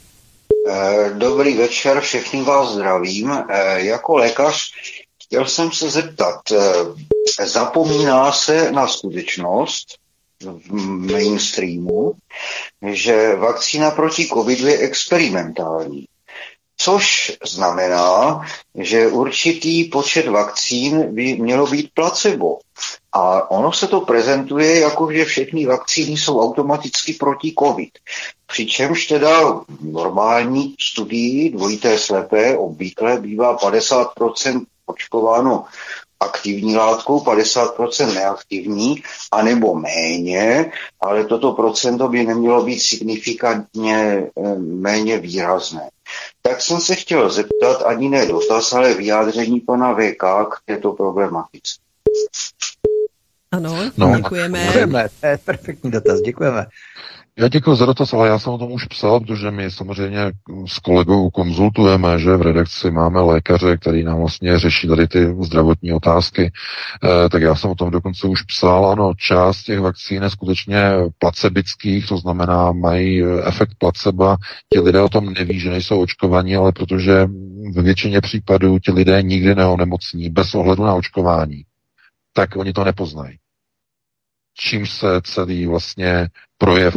Dobrý večer, všechny vás zdravím. Jako lékař chtěl jsem se zeptat, zapomíná se na skutečnost, v mainstreamu, že vakcína proti covidu je experimentální. Což znamená, že určitý počet vakcín by mělo být placebo. A ono se to prezentuje jako, že všechny vakcíny jsou automaticky proti covid. Přičemž teda normální studii dvojité slepé obvykle bývá 50% očkováno aktivní látkou, 50% neaktivní, anebo méně, ale toto procento by nemělo být signifikantně méně výrazné. Tak jsem se chtěl zeptat, ani ne dotaz, ale vyjádření pana VK k této problematice. Ano, děkujeme. Děkujeme, to je perfektní dotaz, děkujeme. Já děkuji za dotaz, ale já jsem o tom už psal, protože my samozřejmě s kolegou konzultujeme, že v redakci máme lékaře, který nám vlastně řeší tady ty zdravotní otázky, tak já jsem o tom dokonce už psal, ano, část těch vakcín je skutečně placebických, to znamená, mají efekt placebo, ti lidé o tom neví, že nejsou očkovaní, ale protože ve většině případů ti lidé nikdy neonemocní, bez ohledu na očkování, tak oni to nepoznají. Čímž se celý vlastně projev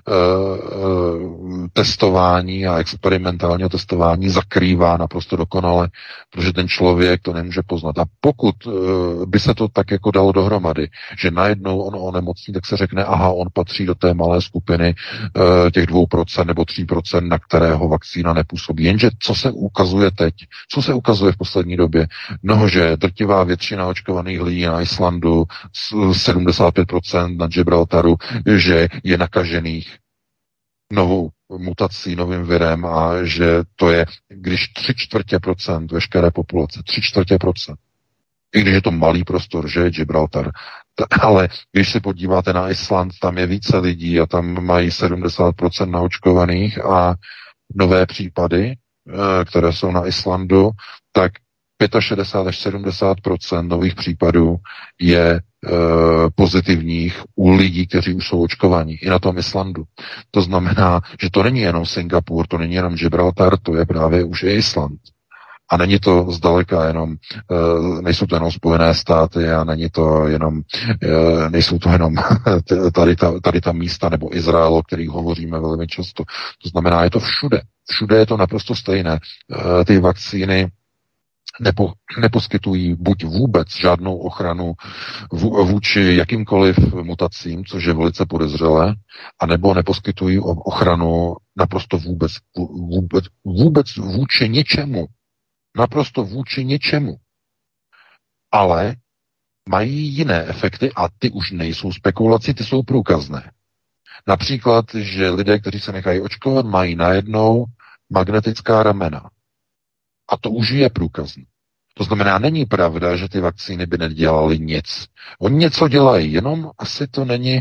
testování a experimentálního testování zakrývá naprosto dokonale, protože ten člověk to nemůže poznat. A pokud by se to tak jako dalo dohromady, že najednou on onemocní, tak se řekne, aha, on patří do té malé skupiny těch 2% nebo 3%, na kterého vakcína nepůsobí. Jenže co se ukazuje teď? Co se ukazuje v poslední době? No, že drtivá většina očkovaných lidí na Islandu, 75% na Gibraltaru, že je nakažených novou mutací, novým virem a že to je, když 3/4% veškeré populace, 3/4%. I když je to malý prostor, že je Gibraltar. Ale když se podíváte na Island, tam je více lidí a tam mají 70% naočkovaných a nové případy, které jsou na Islandu, tak 65 až 70% nových případů je pozitivních u lidí, kteří už jsou očkovaní, i na tom Islandu. To znamená, že to není jenom Singapur, to není jenom Gibraltar, to je právě už i Island. A není to zdaleka jenom, nejsou to jenom Spojené státy a není to jenom, nejsou to jenom tady ta místa nebo Izrael, o kterých hovoříme velmi často. To znamená, je to všude. Všude je to naprosto stejné. Ty vakcíny neposkytují buď vůbec žádnou ochranu vůči jakýmkoliv mutacím, což je velice podezřelé, anebo neposkytují ochranu naprosto vůbec vůči ničemu. Naprosto vůči ničemu. Ale mají jiné efekty a ty už nejsou spekulací, ty jsou průkazné. Například, že lidé, kteří se nechají očkovat, mají najednou magnetická ramena. A to už je průkazné. To znamená, není pravda, že ty vakcíny by nedělaly nic. Oni něco dělají, jenom asi to není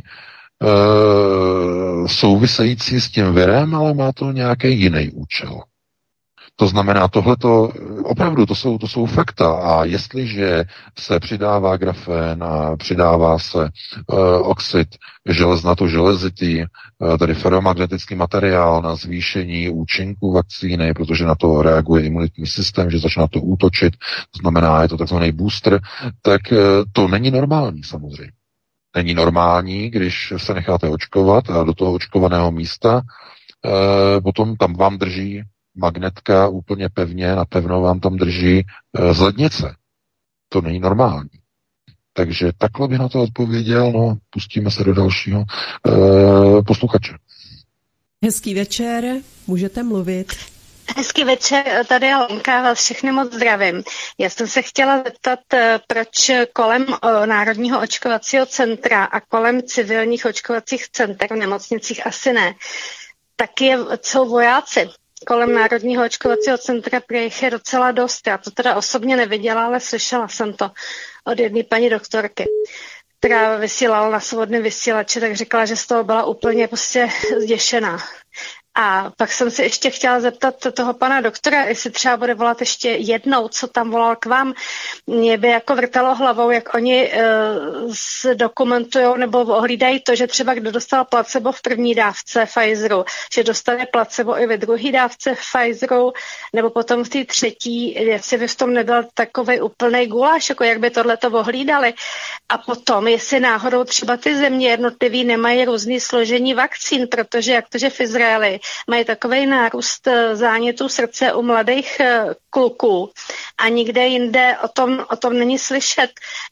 související s tím virem, ale má to nějaký jiný účel. To znamená, tohleto, opravdu, to jsou fakta. A jestliže se přidává grafen a přidává se oxid železnatoželezitý, tedy ferromagnetický materiál na zvýšení účinku vakcíny, protože na to reaguje imunitní systém, že začne na to útočit, to znamená, je to takzvaný booster, tak to není normální samozřejmě. Není normální, když se necháte očkovat a do toho očkovaného místa potom tam vám drží magnetka úplně pevně, napevno vám tam drží z lednice. To není normální. Takže takhle bych na to odpověděl, no, pustíme se do dalšího posluchače. Hezký večer, můžete mluvit. Hezký večer, tady je Lenka, vás všechny moc zdravím. Já jsem se chtěla zeptat, proč kolem Národního očkovacího centra a kolem civilních očkovacích center v nemocnicích asi ne, taky jsou vojáci. Kolem Národního očkovacího centra jich je docela dost. Já to teda osobně neviděla, ale slyšela jsem to od jedné paní doktorky, která vysílala na svobodném vysílači, tak říkala, že z toho byla úplně prostě zděšená. A pak jsem se ještě chtěla zeptat toho pana doktora, jestli třeba bude volat ještě jednou, co tam volal k vám. Mě by jako vrtalo hlavou, jak oni dokumentujou nebo ohlídají to, že třeba kdo dostal placebo v první dávce Pfizeru, že dostane placebo i ve druhé dávce Pfizeru, nebo potom v té třetí, jestli by v tom nebyl takovej úplnej guláš, jako jak by tohleto ohlídali. A potom, jestli náhodou třeba ty země jednotlivý nemají různý složení vakcín, protože jak to, že v Izraeli mají takovej nárůst zánětů srdce u mladých kluků a nikde jinde o tom není slyšet.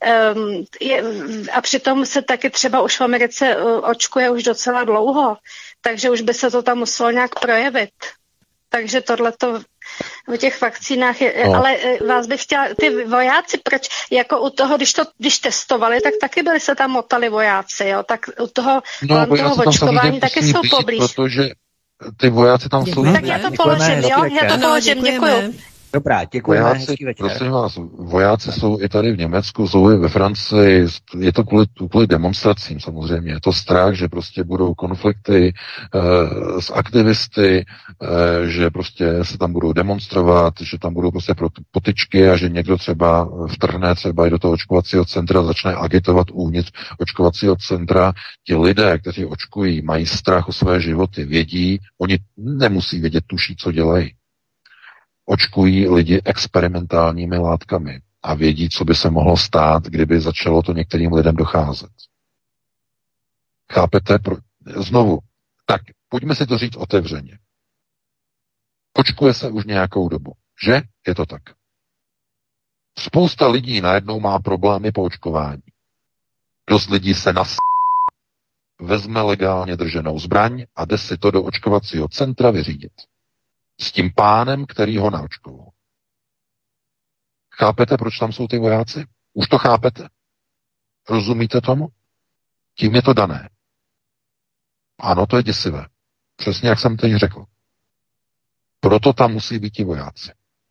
A přitom se taky třeba už v Americe očkuje už docela dlouho, takže už by se to tam muselo nějak projevit. Takže tohleto o těch vakcínách je, ale vás bych chtěla, ty vojáci, proč, jako u toho, když testovali, tak taky byli se tam motali vojáci, jo, tak u toho, toho očkování taky jsou poblíž. Protože ty vojáci tam jsou. Tak já to položím, jo, já to položím, děkuju. Dobrá, děkujeme. Prosím vás, vojáci jsou i tady v Německu, jsou i ve Francii, je to kvůli demonstracím samozřejmě. Je to strach, že prostě budou konflikty s aktivisty, že prostě se tam budou demonstrovat, že tam budou prostě potyčky a že někdo třeba vtrhne třeba i do toho očkovacího centra, začne agitovat uvnitř očkovacího centra. Ti lidé, kteří očkují, mají strach o své životy, vědí, oni nemusí vědět, tuší, co dělají. Očkují lidi experimentálními látkami a vědí, co by se mohlo stát, kdyby začalo to některým lidem docházet. Chápete? Znovu, tak pojďme si to říct otevřeně. Očkuje se už nějakou dobu, že? Je to tak. Spousta lidí najednou má problémy po očkování. Dost lidí se vezme legálně drženou zbraň a jde si to do očkovacího centra vyřídit. S tím pánem, který ho naočkoval. Chápete, proč tam jsou ty vojáci? Už to chápete? Rozumíte tomu? Tím je to dané. Ano, to je děsivé. Přesně jak jsem teď řekl. Proto tam musí být ti vojáci.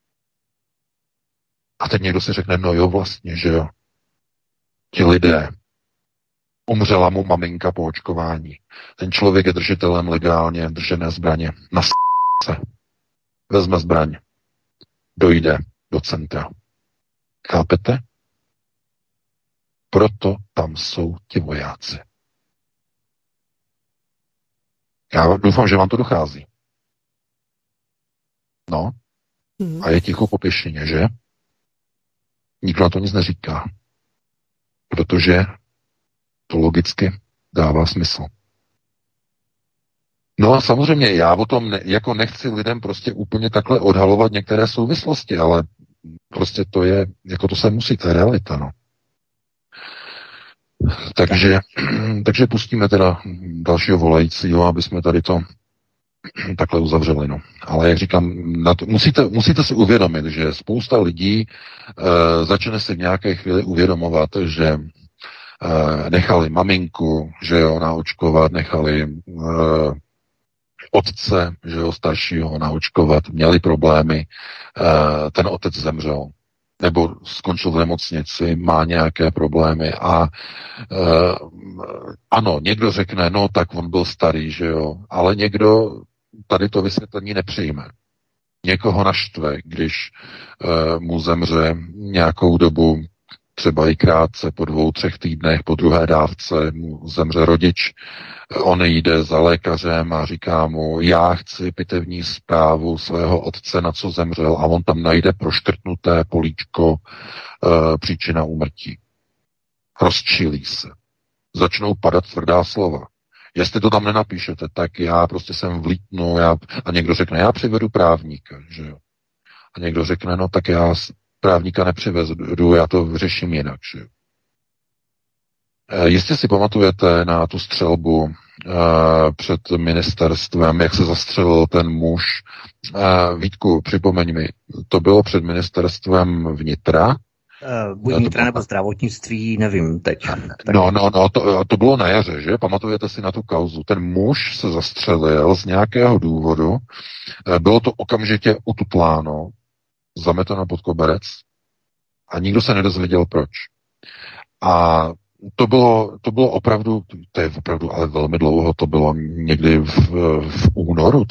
A teď někdo si řekne, no jo, vlastně, že jo. Ti lidé. Umřela mu maminka po očkování. Ten člověk je držitelem legálně držené zbraně. Na se. Vezme zbraň. Dojde do centra. Chápete? Proto tam jsou ti vojáci. Já doufám, že vám to dochází. No. A je ticho po pěšině, že? Nikdo na to nic neříká. Protože to logicky dává smysl. No a samozřejmě já o tom jako nechci lidem prostě úplně takhle odhalovat některé souvislosti, ale prostě to je, jako to se musí, to je realita, no. Takže pustíme teda dalšího volajícího, aby jsme tady to takhle uzavřeli, no. Ale jak říkám, musíte si uvědomit, že spousta lidí začne si v nějaké chvíli uvědomovat, že nechali maminku, že jo, naočkovat, nechali otce, že jo, staršího naočkovat, měli problémy, ten otec zemřel, nebo skončil v nemocnici, má nějaké problémy a ano, někdo řekne, no tak on byl starý, že jo, ale někdo tady to vysvětlení nepřijme. Někoho naštve, když mu zemře nějakou dobu, třeba i krátce, po 2-3 týdnech, po druhé dávce mu zemře rodič, on jde za lékařem a říká mu, já chci pitevní zprávu svého otce, na co zemřel, a on tam najde proškrtnuté políčko příčina úmrtí. Rozčilí se. Začnou padat tvrdá slova. Jestli to tam nenapíšete, tak já prostě sem vlítnu, a někdo řekne, já přivedu právníka, že jo. A někdo řekne, no tak já právníka nepřivedu, já to vyřeším jinak, že jo. Jistě si pamatujete na tu střelbu před ministerstvem, jak se zastřelil ten muž. Vítku, připomeň mi, to bylo před ministerstvem vnitra? Buď vnitra nebo zdravotnictví, nevím teď. To bylo na jaře, že? Pamatujete si na tu kauzu. Ten muž se zastřelil z nějakého důvodu, bylo to okamžitě ututláno, zameteno pod koberec a nikdo se nedozvěděl proč. A to bylo opravdu, to je opravdu ale velmi dlouho, to bylo někdy v únoru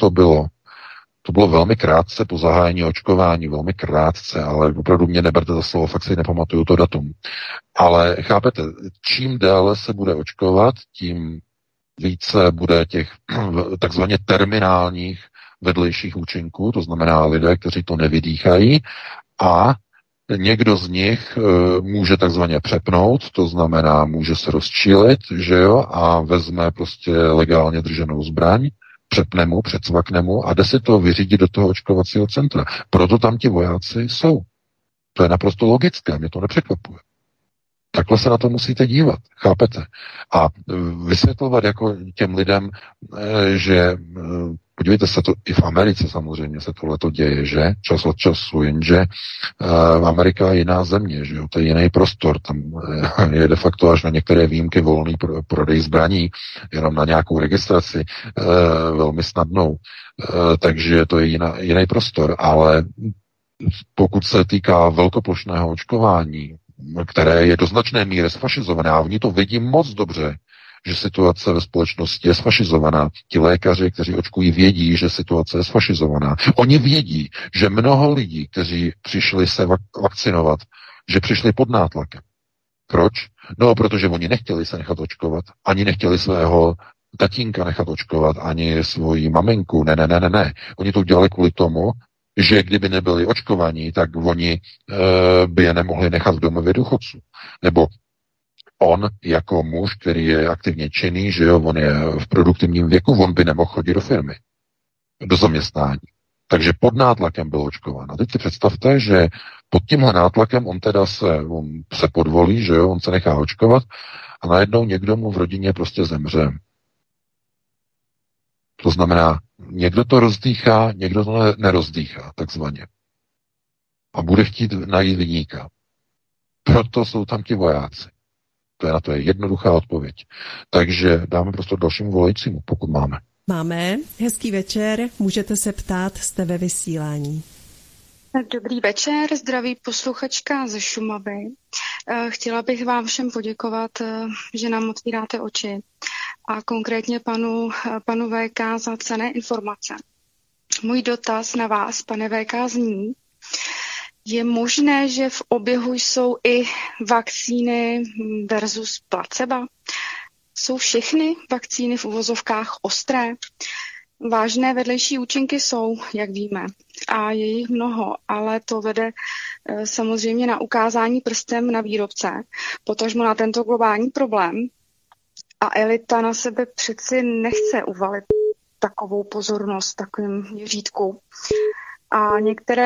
to bylo velmi krátce po zahájení očkování, velmi krátce, ale opravdu mě neberte za slovo, fakt si nepamatuju to datum. Ale chápete, čím déle se bude očkovat, tím více bude těch takzvaně terminálních vedlejších účinků, to znamená lidé, kteří to nevydýchají a někdo z nich může takzvaně přepnout, to znamená může se rozčílit, že jo, a vezme prostě legálně drženou zbraň, přepne mu, předsvakne mu a jde si to vyřídit do toho očkovacího centra. Proto tam ti vojáci jsou. To je naprosto logické, mě to nepřekvapuje. Takhle se na to musíte dívat, chápete? A vysvětlovat jako těm lidem, že podívejte se, to i v Americe samozřejmě se tohleto děje, že? Čas od času, jenže Amerika je jiná země, že jo? To je jiný prostor, tam je de facto až na některé výjimky volný prodej zbraní, jenom na nějakou registraci, velmi snadnou, takže to je jiný prostor, ale pokud se týká velkoplošného očkování, které je do značné míry sfašizované, a oni to vidí moc dobře, že situace ve společnosti je sfašizovaná. Ti lékaři, kteří očkují, vědí, že situace je sfašizovaná. Oni vědí, že mnoho lidí, kteří přišli se vakcinovat, že přišli pod nátlakem. Proč? No, protože oni nechtěli se nechat očkovat, ani nechtěli svého tatínka nechat očkovat, ani svoji maminku. Ne. Oni to udělali kvůli tomu, že kdyby nebyli očkovaní, tak oni by je nemohli nechat v domově důchodců. Nebo on jako muž, který je aktivně činný, že jo, on je v produktivním věku, on by nemohl chodit do firmy, do zaměstnání. Takže pod nátlakem byl očkován. A teď si představte, že pod tímhle nátlakem on se podvolí, že jo, on se nechá očkovat a najednou někdo mu v rodině prostě zemře. To znamená, někdo to rozdýchá, někdo to nerozdýchá, takzvaně. A bude chtít najít viníka. Proto jsou tam ti vojáci. Na to je jednoduchá odpověď. Takže dáme prostor dalšímu volajícímu, pokud máme. Máme. Hezký večer. Můžete se ptát, jste ve vysílání. Dobrý večer, zdraví posluchačka ze Šumavy. Chtěla bych vám všem poděkovat, že nám otvíráte oči a konkrétně panu VK za cenné informace. Můj dotaz na vás, pane VK, zní: je možné, že v oběhu jsou i vakcíny versus placebo? Jsou všechny vakcíny v uvozovkách ostré? Vážné vedlejší účinky jsou, jak víme, a je jich mnoho, ale to vede samozřejmě na ukázání prstem na výrobce, potažmo na tento globální problém. A elita na sebe přeci nechce uvalit takovou pozornost, takovým měřítku. A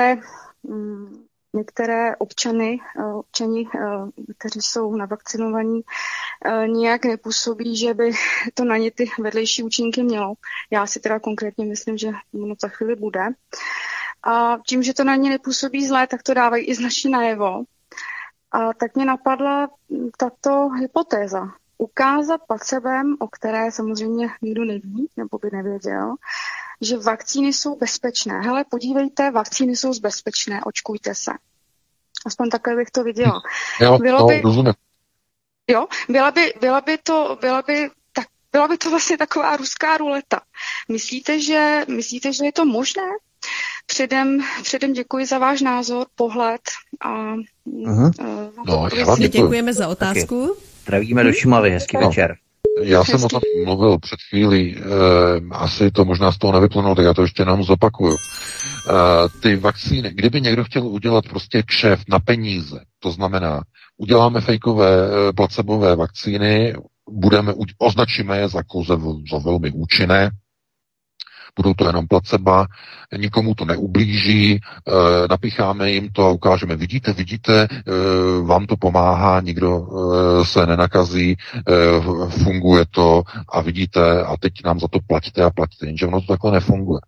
některé občani, kteří jsou navakcinovaní, nijak nepůsobí, že by to na ně ty vedlejší účinky mělo. Já si teda konkrétně myslím, že ono za chvíli bude. A tím, že to na ně nepůsobí zlé, tak to dávají i značně najevo. A tak mě napadla tato hypotéza. Ukázat placebem, o které samozřejmě nikdo neví, nebo by nevěděl, že vakcíny jsou bezpečné. Hele, podívejte, vakcíny jsou bezpečné, očkujte se. Aspoň takhle bych to viděla. Byla by to vlastně taková ruská ruleta. Myslíte, že je to možné? Předem děkuji za váš názor, pohled a děkujeme za otázku. Zdravíme do Šumavy, hezký večer. Já jsem o tom mluvil před chvílí, asi to možná z toho nevyplynulo, tak já to ještě nám zopakuju. Ty vakcíny, kdyby někdo chtěl udělat prostě kšeft na peníze, to znamená, uděláme fejkové placebové vakcíny, označíme je za velmi účinné, budou to jenom placebo, nikomu to neublíží, napícháme jim to a ukážeme, vidíte, vám to pomáhá, nikdo se nenakazí, funguje to a vidíte a teď nám za to platíte a platíte, jenže ono to takhle nefunguje.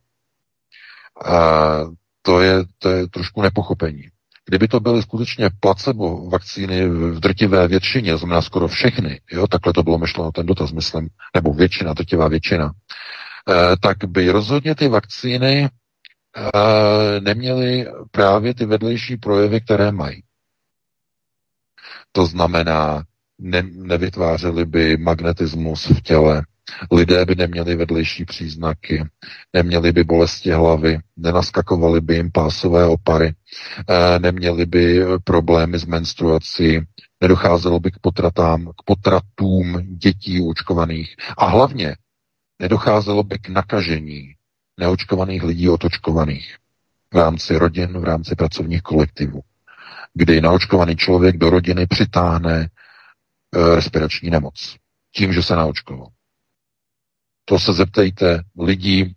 To je trošku nepochopení. Kdyby to byly skutečně placebo vakcíny v drtivé většině, znamená skoro všechny, jo, takhle to bylo myšleno ten dotaz, myslím, nebo drtivá většina, tak by rozhodně ty vakcíny neměly právě ty vedlejší projevy, které mají. To znamená nevytvářeli by magnetismus v těle, lidé by neměli vedlejší příznaky, neměli by bolesti hlavy, nenaskakovaly by jim pásové opary, neměli by problémy s menstruací, nedocházelo by k potratům dětí očkovaných a hlavně nedocházelo by k nakažení neočkovaných lidí od očkovaných v rámci rodin, v rámci pracovních kolektivů, kdy naočkovaný člověk do rodiny přitáhne respirační nemoc tím, že se naočkoval. To se zeptejte lidí,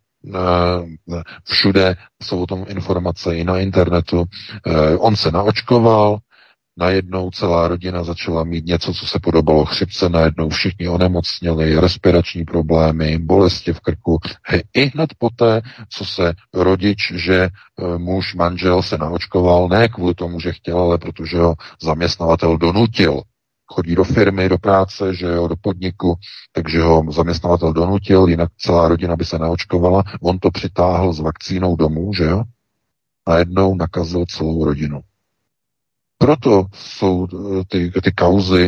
všude jsou o tom informace i na internetu. On se naočkoval, najednou celá rodina začala mít něco, co se podobalo chřipce, najednou všichni onemocněli, respirační problémy, bolesti v krku. I hned poté, co se rodič, že muž, manžel se naočkoval, ne kvůli tomu, že chtěl, ale protože ho zaměstnavatel donutil. Chodí do firmy, do práce, že jo, do podniku, takže ho zaměstnavatel donutil, jinak celá rodina by se naočkovala. On to přitáhl s vakcínou domů, že jo, a jednou nakazil celou rodinu. Proto jsou ty kauzy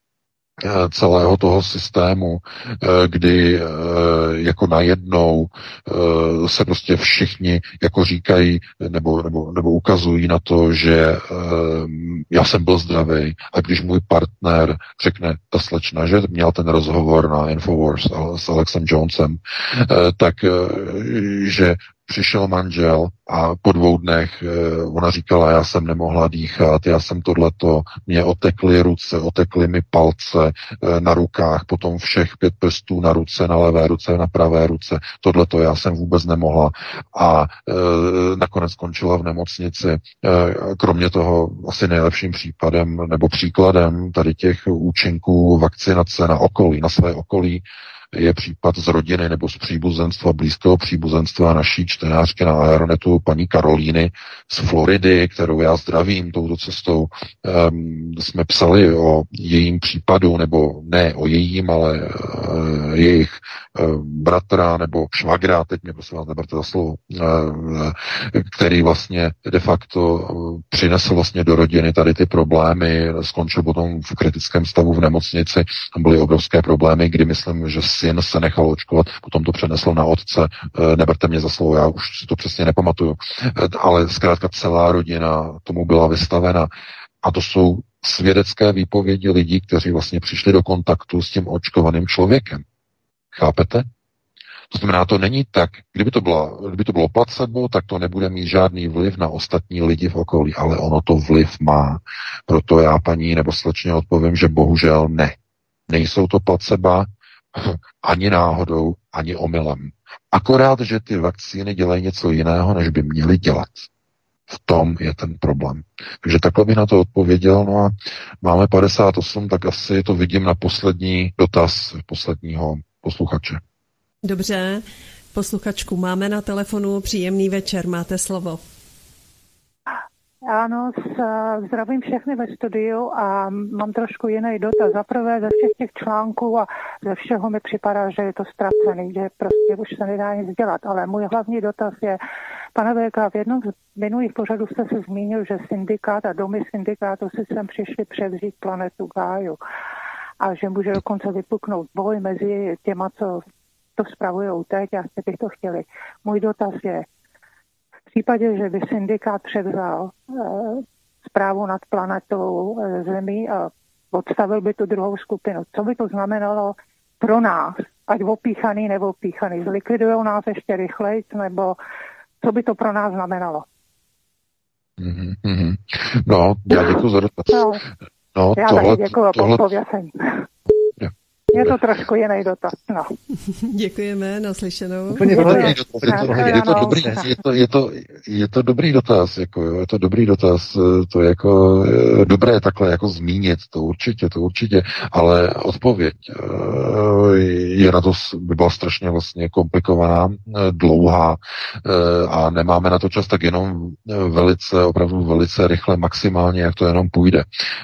celého toho systému, kdy jako najednou se prostě všichni jako říkají nebo ukazují na to, že já jsem byl zdravý a když můj partner řekne, ta slečna, že měl ten rozhovor na Infowars s Alexem Jonesem, tak že přišel manžel a po 2 dnech ona říkala, já jsem nemohla dýchat, já jsem tohleto, mě otekly ruce, otekly mi palce na rukách, potom všech 5 prstů na ruce, na levé ruce, na pravé ruce, tohleto já jsem vůbec nemohla a nakonec skončila v nemocnici. Kromě toho asi nejlepším případem nebo příkladem tady těch účinků vakcinace na okolí, na své okolí, je případ z rodiny nebo z příbuzenstva, blízkého příbuzenstva naší čtenářky na Aeronetu, paní Karolíny z Floridy, kterou já zdravím touto cestou. Jsme psali o jejím případu, nebo ne o jejím, ale jejich bratra nebo švagra, teď mě prosím vás neberte za slovo, který vlastně de facto přinesl vlastně do rodiny tady ty problémy, skončil potom v kritickém stavu v nemocnici, byly obrovské problémy, kdy myslím, že syn se nechal očkovat, potom to přenesl na otce, neberte mě za slovo, já už si to přesně nepamatuju, ale zkrátka celá rodina tomu byla vystavena a to jsou svědecké výpovědi lidí, kteří vlastně přišli do kontaktu s tím očkovaným člověkem. Chápete? To znamená, to není tak, kdyby to bylo placebo, tak to nebude mít žádný vliv na ostatní lidi v okolí, ale ono to vliv má. Proto já paní nebo slečně odpovím, že bohužel ne. Nejsou to placeba ani náhodou, ani omylem. Akorát, že ty vakcíny dělají něco jiného, než by měly dělat. V tom je ten problém. Takže takhle bych na to odpověděl. No a máme 58, tak asi to vidím na poslední dotaz posledního posluchače. Dobře, posluchačku máme na telefonu, příjemný večer, máte slovo. Ano, zdravím všechny ve studiu a mám trošku jiný dotaz. Za prvé ze všech těch článků a ze všeho mi připadá, že je to ztracený, že prostě už se nedá nic dělat. Ale můj hlavní dotaz je, pane VK, v jednom z minulých pořadů jste se zmínil, že syndikát a domy syndikátu si sem přišli převzít planetu Gáju a že může dokonce vypuknout boj mezi těma, co to spravujou teď a jste bych to chtěli. Můj dotaz je, v případě, že by syndikát převzal správu nad planetou Zemi a odstavil by tu druhou skupinu, co by to znamenalo pro nás, ať opíchaný nebo opíchaný, zlikvidujou nás ještě rychleji, nebo co by to pro nás znamenalo? No, já děkuji za dotaz. No, já taky děkuji za odpovězení. Je to trošku jiný dotaz, no. Děkujeme, naslyšenou. Je to dobrý dotaz, jako jo, je to dobrý dotaz, to je jako dobré takhle jako zmínit, to určitě, ale odpověď je na to, by byla strašně vlastně komplikovaná, dlouhá a nemáme na to čas, tak jenom opravdu velice rychle, maximálně, jak to jenom půjde.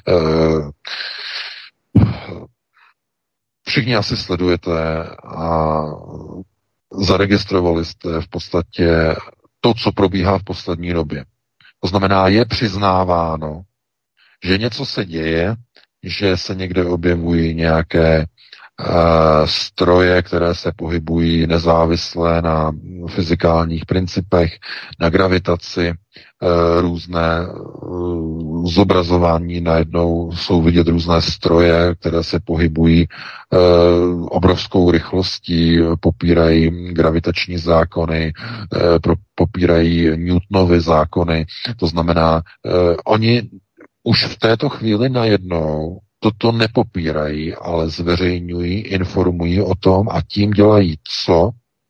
Všichni asi sledujete a zaregistrovali jste v podstatě to, co probíhá v poslední době. To znamená, je přiznáváno, že něco se děje, že se někde objevují nějaké stroje, které se pohybují nezávisle na fyzikálních principech, na gravitaci, různé zobrazování, najednou jsou vidět různé stroje, které se pohybují obrovskou rychlostí, popírají gravitační zákony, popírají Newtonovy zákony. To znamená, oni už v této chvíli najednou toto nepopírají, ale zveřejňují, informují o tom a tím dělají co?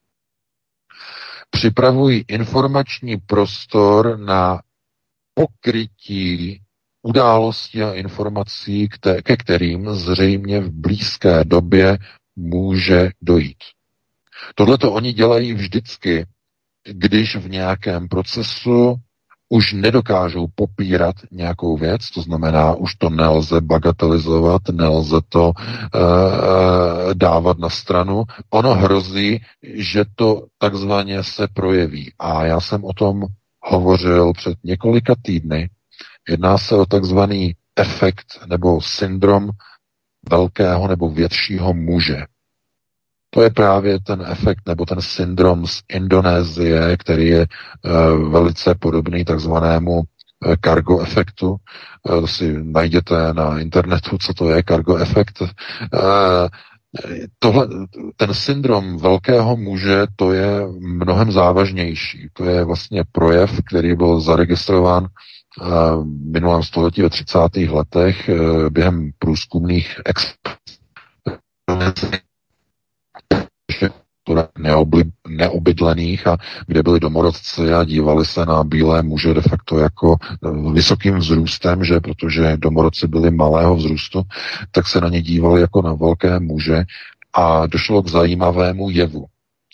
Připravují informační prostor na pokrytí událostí a informací, ke kterým zřejmě v blízké době může dojít. Tohleto oni dělají vždycky, když v nějakém procesu už nedokážou popírat nějakou věc, to znamená, už to nelze bagatelizovat, nelze to dávat na stranu. Ono hrozí, že to takzvaně se projeví. A já jsem o tom hovořil před několika týdny. Jedná se o takzvaný efekt nebo syndrom velkého nebo většího muže. To je právě ten efekt nebo ten syndrom z Indonésie, který je velice podobný takzvanému cargo efektu. To si najděte na internetu, co to je cargo efekt. Ten syndrom velkého muže, to je mnohem závažnější. To je vlastně projev, který byl zaregistrován v minulém století ve 30. letech během průzkumných neobydlených a kde byli domorodci a dívali se na bílé muže de facto jako vysokým vzrůstem, že protože domorodci byli malého vzrůstu, tak se na ně dívali jako na velké muže a došlo k zajímavému jevu.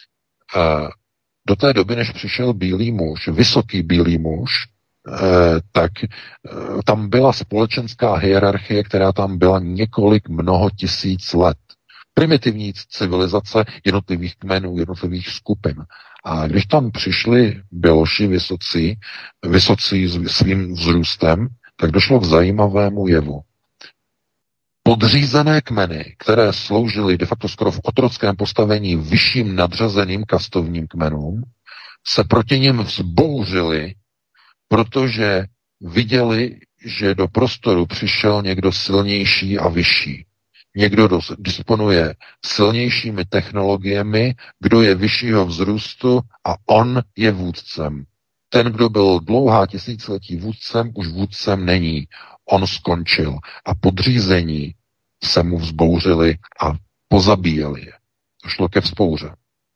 Do té doby, než přišel bílý muž, vysoký bílý muž, tak tam byla společenská hierarchie, která tam byla mnoho tisíc let. Primitivní civilizace jednotlivých kmenů, jednotlivých skupin. A když tam přišli běloši vysocí svým vzrůstem, tak došlo k zajímavému jevu. Podřízené kmeny, které sloužily de facto skoro v otrockém postavení vyšším nadřazeným kastovním kmenům, se proti nim vzbouřili, protože viděli, že do prostoru přišel někdo silnější a vyšší. Někdo disponuje silnějšími technologiemi, kdo je vyššího vzrůstu a on je vůdcem. Ten, kdo byl dlouhá tisíciletí vůdcem, už vůdcem není. On skončil a podřízení se mu vzbouřili a pozabíjeli je. Došlo ke vzpouře.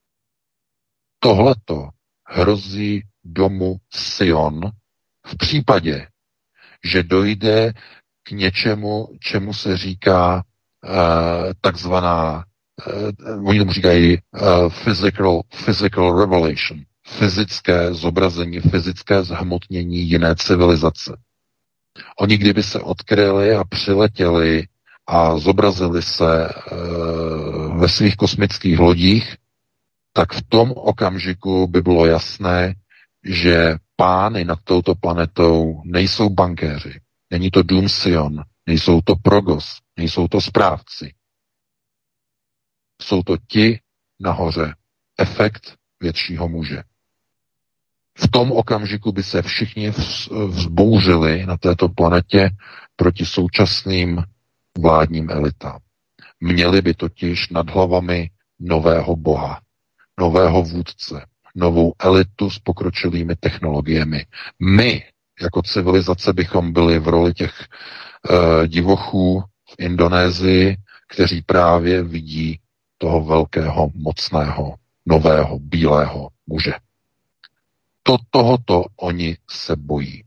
Tohleto hrozí domu Sion v případě, že dojde k něčemu, čemu se říká takzvaná, oni tomu říkají physical revelation, fyzické zobrazení, fyzické zhmotnění jiné civilizace. Oni kdyby se odkryli a přiletěli a zobrazili se ve svých kosmických lodích, tak v tom okamžiku by bylo jasné, že pány nad touto planetou nejsou bankéři. Není to dům Sion, nejsou to progos, nejsou to správci. Jsou to ti nahoře. Efekt většího muže. V tom okamžiku by se všichni vzbouřili na této planetě proti současným vládním elitám. Měli by totiž nad hlavami nového boha, nového vůdce, novou elitu s pokročilými technologiemi. My, jako civilizace, bychom byli v roli těch divochů v Indonésii, kteří právě vidí toho velkého, mocného, nového, bílého muže. Tohoto oni se bojí.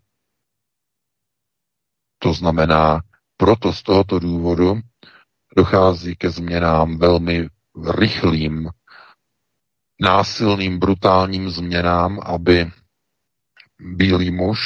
To znamená, proto z tohoto důvodu dochází ke změnám velmi rychlým, násilným, brutálním změnám, aby bílý muž,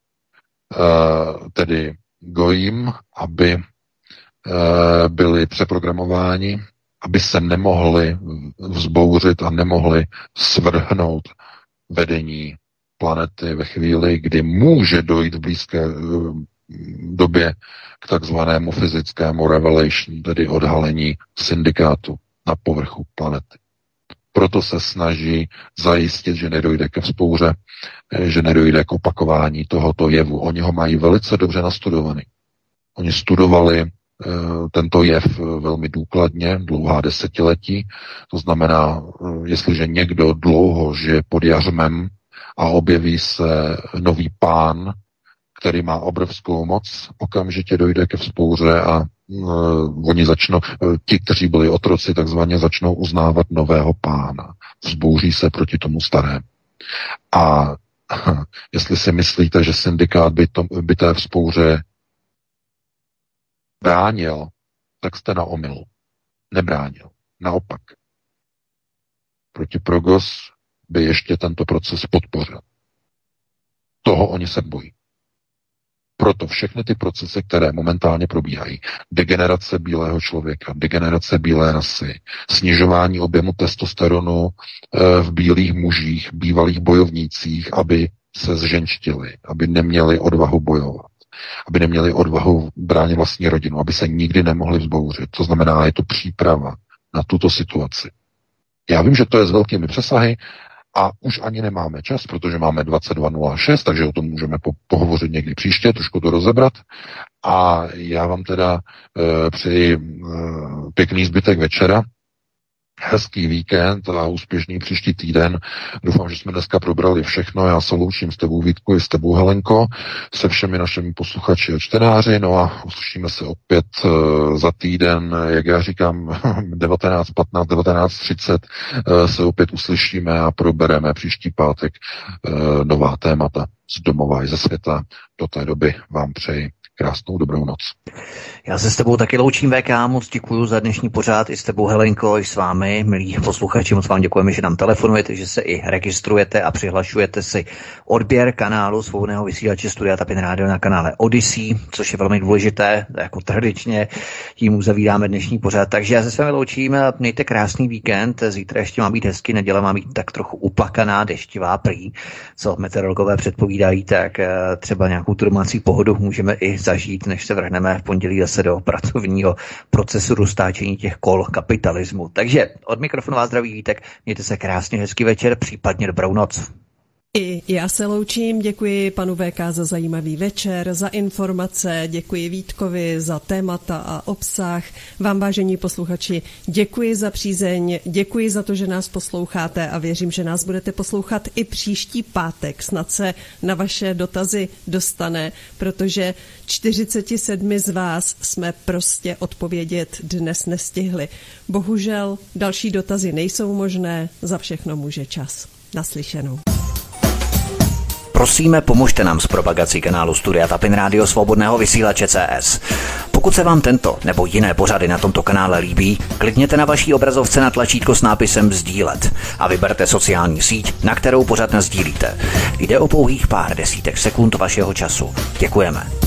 tedy Gojim, aby byli přeprogramováni, aby se nemohli vzbouřit a nemohli svrhnout vedení planety ve chvíli, kdy může dojít v blízké době k takzvanému fyzickému revelation, tedy odhalení syndikátu na povrchu planety. Proto se snaží zajistit, že nedojde ke vzpouře, že nedojde k opakování tohoto jevu. Oni ho mají velice dobře nastudovaný. Oni studovali tento jev velmi důkladně, dlouhá desetiletí. To znamená, jestliže někdo dlouho žije pod jařmem a objeví se nový pán, který má obrovskou moc, okamžitě dojde ke vzpouře a oni začnou, ti, kteří byli otroci, takzvaně začnou uznávat nového pána. Vzbouří se proti tomu starému. A jestli si myslíte, že syndikát by té vzpouře bránil, tak jste na omylu. Nebránil. Naopak. Proti Progos by ještě tento proces podpořil. Toho oni se bojí. Proto všechny ty procesy, které momentálně probíhají, degenerace bílého člověka, degenerace bílé rasy, snižování objemu testosteronu v bílých mužích, bývalých bojovnících, aby se zženštili, aby neměli odvahu bojovat, aby neměli odvahu bránit vlastní rodinu, aby se nikdy nemohli vzbouřit. To znamená, je to příprava na tuto situaci. Já vím, že to je s velkými přesahy, a už ani nemáme čas, protože máme 22:06, takže o tom můžeme pohovořit někdy příště, trošku to rozebrat. A já vám teda přeji pěkný zbytek večera, hezký víkend a úspěšný příští týden. Doufám, že jsme dneska probrali všechno. Já se loučím s tebou, Vítku, i s tebou, Helenko, se všemi našimi posluchači a čtenáři. No a uslyšíme se opět za týden, jak já říkám, 19:15, 19:30 se opět uslyšíme a probereme příští pátek nová témata z domova i ze světa. Do té doby vám přeji krásnou dobrou noc. Já se s tebou taky loučím, VK, moc děkuju za dnešní pořád, i s tebou, Helenko, i s vámi, milí posluchači, moc vám děkujeme, že nám telefonujete, že se i registrujete a přihlašujete si odběr kanálu Svobodného vysílače Studia Tapin Radio na kanále Odyssey, což je velmi důležité, jako tradičně tím uzavíráme dnešní pořád. Takže já se s vámi loučím, mějte krásný víkend, zítra ještě má být hezky, neděle má být tak trochu uplakaná, deštivá prý, co meteorologové předpovídají, tak třeba nějakou tu domácí pohodu můžeme i zažít, než se vrhneme v pondělí zase do pracovního procesu roztáčení těch kol kapitalismu. Takže od mikrofonu vás zdraví Vítek, mějte se krásně, hezký večer, případně dobrou noc. I já se loučím, děkuji panu VK za zajímavý večer, za informace, děkuji Vítkovi za témata a obsah. Vám, vážení posluchači, děkuji za přízeň, děkuji za to, že nás posloucháte a věřím, že nás budete poslouchat i příští pátek. Snad se na vaše dotazy dostane, protože 47 z vás jsme prostě odpovědět dnes nestihli. Bohužel další dotazy nejsou možné, za všechno může čas. Naslyšenou. Prosíme, pomožte nám s propagací kanálu Studia Tapin Radio Svobodného vysílače CS. Pokud se vám tento nebo jiné pořady na tomto kanále líbí, klikněte na vaší obrazovce na tlačítko s nápisem sdílet a vyberte sociální síť, na kterou pořad nasdílíte. Jde o pouhých pár desítek sekund vašeho času. Děkujeme.